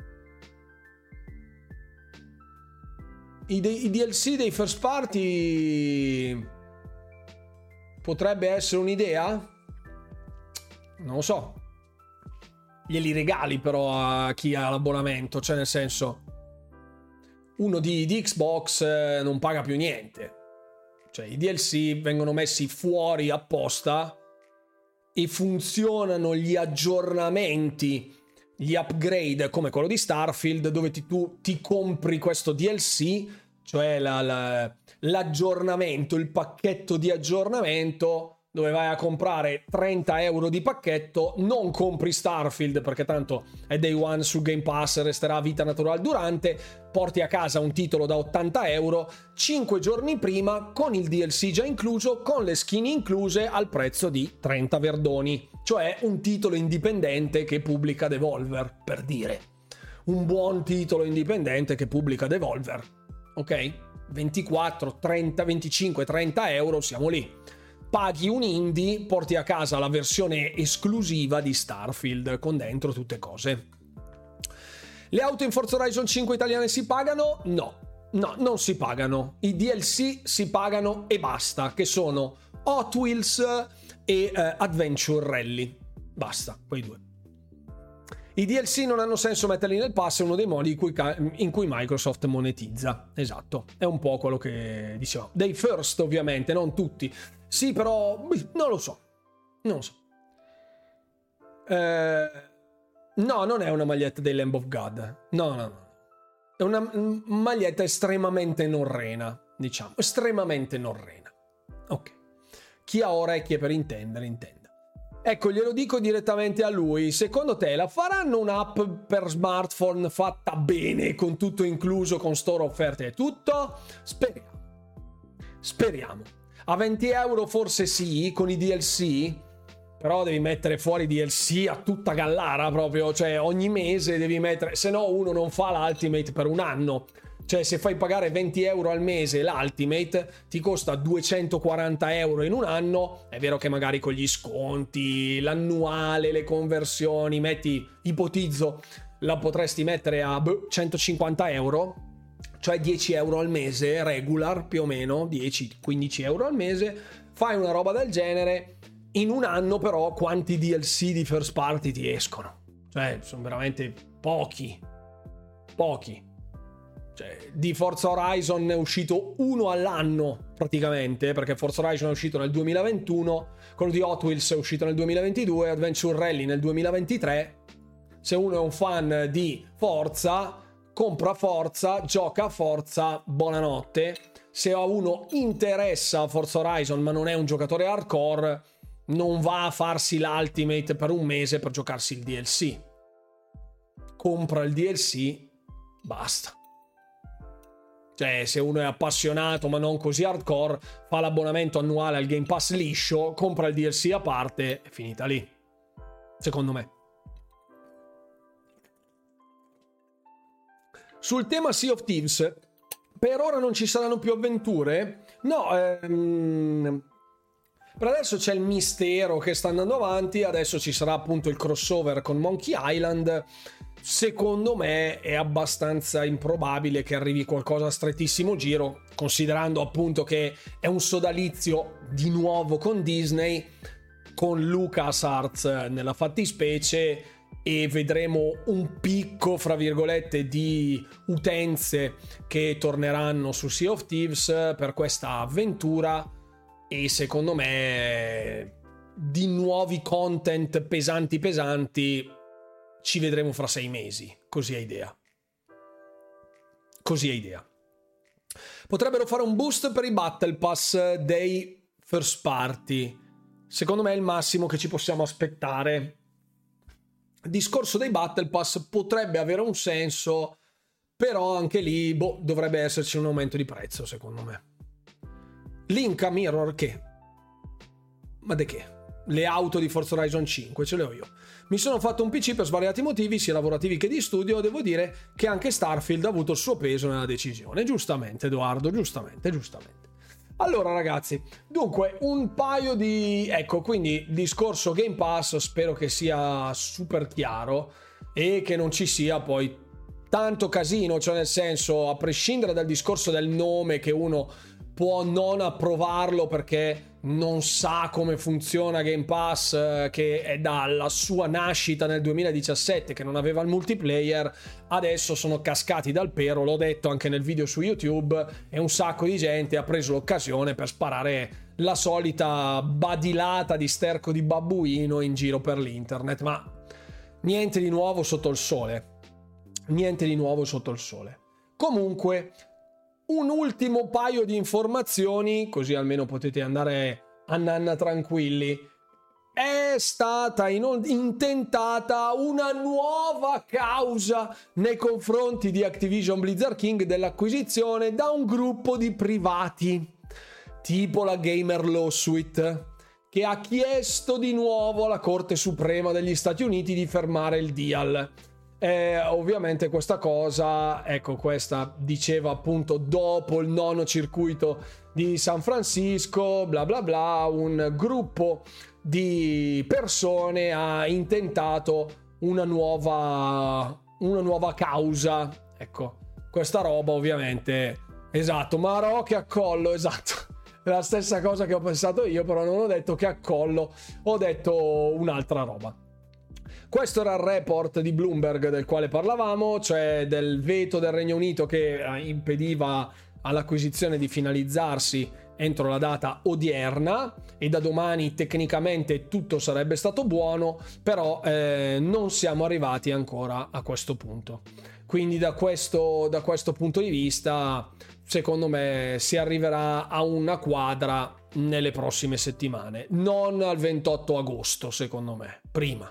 i DLC dei first party potrebbe essere un'idea? Non lo so. Glieli regali però a chi ha l'abbonamento, cioè nel senso, uno di Xbox non paga più niente. Cioè i DLC vengono messi fuori apposta e funzionano gli aggiornamenti, gli upgrade come quello di Starfield, dove tu ti compri questo DLC, cioè l'aggiornamento, il pacchetto di aggiornamento, dove vai a comprare 30 euro di pacchetto, non compri Starfield perché tanto è day one su Game Pass, resterà vita naturale durante, porti a casa un titolo da 80 euro 5 giorni prima con il DLC già incluso, con le skin incluse al prezzo di 30 verdoni, cioè un titolo indipendente che pubblica Devolver, per dire. Un buon titolo indipendente che pubblica Devolver, ok? 24, 30, 25, 30 euro, siamo lì. Paghi un indie, porti a casa la versione esclusiva di Starfield con dentro tutte cose. Le auto in Forza Horizon 5 italiane si pagano? No, non si pagano. I DLC si pagano e basta, che sono Hot Wheels e Adventure Rally. Basta, quei due. I DLC non hanno senso metterli nel pass, è uno dei modi in cui Microsoft monetizza. Esatto, è un po' quello che diceva. Dei first, ovviamente, non tutti. Sì, però non lo so. No, non è una maglietta dei Lamb of God. No. È una maglietta estremamente norrena, diciamo. Estremamente norrena. Ok. Chi ha orecchie per intendere, intenda. Ecco, glielo dico direttamente a lui. Secondo te la faranno un'app per smartphone fatta bene, con tutto incluso, con store offerte e tutto? Speriamo. A 20 euro forse sì, con i DLC, però devi mettere fuori DLC a tutta gallara proprio, cioè ogni mese devi mettere, se no uno non fa l'Ultimate per un anno. Cioè se fai pagare 20 euro al mese l'Ultimate ti costa 240 euro in un anno, è vero che magari con gli sconti, l'annuale, le conversioni, ipotizzo, la potresti mettere a 150 euro, cioè 10 euro al mese, regular più o meno, 10-15 euro al mese, fai una roba del genere, in un anno però quanti DLC di first party ti escono? Cioè sono veramente pochi. Cioè, di Forza Horizon è uscito uno all'anno praticamente, perché Forza Horizon è uscito nel 2021, quello di Hot Wheels è uscito nel 2022, Adventure Rally nel 2023. Se uno è un fan di Forza, compra Forza, gioca a Forza, buonanotte. Se a uno interessa Forza Horizon ma non è un giocatore hardcore, non va a farsi l'Ultimate per un mese per giocarsi il DLC. Compra il DLC, basta. Cioè, se uno è appassionato ma non così hardcore, fa l'abbonamento annuale al Game Pass liscio, compra il DLC a parte, è finita lì. Secondo me. Sul tema Sea of Thieves, per ora non ci saranno più avventure? No, per adesso c'è il mistero che sta andando avanti, adesso ci sarà appunto il crossover con Monkey Island. Secondo me è abbastanza improbabile che arrivi qualcosa a strettissimo giro, considerando appunto che è un sodalizio di nuovo con Disney, con LucasArts nella fattispecie, e vedremo un picco, fra virgolette, di utenze che torneranno su Sea of Thieves per questa avventura, e secondo me di nuovi content pesanti ci vedremo fra 6 mesi, così è idea. Potrebbero fare un boost per i Battle Pass dei first party. Secondo me è il massimo che ci possiamo aspettare. Il discorso dei Battle Pass potrebbe avere un senso, però anche lì dovrebbe esserci un aumento di prezzo, secondo me. Linka Mirror che? Ma di che? Le auto di Forza Horizon 5 ce le ho io. Mi sono fatto un PC per svariati motivi, sia lavorativi che di studio. Devo dire che anche Starfield ha avuto il suo peso nella decisione. Giustamente, Edoardo, giustamente. Allora ragazzi, dunque un paio di... Ecco, quindi discorso Game Pass, spero che sia super chiaro e che non ci sia poi tanto casino, cioè nel senso, a prescindere dal discorso del nome, che uno può non approvarlo perché non sa come funziona Game Pass, che è dalla sua nascita nel 2017 che non aveva il multiplayer, adesso sono cascati dal pero, l'ho detto anche nel video su YouTube, e un sacco di gente ha preso l'occasione per sparare la solita badilata di sterco di babbuino in giro per l'internet, ma niente di nuovo sotto il sole. Comunque, un ultimo paio di informazioni, così almeno potete andare a nanna tranquilli. È stata intentata una nuova causa nei confronti di Activision Blizzard King dell'acquisizione da un gruppo di privati, tipo la Gamer Lawsuit, che ha chiesto di nuovo alla Corte Suprema degli Stati Uniti di fermare il deal. Ovviamente questa cosa, ecco, questa diceva appunto dopo il 9° circuito di San Francisco, bla bla bla, un gruppo di persone ha intentato una nuova causa. Ecco, questa roba ovviamente, esatto, Marò che accollo, esatto, è la stessa cosa che ho pensato io, però non ho detto che accollo, ho detto un'altra roba. Questo era il report di Bloomberg del quale parlavamo, cioè del veto del Regno Unito che impediva all'acquisizione di finalizzarsi entro la data odierna, e da domani tecnicamente tutto sarebbe stato buono, però non siamo arrivati ancora a questo punto. Quindi da questo punto di vista, secondo me si arriverà a una quadra nelle prossime settimane, non al 28 agosto, secondo me, prima.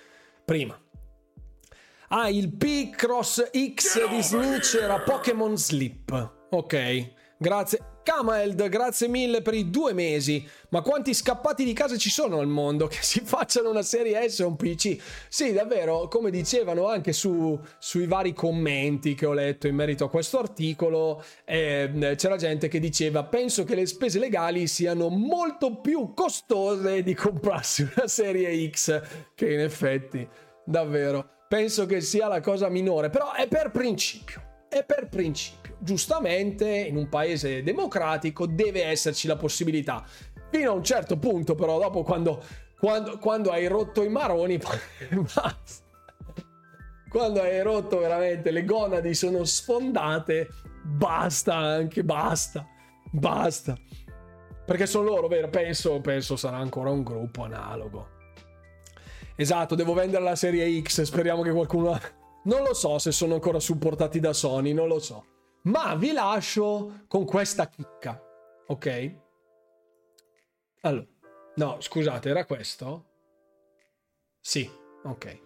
Il P-Cross X di Snitch era Pokémon Sleep. Ok, grazie. Kamaeld, grazie mille per i 2 mesi. Ma quanti scappati di casa ci sono al mondo che si facciano una serie S o un PC? Sì, davvero, come dicevano anche sui vari commenti che ho letto in merito a questo articolo, c'era gente che diceva: penso che le spese legali siano molto più costose di comprarsi una serie X, che in effetti, davvero, penso che sia la cosa minore, però è per principio. Giustamente in un paese democratico deve esserci la possibilità, fino a un certo punto, però dopo quando hai rotto i maroni basta. Quando hai rotto veramente, le gonadi sono sfondate, basta, perché sono loro, vero? Penso sarà ancora un gruppo analogo. Esatto, devo vendere la serie X, speriamo che qualcuno... Non lo so se sono ancora supportati da Sony, non lo so. Ma vi lascio con questa chicca, ok? Allora, no, scusate, era questo? Sì, ok.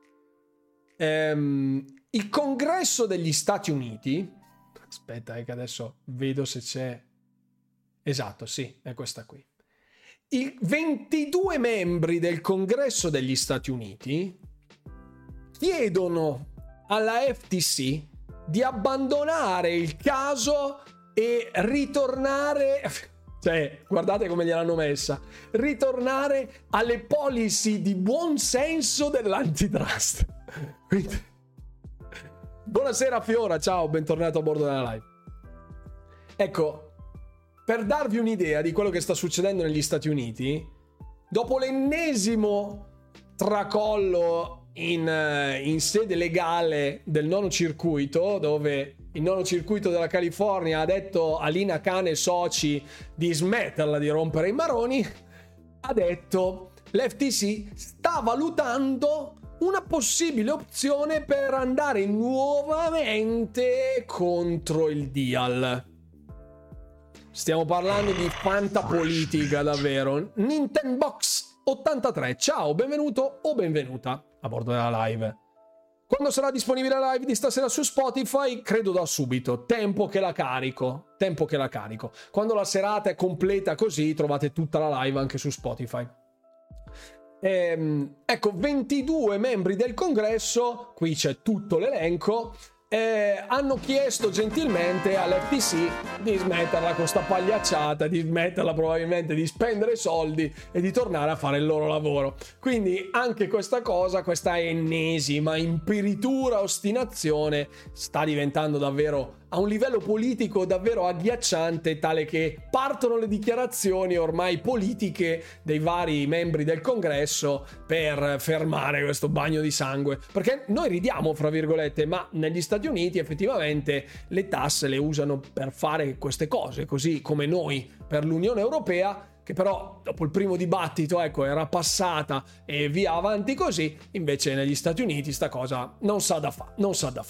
Il Congresso degli Stati Uniti... Aspetta, che adesso vedo se c'è... Esatto, sì, è questa qui. I 22 membri del Congresso degli Stati Uniti chiedono alla FTC di abbandonare il caso e ritornare, cioè guardate come gliel'hanno messa, ritornare alle policy di buon senso dell'antitrust. Quindi, buonasera Fiora, ciao, bentornato a bordo della live. Ecco, per darvi un'idea di quello che sta succedendo negli Stati Uniti, dopo l'ennesimo tracollo in sede legale del 9° circuito, dove il 9° circuito della California ha detto a Lina Khan e soci di smetterla di rompere i maroni, ha detto l'FTC sta valutando una possibile opzione per andare nuovamente contro il deal. Stiamo parlando di fantapolitica davvero. Nintendobox 83, ciao, benvenuto o benvenuta a bordo della live. Quando sarà disponibile la live di stasera su Spotify? Credo da subito, tempo che la carico. Quando la serata è completa così trovate tutta la live anche su Spotify. Ecco, 22 membri del congresso, qui c'è tutto l'elenco, hanno chiesto gentilmente all'FTC di smetterla con sta pagliacciata, di smetterla probabilmente di spendere soldi e di tornare a fare il loro lavoro. Quindi anche questa cosa, questa ennesima imperitura, ostinazione, sta diventando davvero a un livello politico davvero agghiacciante, tale che partono le dichiarazioni ormai politiche dei vari membri del congresso per fermare questo bagno di sangue. Perché noi ridiamo, fra virgolette, ma negli Stati Uniti effettivamente le tasse le usano per fare queste cose, così come noi per l'Unione Europea, che però dopo il primo dibattito, ecco, era passata e via avanti così. Invece negli Stati Uniti sta cosa non sa da fa.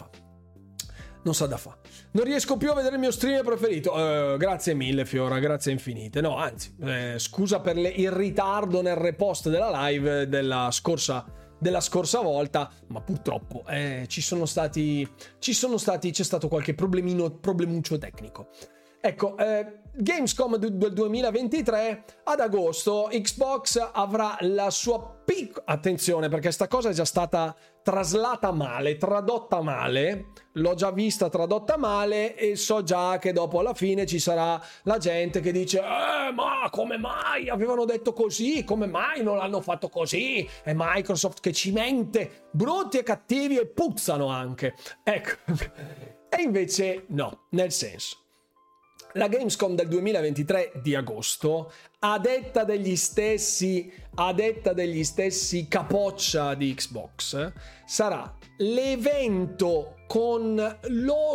Non riesco più a vedere il mio streamer preferito. Grazie mille, Fiora, grazie infinite. No, anzi, scusa per il ritardo nel repost della live della scorsa volta, ma purtroppo c'è stato qualche problemuccio tecnico. Ecco, Gamescom del 2023 ad agosto Xbox avrà la sua attenzione, perché sta cosa è già stata tradotta male, l'ho già vista tradotta male e so già che dopo alla fine ci sarà la gente che dice ma come mai avevano detto così, come mai non l'hanno fatto così, è Microsoft che ci mente, brutti e cattivi e puzzano anche, ecco. E invece no, nel senso, la Gamescom del 2023 di agosto, a detta degli stessi capoccia di Xbox, sarà l'evento con lo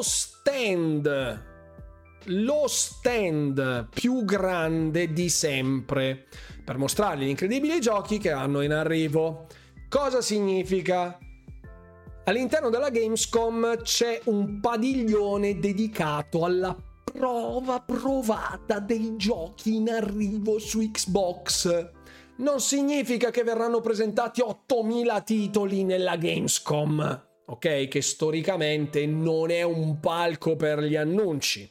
stand più grande di sempre per mostrargli gli incredibili giochi che hanno in arrivo. Cosa significa? All'interno della Gamescom c'è un padiglione dedicato alla prova provata dei giochi in arrivo su Xbox. Non significa che verranno presentati 8000 titoli nella Gamescom, ok? Che storicamente non è un palco per gli annunci,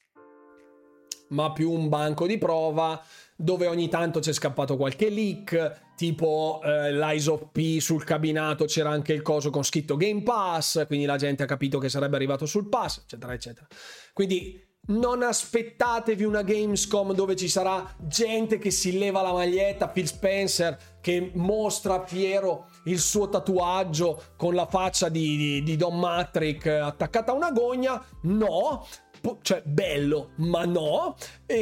ma più un banco di prova dove ogni tanto c'è scappato qualche leak, tipo l'Eyes of P sul cabinato c'era anche il coso con scritto Game Pass, quindi la gente ha capito che sarebbe arrivato sul pass, eccetera eccetera. Quindi non aspettatevi una Gamescom dove ci sarà gente che si leva la maglietta, Phil Spencer che mostra fiero il suo tatuaggio con la faccia di Don Matrick attaccata a una gogna. No, cioè bello, ma no,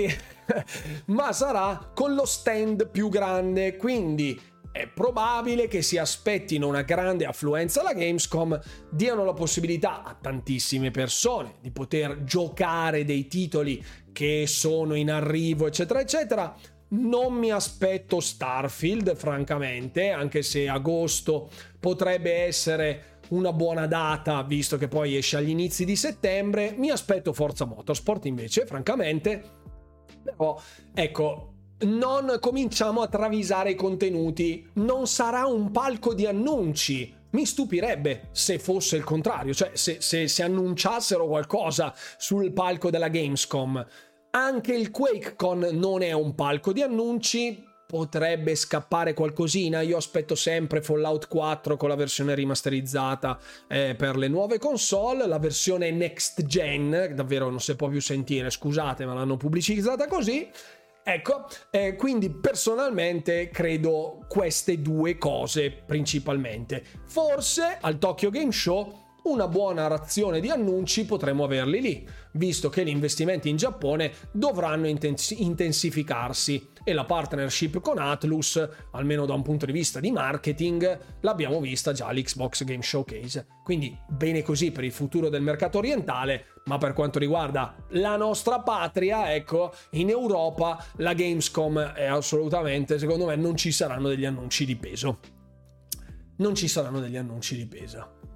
ma sarà con lo stand più grande, quindi è probabile che si aspettino una grande affluenza alla Gamescom, diano la possibilità a tantissime persone di poter giocare dei titoli che sono in arrivo, eccetera, eccetera. Non mi aspetto Starfield, francamente, anche se agosto potrebbe essere una buona data, visto che poi esce agli inizi di settembre. Mi aspetto Forza Motorsport, invece, francamente. Però, ecco, non cominciamo a travisare i contenuti, non sarà un palco di annunci. Mi stupirebbe se fosse il contrario, cioè se annunciassero qualcosa sul palco della Gamescom. Anche il QuakeCon non è un palco di annunci, potrebbe scappare qualcosina. Io aspetto sempre Fallout 4 con la versione rimasterizzata per le nuove console, la versione next gen, davvero non si può più sentire, scusate, ma l'hanno pubblicizzata così. Ecco, quindi personalmente credo queste due cose principalmente. Forse al Tokyo Game Show una buona razione di annunci potremo averli lì, visto che gli investimenti in Giappone dovranno intensificarsi e la partnership con Atlus, almeno da un punto di vista di marketing, l'abbiamo vista già all'Xbox Game Showcase. Quindi bene così per il futuro del mercato orientale, ma per quanto riguarda la nostra patria, ecco, in Europa la Gamescom è assolutamente, secondo me, non ci saranno degli annunci di peso. Non ci saranno degli annunci di peso.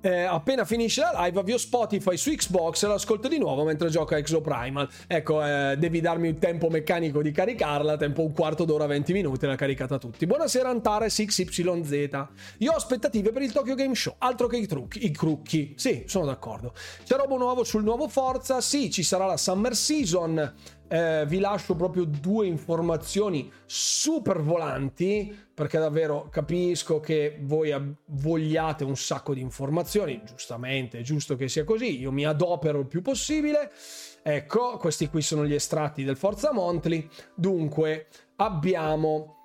appena finisce la live avvio Spotify su Xbox e l'ascolto di nuovo mentre gioco a Exoprimal. Ecco, devi darmi il tempo meccanico di caricarla, tempo un quarto d'ora, 20 minuti, l'ha caricata tutti. Buonasera Antares XYZ. Io ho aspettative per il Tokyo Game Show, altro che i trucchi. Sì, sono d'accordo. C'è roba nuovo sul nuovo Forza, sì, ci sarà la Summer Season. Vi lascio proprio 2 informazioni super volanti, perché davvero capisco che voi vogliate un sacco di informazioni, giustamente, è giusto che sia così, io mi adopero il più possibile. Ecco, questi qui sono gli estratti del Forza Monthly. Dunque abbiamo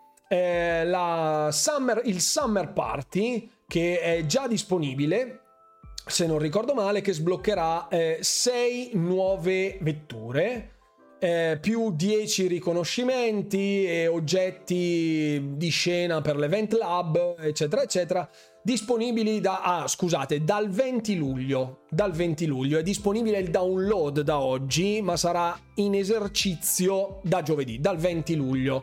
il Summer Party, che è già disponibile, se non ricordo male, che sbloccherà 6 nuove vetture, più 10 riconoscimenti e oggetti di scena per l'Event Lab, eccetera eccetera, disponibili dal 20 luglio. Dal 20 luglio è disponibile il download da oggi, ma sarà in esercizio da giovedì, dal 20 luglio.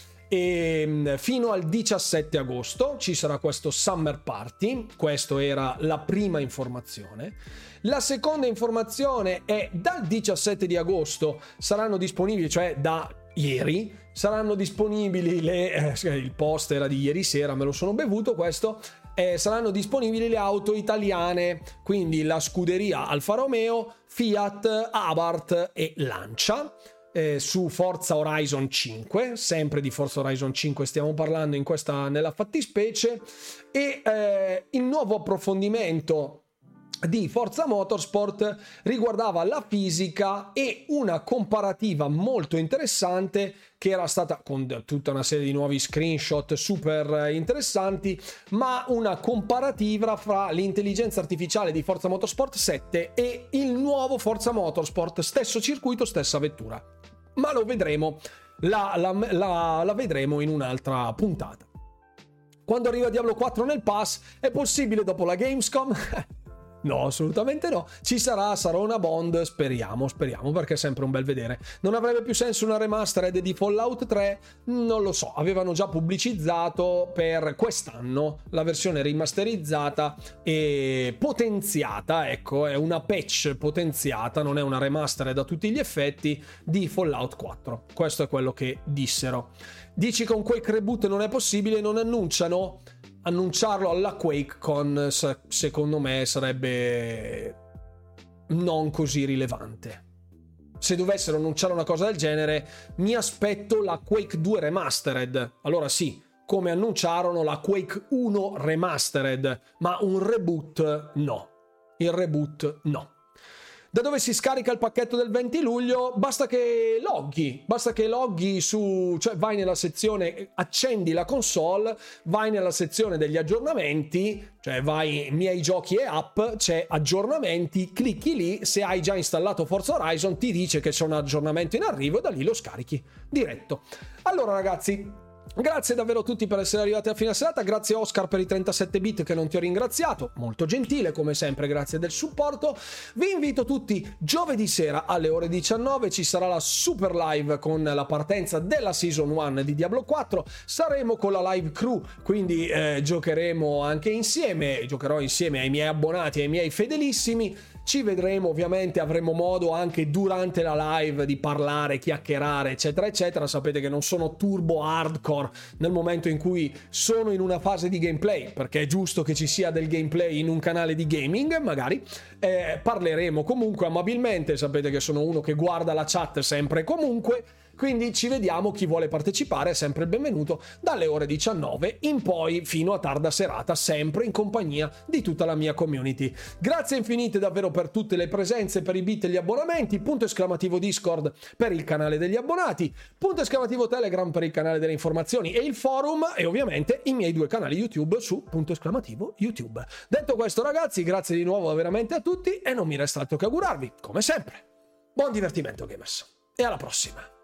E fino al 17 agosto ci sarà questo Summer Party. Questa era la prima informazione. La seconda informazione è dal 17 di agosto saranno disponibili, cioè da ieri, saranno disponibili il post era di ieri sera, me lo sono bevuto questo, saranno disponibili le auto italiane, quindi la scuderia Alfa Romeo, Fiat, Abarth e Lancia. Su Forza Horizon 5, sempre di Forza Horizon 5 stiamo parlando nella fattispecie, e il nuovo approfondimento di Forza Motorsport riguardava la fisica e una comparativa molto interessante che era stata, con tutta una serie di nuovi screenshot super interessanti, ma una comparativa fra l'intelligenza artificiale di Forza Motorsport 7 e il nuovo Forza Motorsport, stesso circuito, stessa vettura. Ma lo vedremo, la vedremo in un'altra puntata. Quando arriva Diablo 4 nel pass, è possibile dopo la Gamescom? No, assolutamente no. Ci sarà una Bond, speriamo, perché è sempre un bel vedere. Non avrebbe più senso una remastered di Fallout 3? Non lo so, avevano già pubblicizzato per quest'anno la versione rimasterizzata e potenziata, ecco, è una patch potenziata, non è una remastered a tutti gli effetti, di Fallout 4. Questo è quello che dissero. Dici che un Quake reboot non è possibile, non annunciarlo alla QuakeCon secondo me sarebbe non così rilevante. Se dovessero annunciare una cosa del genere, mi aspetto la Quake 2 Remastered. Allora sì, come annunciarono la Quake 1 Remastered, ma un reboot no. Il reboot no. Da dove si scarica il pacchetto del 20 luglio? Basta che loghi cioè vai nella sezione, accendi la console, vai nella sezione degli aggiornamenti, cioè vai miei giochi e app, c'è aggiornamenti, clicchi lì, se hai già installato Forza Horizon ti dice che c'è un aggiornamento in arrivo e da lì lo scarichi diretto. Allora ragazzi, grazie davvero a tutti per essere arrivati a fine serata, grazie Oscar per i 37 bit che non ti ho ringraziato, molto gentile come sempre, grazie del supporto. Vi invito tutti giovedì sera alle ore 19, ci sarà la super live con la partenza della Season 1 di Diablo 4, saremo con la live crew, quindi giocheremo anche insieme, giocherò insieme ai miei abbonati e ai miei fedelissimi. Ci vedremo, ovviamente avremo modo anche durante la live di parlare, chiacchierare, eccetera, eccetera. Sapete che non sono turbo hardcore nel momento in cui sono in una fase di gameplay, perché è giusto che ci sia del gameplay in un canale di gaming, magari. Parleremo comunque amabilmente, sapete che sono uno che guarda la chat sempre e comunque. Quindi ci vediamo, chi vuole partecipare è sempre il benvenuto dalle ore 19 in poi fino a tarda serata, sempre in compagnia di tutta la mia community. Grazie infinite davvero per tutte le presenze, per i bit e gli abbonamenti, > Discord per il canale degli abbonati, > Telegram per il canale delle informazioni e il forum, e ovviamente i miei 2 canali YouTube su > YouTube. Detto questo ragazzi, grazie di nuovo veramente a tutti e non mi resta altro che augurarvi, come sempre, buon divertimento gamers e alla prossima.